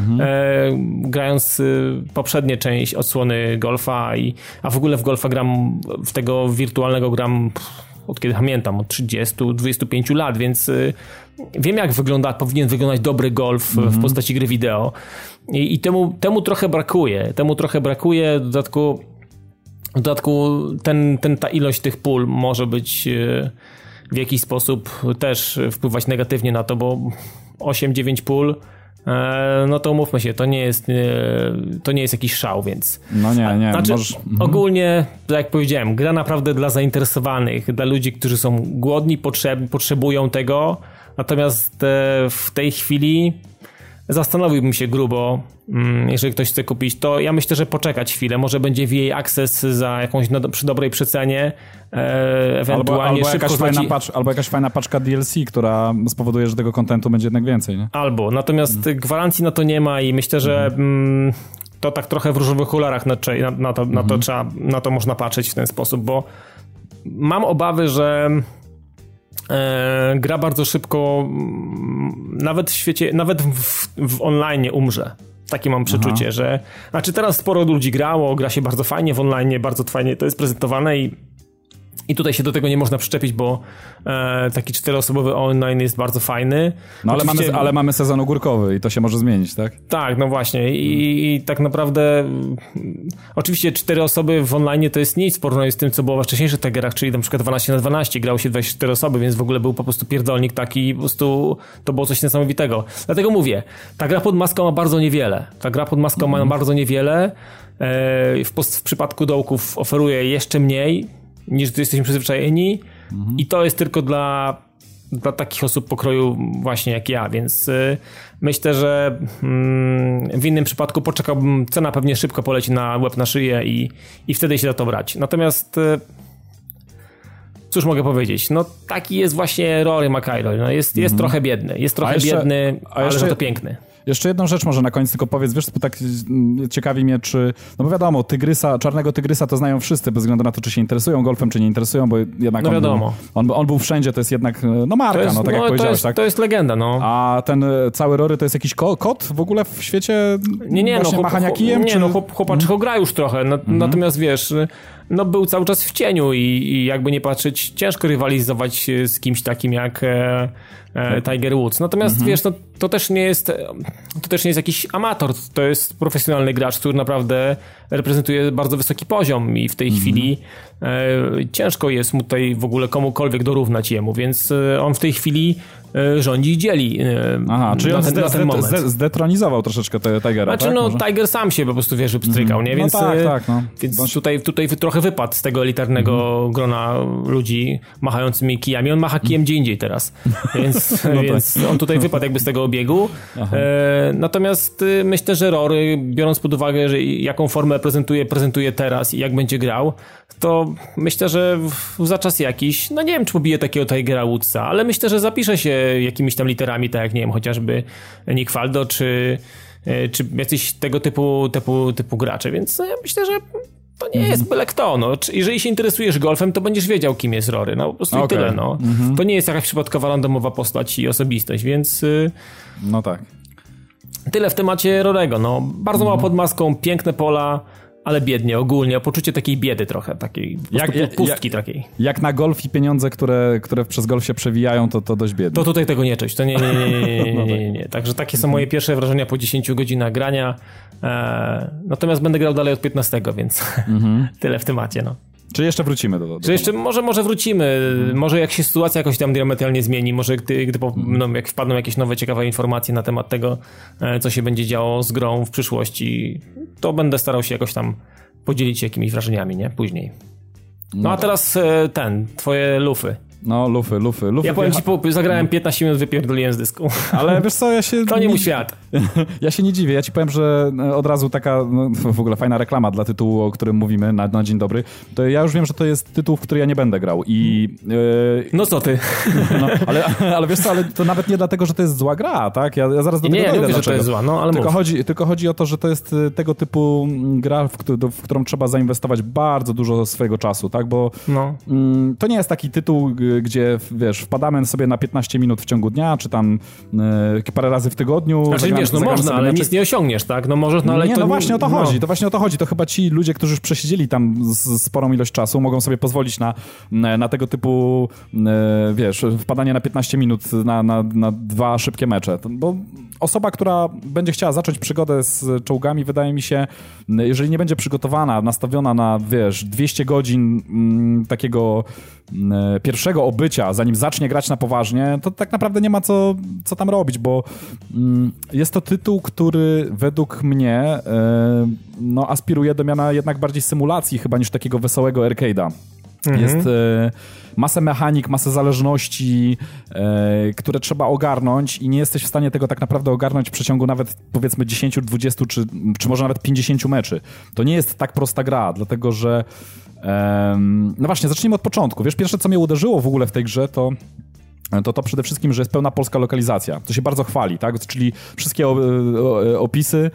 grając poprzednie część odsłony golfa a w ogóle w golfa gram, w tego wirtualnego gram od kiedy pamiętam, od 30-25 lat, więc wiem jak powinien wyglądać dobry golf w postaci gry wideo i temu trochę brakuje. W dodatku ta ilość tych pól może być w jakiś sposób też wpływać negatywnie na to, bo 8-9 pól, no to umówmy się, to nie jest jakiś szał, więc... No nie. Znaczy, ogólnie, tak jak powiedziałem, gra naprawdę dla zainteresowanych, dla ludzi, którzy są głodni, potrzebują tego, natomiast w tej chwili zastanowiłbym się grubo, jeżeli ktoś chce kupić, to ja myślę, że poczekać chwilę, może będzie w jej access za jakąś przy dobrej przecenie, ewentualnie albo jakaś fajna paczka DLC, która spowoduje, że tego kontentu będzie jednak więcej, nie? Natomiast gwarancji na to nie ma i myślę, że to tak trochę w różowych okularach na to można patrzeć w ten sposób, bo mam obawy, że gra bardzo szybko nawet w świecie, nawet w online umrze. Takie mam przeczucie, że... Znaczy teraz sporo ludzi grało, gra się bardzo fajnie w online, bardzo fajnie to jest prezentowane i I tutaj się do tego nie można przyczepić, bo taki 4-osobowy online jest bardzo fajny. No ale mamy sezon ogórkowy i to się może zmienić, tak? Tak, no właśnie. I tak naprawdę oczywiście 4 osoby w online to jest nic w porównaniu z tym, co było we wcześniejszych Tigerach, czyli na przykład 12x12 grało się 24 osoby, więc w ogóle był po prostu pierdolnik taki i po prostu to było coś niesamowitego. Dlatego mówię, ta gra pod maską ma bardzo niewiele. Ma bardzo niewiele. W przypadku dołków oferuje jeszcze mniej niż jesteśmy przyzwyczajeni i to jest tylko dla takich osób pokroju właśnie jak ja, więc myślę, że w innym przypadku poczekałbym, cena pewnie szybko poleci na łeb na szyję i wtedy się da to brać. Natomiast cóż mogę powiedzieć, no taki jest właśnie Rory McIlroy, no jest trochę biedny, ale że to piękny. Jeszcze jedną rzecz może na koniec tylko powiedz, wiesz, bo tak ciekawi mnie, czy... No bo wiadomo, czarnego tygrysa to znają wszyscy, bez względu na to, czy się interesują golfem, czy nie interesują, bo jednak on był wszędzie, to jest jednak marka, tak jak powiedziałeś, tak? To jest legenda, no. A ten cały Rory to jest jakiś kot w ogóle w świecie machania kijem? Chłopaczycho gra już trochę, natomiast wiesz... No był cały czas w cieniu i jakby nie patrzeć, ciężko rywalizować z kimś takim jak Tiger Woods. Natomiast wiesz, no, to też nie jest jakiś amator, to jest profesjonalny gracz, który naprawdę reprezentuje bardzo wysoki poziom i w tej chwili ciężko jest mu tutaj w ogóle komukolwiek dorównać jemu, więc on w tej chwili rządzi i dzieli czyli on na ten moment. Zdetronizował troszeczkę Tigera, znaczy, tak? no Tiger sam się po prostu, wiesz, wypstrykał, nie? Więc, więc tutaj trochę wypadł z tego elitarnego grona ludzi machającymi kijami. On macha kijem gdzie indziej teraz, więc on tutaj wypadł jakby z tego obiegu. Natomiast myślę, że Rory, biorąc pod uwagę, że jaką formę prezentuje teraz i jak będzie grał, to myślę, że za czas jakiś, no nie wiem, czy pobije takiego Tigera Woodsa, ale myślę, że zapisze się jakimiś tam literami, tak jak, nie wiem, chociażby Nick Faldo, czy jacyś tego typu gracze, więc ja myślę, że to nie jest byle kto, no. Jeżeli się interesujesz golfem, to będziesz wiedział, kim jest Rory, no po prostu i tyle, no. To nie jest jakaś przypadkowa randomowa postać i osobistość, więc... No tak. Tyle w temacie Rorego, no. Bardzo mało pod maską, piękne pola, ale biednie, ogólnie, poczucie takiej biedy trochę, takiej pustki takiej. Jak na golf i pieniądze, które przez golf się przewijają, to dość biedne. To tutaj tego nie czuć, to nie. Także takie są moje pierwsze wrażenia po 10 godzinach grania. Natomiast będę grał dalej od 15, więc tyle w temacie, no. Czy jeszcze wrócimy do Czy jeszcze może wrócimy, może jak się sytuacja jakoś tam diametralnie zmieni, może jak wpadną jakieś nowe, ciekawe informacje na temat tego, co się będzie działo z grą w przyszłości, to będę starał się jakoś tam podzielić się jakimiś wrażeniami, nie? Później. No a teraz twoje lufy. No, lufy. Ja powiem ci, zagrałem 15 minut, wypierdoliłem z dysku. Ale wiesz co, To nie mój świat. Ja się nie dziwię. Ja ci powiem, że od razu taka w ogóle fajna reklama dla tytułu, o którym mówimy na dzień dobry. To ja już wiem, że to jest tytuł, w który ja nie będę grał. No co ty? No, ale wiesz co, ale to nawet nie dlatego, że to jest zła gra, tak? Ja zaraz do tego dojdę. Nie mówię, że to jest zła, no ale tylko chodzi o to, że to jest tego typu gra, w którą trzeba zainwestować bardzo dużo swojego czasu, tak? Bo to nie jest taki tytuł, gdzie, wiesz, wpadamy sobie na 15 minut w ciągu dnia, czy tam parę razy w tygodniu. Znaczy, wiesz, no można, ale nic nie osiągniesz, tak? No możesz, no ale nie, no właśnie o to chodzi. To właśnie o to chodzi. To chyba ci ludzie, którzy już przesiedzieli tam sporą ilość czasu, mogą sobie pozwolić na tego typu, wiesz, wpadanie na 15 minut na 2 szybkie mecze. Bo osoba, która będzie chciała zacząć przygodę z czołgami, wydaje mi się, jeżeli nie będzie przygotowana, nastawiona na, wiesz, 200 godzin takiego pierwszego obycia, zanim zacznie grać na poważnie, to tak naprawdę nie ma co tam robić, bo jest to tytuł, który według mnie aspiruje do miana jednak bardziej symulacji chyba niż takiego wesołego arcade'a. Jest masę mechanik, masę zależności, które trzeba ogarnąć i nie jesteś w stanie tego tak naprawdę ogarnąć w przeciągu nawet powiedzmy 10, 20 czy może nawet 50 meczy. To nie jest tak prosta gra, dlatego że no właśnie, zacznijmy od początku. Wiesz, pierwsze co mnie uderzyło w ogóle w tej grze to przede wszystkim, że jest pełna polska lokalizacja. To się bardzo chwali, tak? Czyli wszystkie opisy,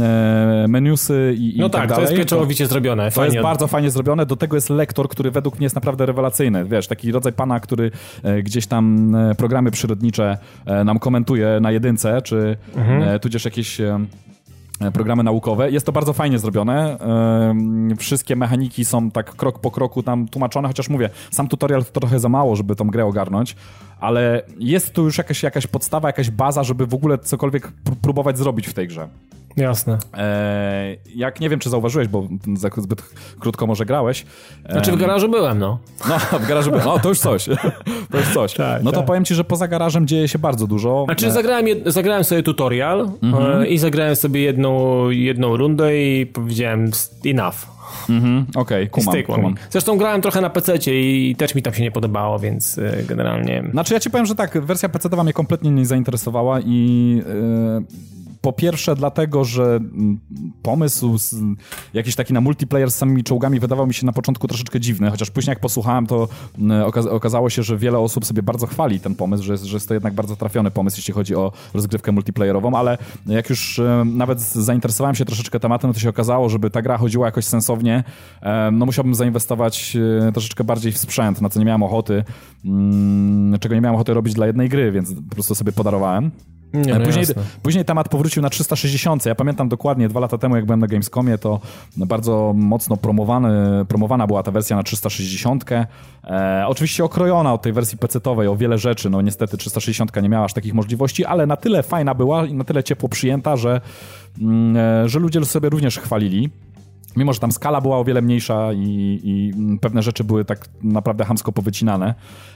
menusy i tak dalej. To jest pieczołowicie zrobione. To jest bardzo fajnie zrobione. Do tego jest lektor, który według mnie jest naprawdę rewelacyjny. Wiesz, taki rodzaj pana, który gdzieś tam programy przyrodnicze nam komentuje na jedynce, czy tudzież jakieś programy naukowe. Jest to bardzo fajnie zrobione. Wszystkie mechaniki są tak krok po kroku tam tłumaczone, chociaż mówię, sam tutorial to trochę za mało, żeby tą grę ogarnąć, ale jest tu już jakaś podstawa, jakaś baza, żeby w ogóle cokolwiek próbować zrobić w tej grze. Jasne. Jak nie wiem, czy zauważyłeś, bo zbyt krótko może grałeś. Znaczy w garażu byłem, no. No, w garażu byłem. No, to już coś. To już coś. Tak, no to powiem ci, że poza garażem dzieje się bardzo dużo. Znaczy zagrałem sobie tutorial i zagrałem sobie jedną rundę i powiedziałem enough. Okej, kumam. Zresztą grałem trochę na PC-cie i też mi tam się nie podobało, więc generalnie... Znaczy ja ci powiem, że tak, wersja PC-towa mnie kompletnie nie zainteresowała i... Po pierwsze dlatego, że pomysł jakiś taki na multiplayer z samymi czołgami wydawał mi się na początku troszeczkę dziwny, chociaż później jak posłuchałem, to okazało się, że wiele osób sobie bardzo chwali ten pomysł, że jest to jednak bardzo trafiony pomysł, jeśli chodzi o rozgrywkę multiplayerową, ale jak już nawet zainteresowałem się troszeczkę tematem, to się okazało, żeby ta gra chodziła jakoś sensownie, no musiałbym zainwestować troszeczkę bardziej w sprzęt, na co nie miałem ochoty, czego nie miałem ochoty robić dla jednej gry, więc po prostu sobie podarowałem. Później temat powrócił na 360. Ja pamiętam dokładnie 2 lata temu, jak byłem na Gamescomie, to bardzo mocno promowana była ta wersja na 360. Oczywiście okrojona od tej wersji PC-towej o wiele rzeczy. No niestety 360 nie miała aż takich możliwości, ale na tyle fajna była i na tyle ciepło przyjęta, że ludzie sobie również chwalili. Mimo że tam skala była o wiele mniejsza i pewne rzeczy były tak naprawdę chamsko powycinane.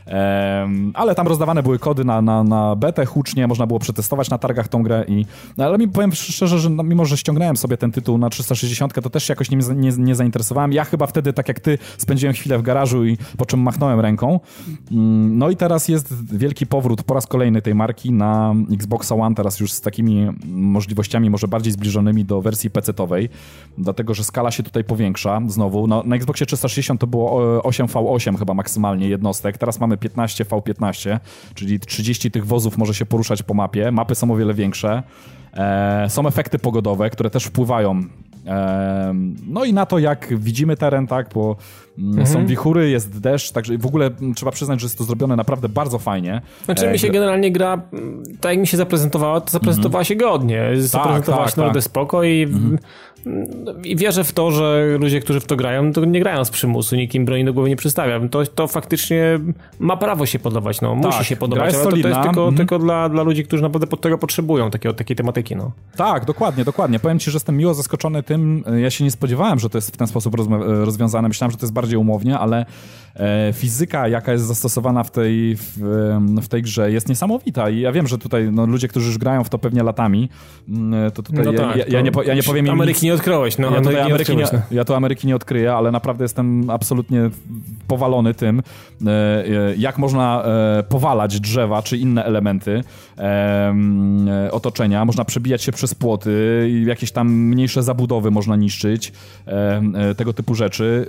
Ale tam rozdawane były kody na betę hucznie, można było przetestować na targach tą grę. Ale mi powiem szczerze, że mimo że ściągnąłem sobie ten tytuł na 360, to też się jakoś nie zainteresowałem. Ja chyba wtedy, tak jak ty, spędziłem chwilę w garażu i po czym machnąłem ręką. No i teraz jest wielki powrót po raz kolejny tej marki na Xboxa One, teraz już z takimi możliwościami może bardziej zbliżonymi do wersji PC-towej, dlatego że skala się tutaj powiększa znowu. No, na Xboxie 360 to było 8v8 chyba maksymalnie jednostek, teraz mamy 15v15, czyli 30 tych wozów może się poruszać po mapie. Mapy są o wiele większe. Są efekty pogodowe, które też wpływają no i na to, jak widzimy teren, tak, bo są wichury, jest deszcz, także w ogóle trzeba przyznać, że jest to zrobione naprawdę bardzo fajnie. Znaczy mi się generalnie gra, tak jak mi się zaprezentowała, to zaprezentowała się godnie. Zaprezentowała się naprawdę spoko i wierzę w to, że ludzie, którzy w to grają, to nie grają z przymusu, nikt im broni do głowy nie przystawia. To faktycznie ma prawo się podobać, no. Musi się podobać, ale to jest tylko dla ludzi, którzy naprawdę tego potrzebują, takiej tematyki, no. Tak, dokładnie. Powiem ci, że jestem miło zaskoczony tym, ja się nie spodziewałem, że to jest w ten sposób rozwiązane. Myślałem, że to jest bardziej umownie, ale fizyka, jaka jest zastosowana w tej grze, jest niesamowita i ja wiem, że tutaj ludzie, którzy już grają w to pewnie latami, to tutaj ja nie powiem im Ameryki nie odkryłeś, no. Ja tu Ameryki nie odkryję, ale naprawdę jestem absolutnie powalony tym, jak można powalać drzewa czy inne elementy otoczenia, można przebijać się przez płoty, jakieś tam mniejsze zabudowy można niszczyć, tego typu rzeczy,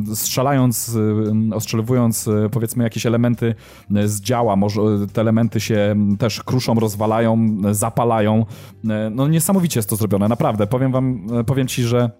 ostrzelowując powiedzmy jakieś elementy z działa, może te elementy się też kruszą, rozwalają, zapalają. No niesamowicie jest to zrobione, naprawdę. Powiem ci, że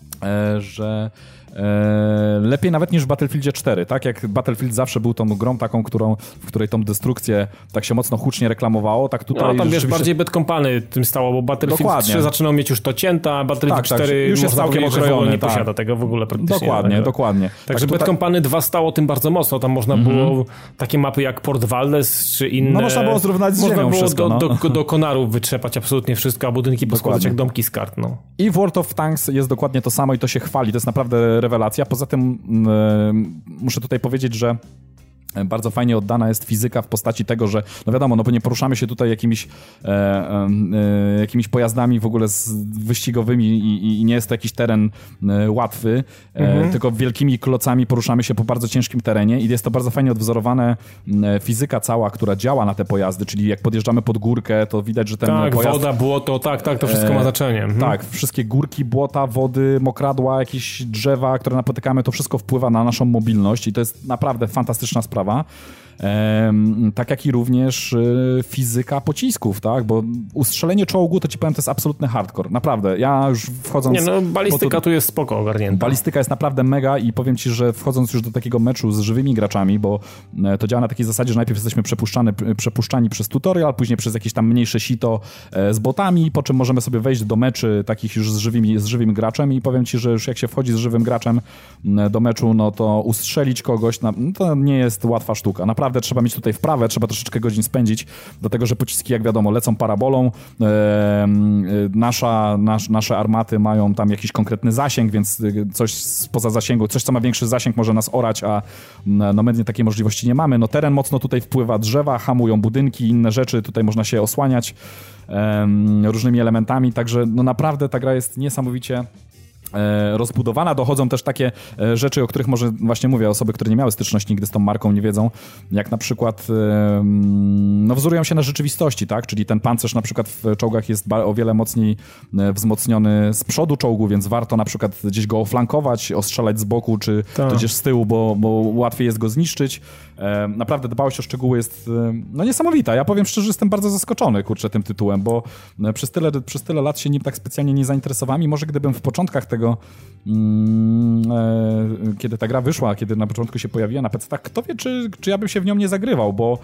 lepiej nawet niż w Battlefieldzie 4, tak? Jak Battlefield zawsze był tą grą taką, w której tą destrukcję tak się mocno hucznie reklamowało, tak tutaj... No tam wiesz, bardziej Bad Company tym stało, bo Battlefield 3 zaczynał mieć już to cięte, a Battlefield 4 już jest całkiem okrojony, nie posiada tego w ogóle praktycznie. Dokładnie. Także Bad Company 2 stało tym bardzo mocno, tam można było takie mapy jak Port Valdez czy inne... No można było zrównać z ziemią wszystko. Można było do konarów wytrzepać absolutnie wszystko, a budynki poskładać jak domki z kart, no. I w World of Tanks jest dokładnie to samo i to się chwali, to jest naprawdę rewelacja. Poza tym muszę tutaj powiedzieć, że bardzo fajnie oddana jest fizyka w postaci tego, że no wiadomo, bo nie poruszamy się tutaj jakimiś pojazdami w ogóle wyścigowymi i nie jest to jakiś teren łatwy, tylko wielkimi klocami poruszamy się po bardzo ciężkim terenie i jest to bardzo fajnie odwzorowane fizyka cała, która działa na te pojazdy, czyli jak podjeżdżamy pod górkę, to widać, że ten pojazd... woda, błoto, tak, to wszystko ma znaczenie. Tak, wszystkie górki, błota, wody, mokradła, jakieś drzewa, które napotykamy, to wszystko wpływa na naszą mobilność i to jest naprawdę fantastyczna sprawa. tak jak i również fizyka pocisków, tak? Bo ustrzelenie czołgu, to ci powiem, to jest absolutny hardcore. Naprawdę. Ja już wchodząc... balistyka tu jest spoko ogarnięta. Balistyka jest naprawdę mega i powiem ci, że wchodząc już do takiego meczu z żywymi graczami, bo to działa na takiej zasadzie, że najpierw jesteśmy przepuszczani przez tutorial, później przez jakieś tam mniejsze sito z botami, po czym możemy sobie wejść do meczy takich już z żywym graczem i powiem ci, że już jak się wchodzi z żywym graczem do meczu, no to ustrzelić kogoś, to nie jest łatwa sztuka. Naprawdę trzeba mieć tutaj wprawę, trzeba troszeczkę godzin spędzić, dlatego że pociski, jak wiadomo, lecą parabolą. Nasze armaty mają tam jakiś konkretny zasięg, więc coś spoza zasięgu, coś, co ma większy zasięg, może nas orać, a no my takiej możliwości nie mamy. No teren mocno tutaj wpływa, drzewa hamują budynki, inne rzeczy, tutaj można się osłaniać różnymi elementami, także no naprawdę ta gra jest niesamowicie rozbudowana. Dochodzą też takie rzeczy, o których może właśnie mówię, osoby, które nie miały styczności nigdy z tą marką, nie wiedzą, jak na przykład no wzorują się na rzeczywistości, tak? Czyli ten pancerz na przykład w czołgach jest o wiele mocniej wzmocniony z przodu czołgu, więc warto na przykład gdzieś go oflankować, ostrzelać z boku, czy gdzieś z tyłu, bo łatwiej jest go zniszczyć. Naprawdę dbałość o szczegóły jest no niesamowita. Ja powiem szczerze, jestem bardzo zaskoczony, kurczę, tym tytułem, bo przez tyle lat się nim tak specjalnie nie zainteresowałem i może gdybym w początkach tego, kiedy ta gra wyszła, kiedy na początku się pojawiła na PC, tak kto wie, czy ja bym się w nią nie zagrywał, bo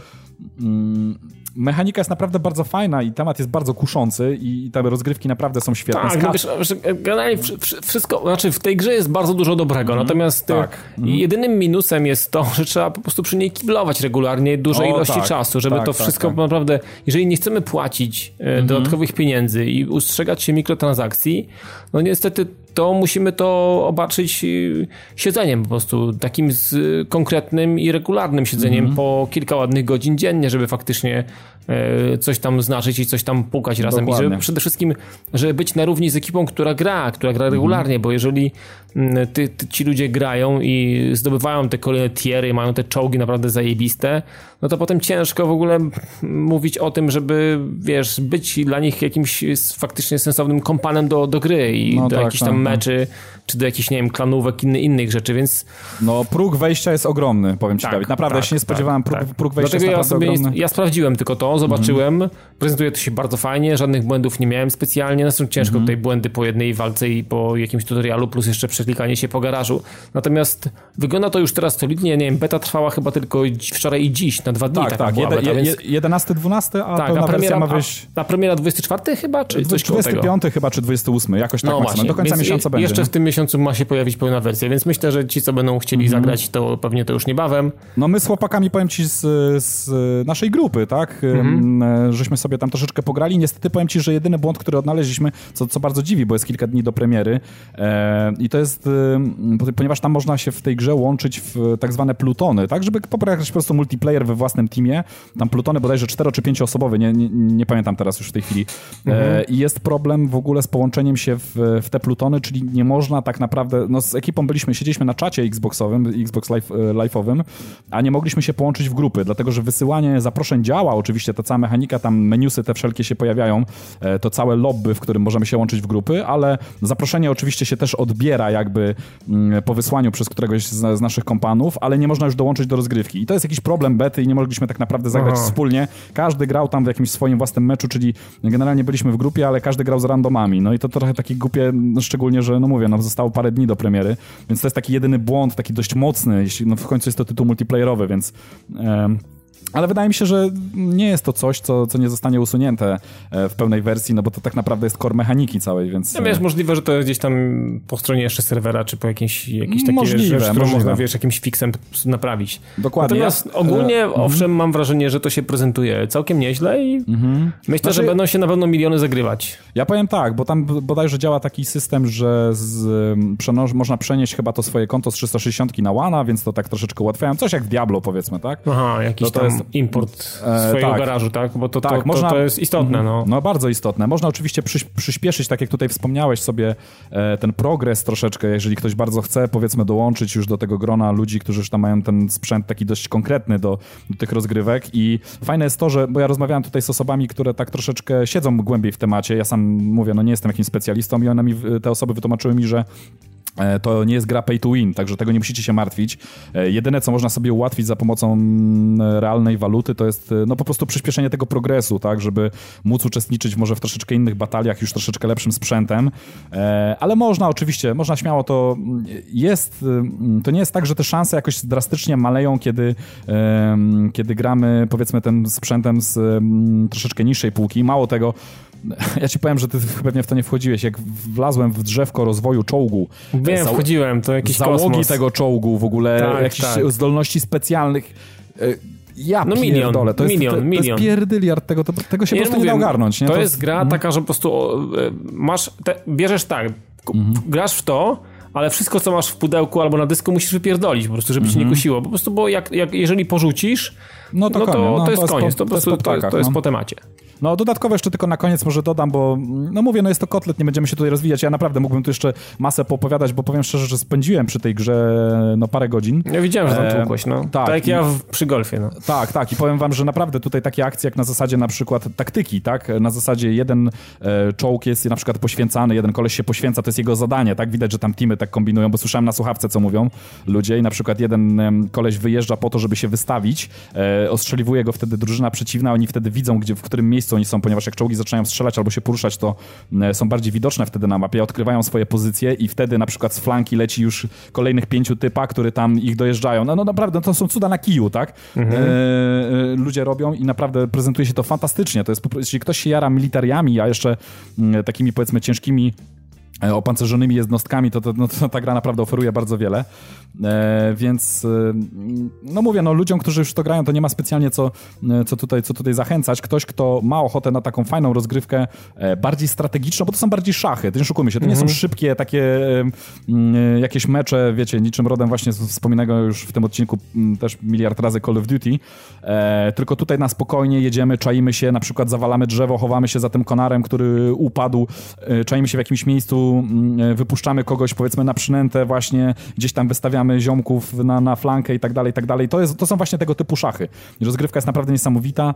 mechanika jest naprawdę bardzo fajna i temat jest bardzo kuszący i te rozgrywki naprawdę są świetne. Tak, wiesz, generalnie wszystko, znaczy w tej grze jest bardzo dużo dobrego, natomiast jedynym minusem jest to, że trzeba po prostu przy niej kiblować regularnie duże ilości czasu, żeby to wszystko naprawdę, jeżeli nie chcemy płacić dodatkowych pieniędzy i ustrzegać się mikrotransakcji, no niestety to musimy to obarczyć siedzeniem po prostu, takim konkretnym i regularnym siedzeniem po kilka ładnych godzin dziennie, żeby faktycznie coś tam znaczyć i coś tam pukać razem. I żeby przede wszystkim, żeby być na równi z ekipą, która gra regularnie, bo jeżeli ci ludzie grają i zdobywają te kolejne tiery, mają te czołgi naprawdę zajebiste, no to potem ciężko w ogóle mówić o tym, żeby, wiesz, być dla nich jakimś faktycznie sensownym kompanem do gry i do jakichś tam meczy, czy do jakichś, nie wiem, klanówek, innych rzeczy, więc... No próg wejścia jest ogromny, powiem ci, Dawid. Naprawdę, ja się nie spodziewałem, próg wejścia dlatego jest naprawdę ogromny. Ja sprawdziłem tylko to, zobaczyłem, prezentuje to się bardzo fajnie, żadnych błędów nie miałem specjalnie, no są ciężko tutaj błędy po jednej walce i po jakimś tutorialu, plus jeszcze przeklikanie się po garażu. Natomiast wygląda to już teraz solidnie, nie wiem, beta trwała chyba tylko wczoraj i dziś, na 2 dni taka była beta, więc... 11-12, a tak, pełna wersja ma wyjść... A premiera 24 chyba, czy coś 25 chyba, czy 28, jakoś tak maksymalnie. Do końca miesiąca będzie. Jeszcze w tym miesiącu ma się pojawić pełna wersja, więc myślę, że ci, co będą chcieli zagrać, to pewnie to już niebawem. No my z chłopakami, powiem ci, z naszej grupy, tak? Żeśmy sobie tam troszeczkę pograli. Niestety powiem ci, że jedyny błąd, który odnaleźliśmy, co bardzo dziwi, bo jest kilka dni do premiery i to jest, ponieważ tam można się w tej grze łączyć w tak zwane plutony, tak? Żeby pobrać po prostu multiplayer we własnym teamie. Tam plutony bodajże 4 czy 5 osobowe, nie pamiętam teraz już w tej chwili. I jest problem w ogóle z połączeniem się w te plutony, czyli nie można tak naprawdę, no z ekipą siedzieliśmy na czacie Xboxowym, Xbox Live'owym, a nie mogliśmy się połączyć w grupy, dlatego że wysyłanie zaproszeń działa, oczywiście ta cała mechanika, tam menusy te wszelkie się pojawiają, to całe lobby, w którym możemy się łączyć w grupy, ale zaproszenie oczywiście się też odbiera jakby po wysłaniu przez któregoś z naszych kompanów, ale nie można już dołączyć do rozgrywki. I to jest jakiś problem bety i nie mogliśmy tak naprawdę zagrać wspólnie. Każdy grał tam w jakimś swoim własnym meczu, czyli generalnie byliśmy w grupie, ale każdy grał z randomami. No i to trochę takie głupie, no szczególnie, że no mówię, no zostało parę dni do premiery, więc to jest taki jedyny błąd, taki dość mocny, jeśli no w końcu jest to tytuł multiplayerowy, więc... Ale wydaje mi się, że nie jest to coś, co nie zostanie usunięte w pełnej wersji, no bo to tak naprawdę jest core mechaniki całej, więc... Ja wiesz, możliwe, że to gdzieś tam po stronie jeszcze serwera, czy po jakieś takie rzeczy, którą można, wiesz, jakimś fixem naprawić. Dokładnie. Natomiast ogólnie, owszem, mam wrażenie, że to się prezentuje całkiem nieźle i myślę, że będą się na pewno miliony zagrywać. Ja powiem tak, bo tam bodajże działa taki system, że można przenieść chyba to swoje konto z 360 na One'a, więc to tak troszeczkę ułatwiają. Coś jak w Diablo, powiedzmy, tak? Aha, jakiś tam import swojego garażu, tak? Bo to jest istotne, no. No bardzo istotne. Można oczywiście przyspieszyć, tak jak tutaj wspomniałeś sobie, ten progres troszeczkę, jeżeli ktoś bardzo chce, powiedzmy, dołączyć już do tego grona ludzi, którzy już tam mają ten sprzęt taki dość konkretny do tych rozgrywek i fajne jest to, że, bo ja rozmawiałem tutaj z osobami, które tak troszeczkę siedzą głębiej w temacie, ja sam mówię, no nie jestem jakimś specjalistą i te osoby wytłumaczyły mi, że To nie jest gra pay to win, także tego nie musicie się martwić. Jedyne, co można sobie ułatwić za pomocą realnej waluty, to jest no po prostu przyspieszenie tego progresu, tak, żeby móc uczestniczyć może w troszeczkę innych bataliach, już troszeczkę lepszym sprzętem, ale oczywiście, można śmiało, to nie jest tak, że te szanse jakoś drastycznie maleją, kiedy gramy, powiedzmy, tym sprzętem z troszeczkę niższej półki. Mało tego, ja ci powiem, że ty pewnie w to nie wchodziłeś. Jak wlazłem w drzewko rozwoju czołgu... Wiem, wchodziłem, to jakiś załogi kosmos. Tego czołgu w ogóle, jakieś zdolności specjalnych... To jest pierdyliard tego się po prostu nie da ogarnąć. Nie? To jest gra taka, że po prostu bierzesz grasz w to, ale wszystko, co masz w pudełku albo na dysku, musisz wypierdolić po prostu, żeby cię nie kusiło. Po prostu, bo jeżeli porzucisz, to jest koniec. To jest po temacie. No dodatkowo jeszcze tylko na koniec może dodam, bo no mówię, no jest to kotlet, nie będziemy się tutaj rozwijać. Ja naprawdę mógłbym tu jeszcze masę poopowiadać, bo powiem szczerze, że spędziłem przy tej grze parę godzin. Ja widziałem, że tam tłukłeś, tak jak ja przy golfie. No. Tak i powiem wam, że naprawdę tutaj takie akcje jak na zasadzie na przykład taktyki, tak? Na zasadzie jeden czołg jest na przykład poświęcany, jeden koleś się poświęca, to jest jego zadanie, tak? Widać, że tam teamy tak kombinują, bo słyszałem na słuchawce, co mówią ludzie i na przykład jeden koleś wyjeżdża po to, żeby się wystawić, ostrzeliwuje go wtedy drużyna przeciwna, oni wtedy widzą, w którym miejscu oni są, ponieważ jak czołgi zaczynają strzelać albo się poruszać, to są bardziej widoczne wtedy na mapie, odkrywają swoje pozycje i wtedy na przykład z flanki leci już kolejnych 5 typa, które tam ich dojeżdżają. No naprawdę, to są cuda na kiju, tak? Ludzie robią i naprawdę prezentuje się to fantastycznie. To jest, jeśli ktoś się jara militariami, a jeszcze takimi, powiedzmy, ciężkimi opancerzonymi jednostkami, to ta gra naprawdę oferuje bardzo wiele. Więc no mówię, ludziom, którzy już to grają, to nie ma specjalnie co tutaj zachęcać. Ktoś, kto ma ochotę na taką fajną rozgrywkę, bardziej strategiczną, bo to są bardziej szachy, to nie szukujmy się, to nie są szybkie takie jakieś mecze, wiecie, niczym rodem właśnie z wspominanego już w tym odcinku też miliard razy Call of Duty, tylko tutaj na spokojnie jedziemy, czaimy się, na przykład zawalamy drzewo, chowamy się za tym konarem, który upadł, czaimy się w jakimś miejscu, wypuszczamy kogoś, powiedzmy, na przynętę właśnie, gdzieś tam wystawiamy ziomków na flankę i tak dalej, i tak dalej. To są właśnie tego typu szachy. Rozgrywka jest naprawdę niesamowita.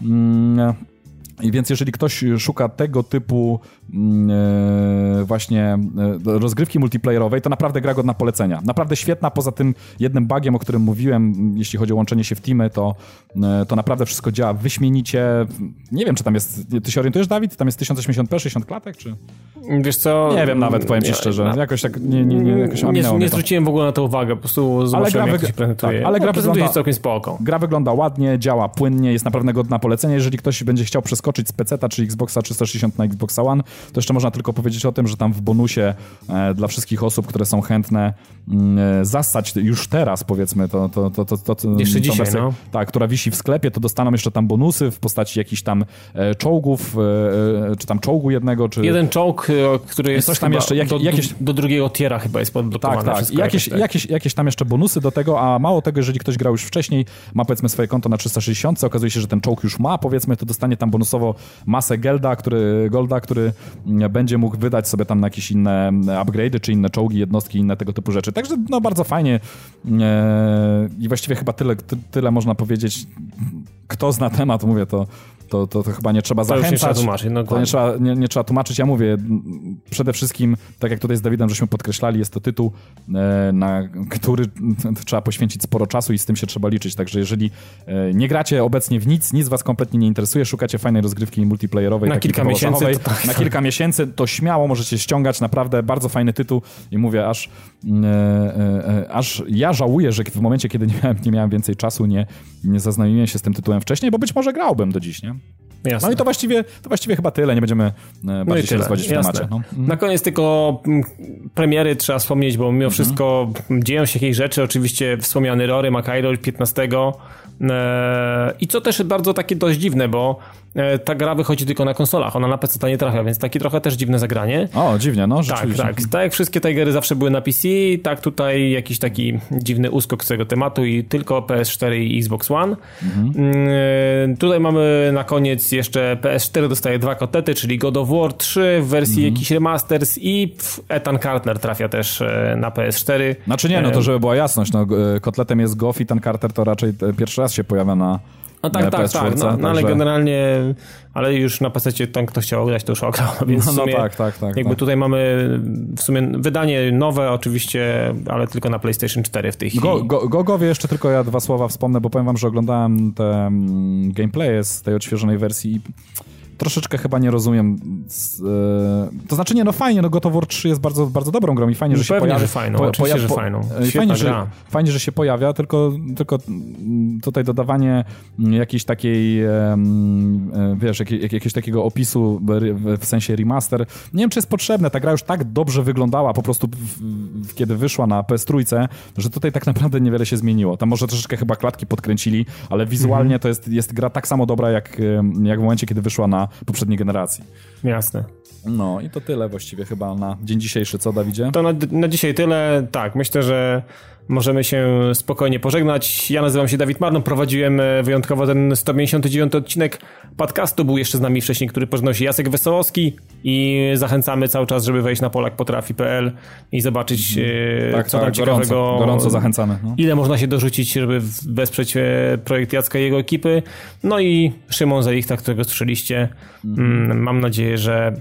I więc jeżeli ktoś szuka tego typu właśnie rozgrywki multiplayerowej, to naprawdę gra godna polecenia. Naprawdę świetna, poza tym jednym bugiem, o którym mówiłem, jeśli chodzi o łączenie się w teamy, to naprawdę wszystko działa wyśmienicie. Nie wiem, czy tam jest, ty się orientujesz, Dawid? Tam jest 1080p, 60 klatek, czy? Wiesz co? Nie wiem nawet, powiem ci szczerze. Jakoś tak nie zwróciłem w ogóle na to uwagę, po prostu zobaczyłem, jak to się prezentuje. Tak, ale gra prezentuje się całkiem spoko. Gra wygląda ładnie, działa płynnie, jest naprawdę godna polecenia. Jeżeli ktoś będzie chciał przeskoczyć z PC-ta czy Xboxa 360 na Xboxa One, to jeszcze można tylko powiedzieć o tym, że tam w bonusie dla wszystkich osób, które są chętne zassać już teraz, powiedzmy, to jeszcze dzisiaj, wersję, tak, która wisi w sklepie, to dostaną jeszcze tam bonusy w postaci jakichś tam czołgów, czy tam czołgu jednego, czy... Jeden czołg, który jest coś tam jeszcze, do drugiego tiera chyba jest podblokowany. Tak. Jakieś tam jeszcze bonusy do tego, a mało tego, jeżeli ktoś grał już wcześniej, ma powiedzmy swoje konto na 360, okazuje się, że ten czołg już ma, powiedzmy, to dostanie tam bonusowo masę golda, który będzie mógł wydać sobie tam na jakieś inne upgrade'y, czy inne czołgi, jednostki, inne tego typu rzeczy. Także bardzo fajnie i właściwie chyba tyle można powiedzieć. Kto zna temat, mówię, to chyba nie trzeba zachęcać. Nie trzeba tłumaczyć. Ja mówię, przede wszystkim, tak jak tutaj z Dawidem żeśmy podkreślali, jest to tytuł, na który trzeba poświęcić sporo czasu i z tym się trzeba liczyć. Także jeżeli nie gracie obecnie w nic was kompletnie nie interesuje, szukacie fajnej rozgrywki multiplayerowej, na kilka miesięcy, na kilka miesięcy, to śmiało możecie ściągać, naprawdę bardzo fajny tytuł i mówię, aż ja żałuję, że w momencie, kiedy nie miałem więcej czasu, nie zaznajomiłem się z tym tytułem wcześniej, bo być może grałbym do dziś, nie? Jasne. No i to właściwie chyba tyle, nie będziemy bardziej się rozwodzić w temacie. No. Na koniec tylko premiery trzeba wspomnieć, bo mimo wszystko dzieją się jakieś rzeczy, oczywiście wspomniany Rory McIlroy 15 i co też bardzo takie dość dziwne, bo ta gra wychodzi tylko na konsolach, ona na PC nie trafia, więc takie trochę też dziwne zagranie. O, dziwnie, no, rzeczywiście. Tak jak wszystkie te gry zawsze były na PC, tak tutaj jakiś taki dziwny uskok z tego tematu i tylko PS4 i Xbox One. Tutaj mamy na koniec jeszcze PS4 dostaje 2 kotlety, czyli God of War 3 w wersji jakiś remasters i Ethan Carter trafia też na PS4. Znaczy nie, to żeby była jasność, kotletem jest Goff i Ethan Carter to raczej pierwszy raz się pojawia na No tak, PS4. No, ale generalnie, ale już na PC tam kto chciał grać, to już ograł. Więc w sumie, tak. Jakby tutaj mamy w sumie wydanie nowe oczywiście, ale tylko na PlayStation 4 w tej chwili. Gogowie jeszcze tylko ja 2 słowa wspomnę, bo powiem wam, że oglądałem te gameplaye z tej odświeżonej wersji i troszeczkę chyba nie rozumiem. To znaczy nie, no fajnie, no God of War 3 jest bardzo, bardzo dobrą grą i fajnie, że się pojawia. Że fajną, oczywiście, że fajną. Fajnie, że się pojawia, tylko tutaj dodawanie jakiejś takiej wiesz, jakiegoś takiego opisu w sensie remaster. Nie wiem, czy jest potrzebne. Ta gra już tak dobrze wyglądała po prostu kiedy wyszła na PS3, że tutaj tak naprawdę niewiele się zmieniło. Tam może troszeczkę chyba klatki podkręcili, ale wizualnie to jest gra tak samo dobra jak w momencie, kiedy wyszła na poprzedniej generacji. Jasne. No i to tyle właściwie chyba na dzień dzisiejszy, co Dawidzie? To na dzisiaj tyle. Tak, myślę, że możemy się spokojnie pożegnać. Ja nazywam się Dawid Marno, prowadziłem wyjątkowo ten 159 odcinek podcastu. Był jeszcze z nami wcześniej, który pożegnał się Jacek Wesołowski i zachęcamy cały czas, żeby wejść na polakpotrafi.pl i zobaczyć co tam ciekawego. Gorąco zachęcamy. No. Ile można się dorzucić, żeby wesprzeć projekt Jacka i jego ekipy. No i Szymon Zalichta, którego słyszeliście. Mam nadzieję, że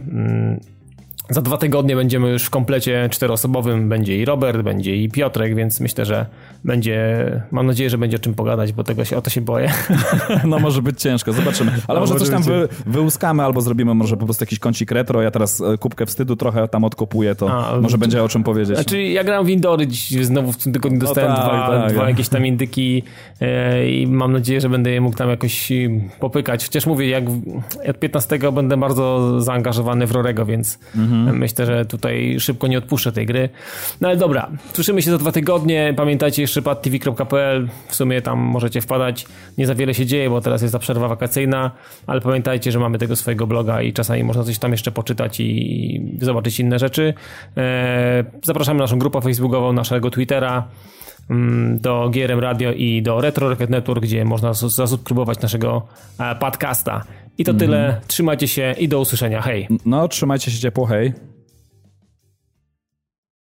za 2 tygodnie będziemy już w komplecie 4-osobowym. Będzie i Robert, będzie i Piotrek, więc myślę, że mam nadzieję, że będzie o czym pogadać, bo o to się boję. No może być ciężko, zobaczymy. Ale może coś tam wyłuskamy, albo zrobimy może po prostu jakiś kącik retro. Ja teraz kubkę wstydu trochę tam odkopuję, to może będzie o czym powiedzieć. Znaczy ja grałem w Indory dziś znowu w tym tygodniu dostałem dwa jakieś tam indyki i mam nadzieję, że będę je mógł tam jakoś popykać. Chociaż mówię, jak od 15 będę bardzo zaangażowany w Rorego, więc myślę, że tutaj szybko nie odpuszczę tej gry. No ale dobra, słyszymy się za 2 tygodnie. Pamiętajcie jeszcze padtv.pl, w sumie tam możecie wpadać. Nie za wiele się dzieje, bo teraz jest ta przerwa wakacyjna, ale pamiętajcie, że mamy tego swojego bloga i czasami można coś tam jeszcze poczytać i zobaczyć inne rzeczy. Zapraszamy na naszą grupę facebookową, naszego Twittera, do GRM Radio i do Retro Rocket Network, gdzie można zasubskrybować naszego podcasta. I to tyle. Trzymajcie się i do usłyszenia. Hej. No, trzymajcie się ciepło. Hej.